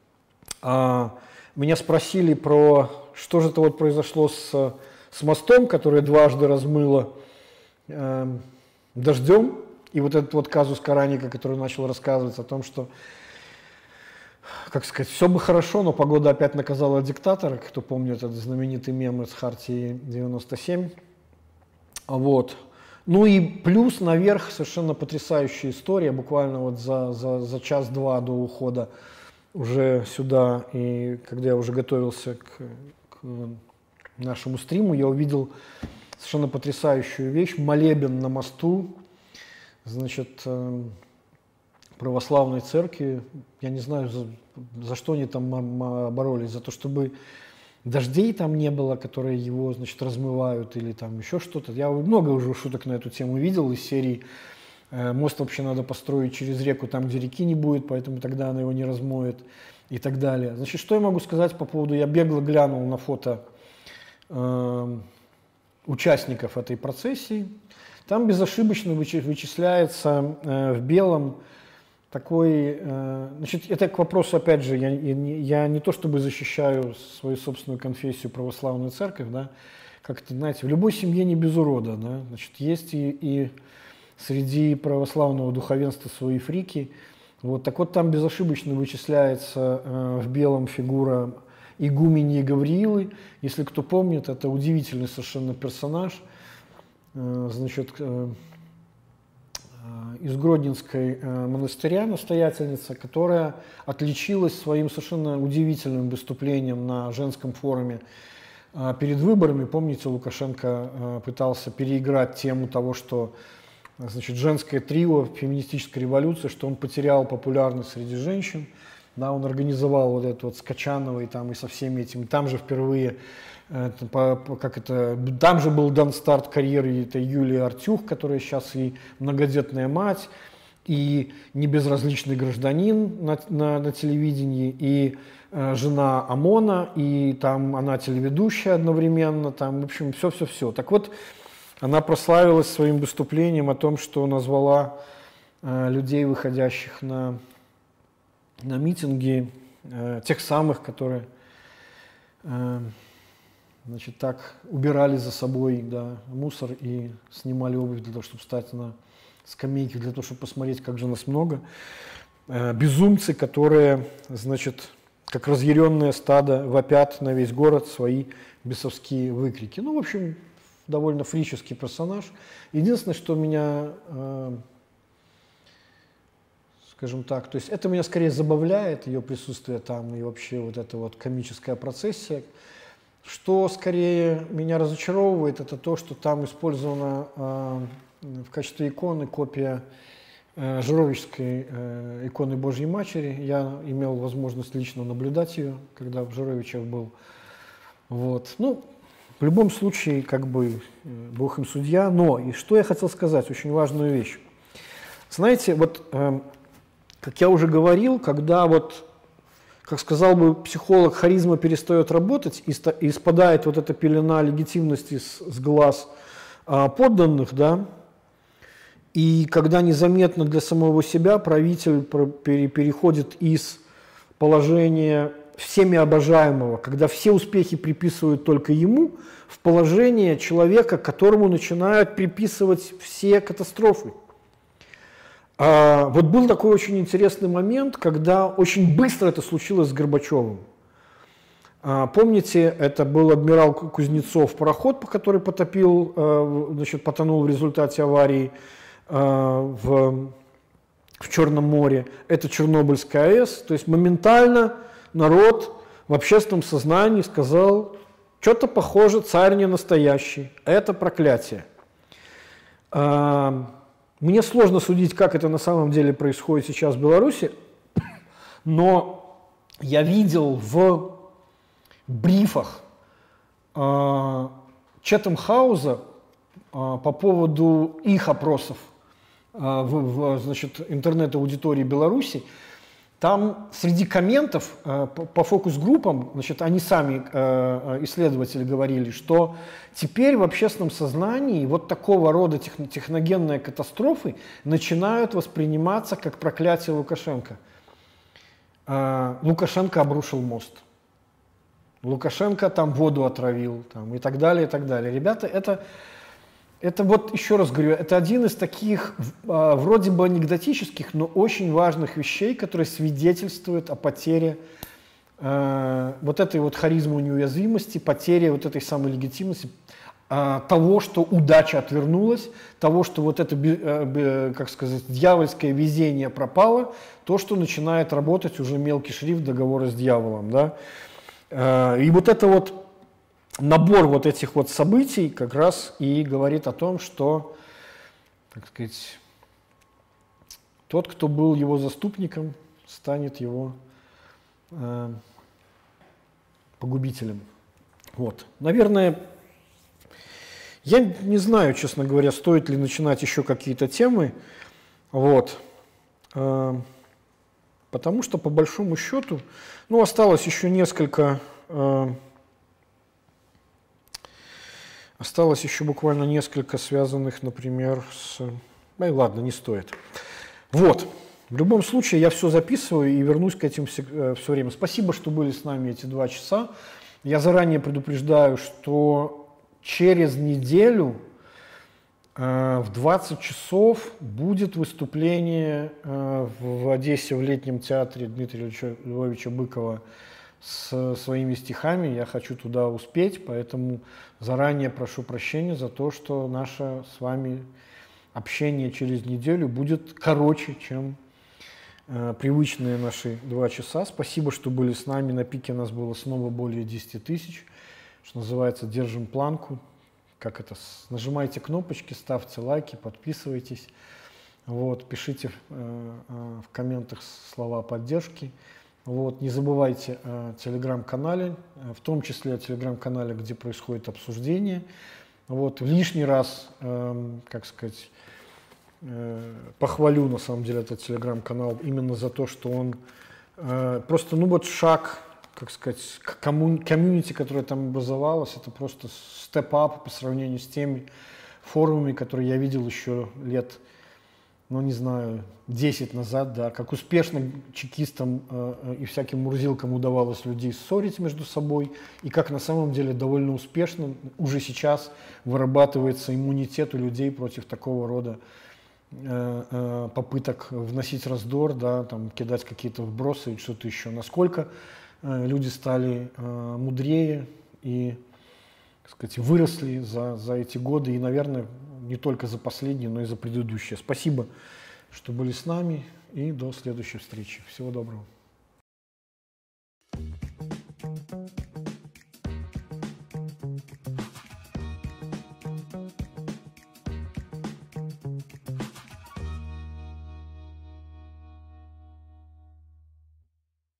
Меня спросили про, что же это вот произошло с мостом, который дважды размыло дождем. И вот этот вот казус Караника, который начал рассказывать о том, что, как сказать, все бы хорошо, но погода опять наказала диктатора, кто помнит этот знаменитый мем из Хартии 97. Вот. Ну и плюс наверх совершенно потрясающая история, буквально вот за час-два до ухода уже сюда, и когда я уже готовился к нашему стриму, я увидел совершенно потрясающую вещь, молебен на мосту, значит, православной церкви. Я не знаю, за что они там боролись, за то, чтобы дождей там не было, которые его, значит, размывают, или там еще что-то. Я много уже шуток на эту тему видел из серии «Мост вообще надо построить через реку, там, где реки не будет, поэтому тогда она его не размоет» и так далее. Значит, что я могу сказать по поводу, я бегло глянул на фото участников этой процессии. Там безошибочно вычисляется в белом такой, значит, это к вопросу, опять же, я не то чтобы защищаю свою собственную конфессию, православную церковь, да, как-то, знаете, в любой семье не без урода, да, значит, есть и среди православного духовенства свои фрики. Вот. Так вот, там безошибочно вычисляется в белом фигура игумени Гавриилы. Если кто помнит, это удивительный совершенно персонаж. Значит, из Гродненской монастыря настоятельница, которая отличилась своим совершенно удивительным выступлением на женском форуме перед выборами. Помните, Лукашенко пытался переиграть тему того, что, значит, женское трио феминистической революции, что он потерял популярность среди женщин. Да, он организовал вот это вот с Качановой там, и со всеми этими. Там же впервые, там же был дан старт карьеры это Юлии Артюх, которая сейчас и многодетная мать, и небезразличный гражданин на телевидении, и жена ОМОНа, и там она телеведущая одновременно, там, в общем, все-все-все. Так вот, она прославилась своим выступлением о том, что назвала людей, выходящих на митинги, тех самых, которые, значит, так убирали за собой, да, мусор и снимали обувь для того, чтобы встать на скамейки, для того, чтобы посмотреть, как же нас много. Безумцы, которые, значит, как разъяренное стадо вопят на весь город свои бесовские выкрики. Ну, в общем, довольно фрический персонаж. Единственное, что меня, скажем так, то есть это меня скорее забавляет, ее присутствие там и вообще вот эта вот комическая процессия. Что скорее меня разочаровывает, это то, что там использована в качестве иконы копия Жировической иконы Божьей Матери. Я имел возможность лично наблюдать ее, когда в Жировичах был. Вот. Ну, в любом случае, как бы, Бог им судья. Но, и что я хотел сказать, очень важную вещь. Знаете, вот, как я уже говорил, когда вот, как сказал бы психолог, харизма перестает работать и спадает вот эта пелена легитимности с глаз подданных, да, и когда незаметно для самого себя правитель переходит из положения всеми обожаемого, когда все успехи приписывают только ему, в положение человека, которому начинают приписывать все катастрофы. Вот был такой очень интересный момент, когда очень быстро это случилось с Горбачевым. Помните, это был адмирал Кузнецов, пароход, который значит, потонул в результате аварии в Черном море. Это Чернобыльская АЭС. То есть моментально народ в общественном сознании сказал, что-то похоже, царь не настоящий, это проклятие. Мне сложно судить, как это на самом деле происходит сейчас в Беларуси, но я видел в брифах Четтем Хауса по поводу их опросов значит, интернет-аудитории Беларуси. Там среди комментов по фокус-группам, значит, они сами, исследователи, говорили, что теперь в общественном сознании вот такого рода техногенные катастрофы начинают восприниматься как проклятие Лукашенко. Лукашенко обрушил мост. Лукашенко там воду отравил там, и так далее, и так далее. Ребята, это вот, еще раз говорю, это один из таких вроде бы анекдотических, но очень важных вещей, которые свидетельствуют о потере вот этой вот харизмы неуязвимости, потере вот этой самой легитимности, того, что удача отвернулась, того, что вот это, как сказать, дьявольское везение пропало, то, что начинает работать уже мелкий шрифт договора с дьяволом, да. И вот это вот набор вот этих вот событий как раз и говорит о том, что, так сказать, тот, кто был его заступником, станет его погубителем. Вот. Наверное, я не знаю, честно говоря, стоит ли начинать еще какие-то темы, вот, потому что по большому счету, ну, осталось еще несколько. Осталось еще буквально несколько связанных, например, с... Ну, ладно, не стоит. Вот. В любом случае, я все записываю и вернусь к этим все время. Спасибо, что были с нами эти 2 часа. Я заранее предупреждаю, что через неделю В 20 часов будет выступление в Одессе в летнем театре Дмитрия Львовича Быкова с своими стихами. Я хочу туда успеть, поэтому заранее прошу прощения за то, что наше с вами общение через неделю будет короче, чем привычные наши 2 часа. Спасибо, что были с нами. На пике нас было снова более 10 тысяч. Что называется, держим планку. Как это? Нажимайте кнопочки, ставьте лайки, подписывайтесь. Вот, пишите в комментах слова поддержки. Вот, не забывайте о телеграм-канале, в том числе о телеграм-канале, где происходит обсуждение. Вот, лишний раз, как сказать, похвалю на самом деле этот телеграм-канал именно за то, что он просто, ну вот шаг, как сказать, комьюнити, которое там образовалось, это просто степ-ап по сравнению с теми форумами, которые я видел еще лет, ну не знаю, 10 назад, да, как успешно чекистам и всяким мурзилкам удавалось людей ссорить между собой, и как на самом деле довольно успешно уже сейчас вырабатывается иммунитет у людей против такого рода попыток вносить раздор, да, там, кидать какие-то вбросы и что-то еще. Насколько люди стали мудрее и, так сказать, выросли за эти годы, и, наверное, не только за последние, но и за предыдущие. Спасибо, что были с нами, и до следующей встречи. Всего доброго.